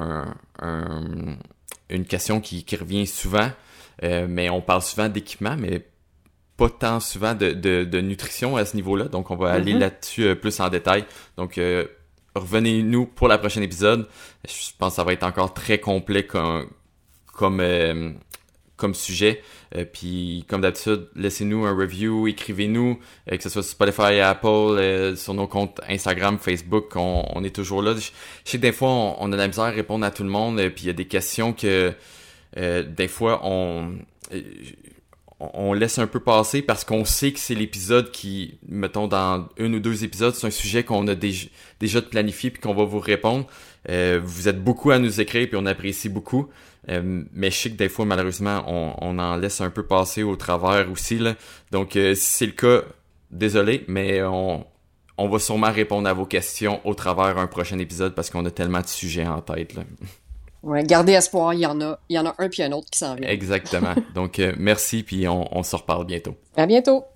une question qui revient souvent, mais on parle souvent d'équipement, mais pas tant souvent de nutrition à ce niveau-là, donc on va aller là-dessus plus en détail. Donc, revenez-nous pour la prochaine épisode. Je pense que ça va être encore très complet comme sujet. Puis, comme d'habitude, laissez-nous un review, écrivez-nous, que ce soit sur Spotify, Apple, sur nos comptes Instagram, Facebook, on est toujours là. Je sais que des fois, on a de la misère à répondre à tout le monde, puis il y a des questions que des fois, on laisse un peu passer parce qu'on sait que c'est l'épisode qui, mettons, dans 1 ou 2 épisodes, c'est un sujet qu'on a déjà planifié puis qu'on va vous répondre. Vous êtes beaucoup à nous écrire puis on apprécie beaucoup. Mais je sais que des fois, malheureusement, on en laisse un peu passer au travers aussi, là. Donc, si c'est le cas, désolé, mais on va sûrement répondre à vos questions au travers un prochain épisode parce qu'on a tellement de sujets en tête, là. Ouais, gardez espoir, il y en a un puis un autre qui s'en vient. Exactement. Donc, merci, puis on se reparle bientôt. À bientôt!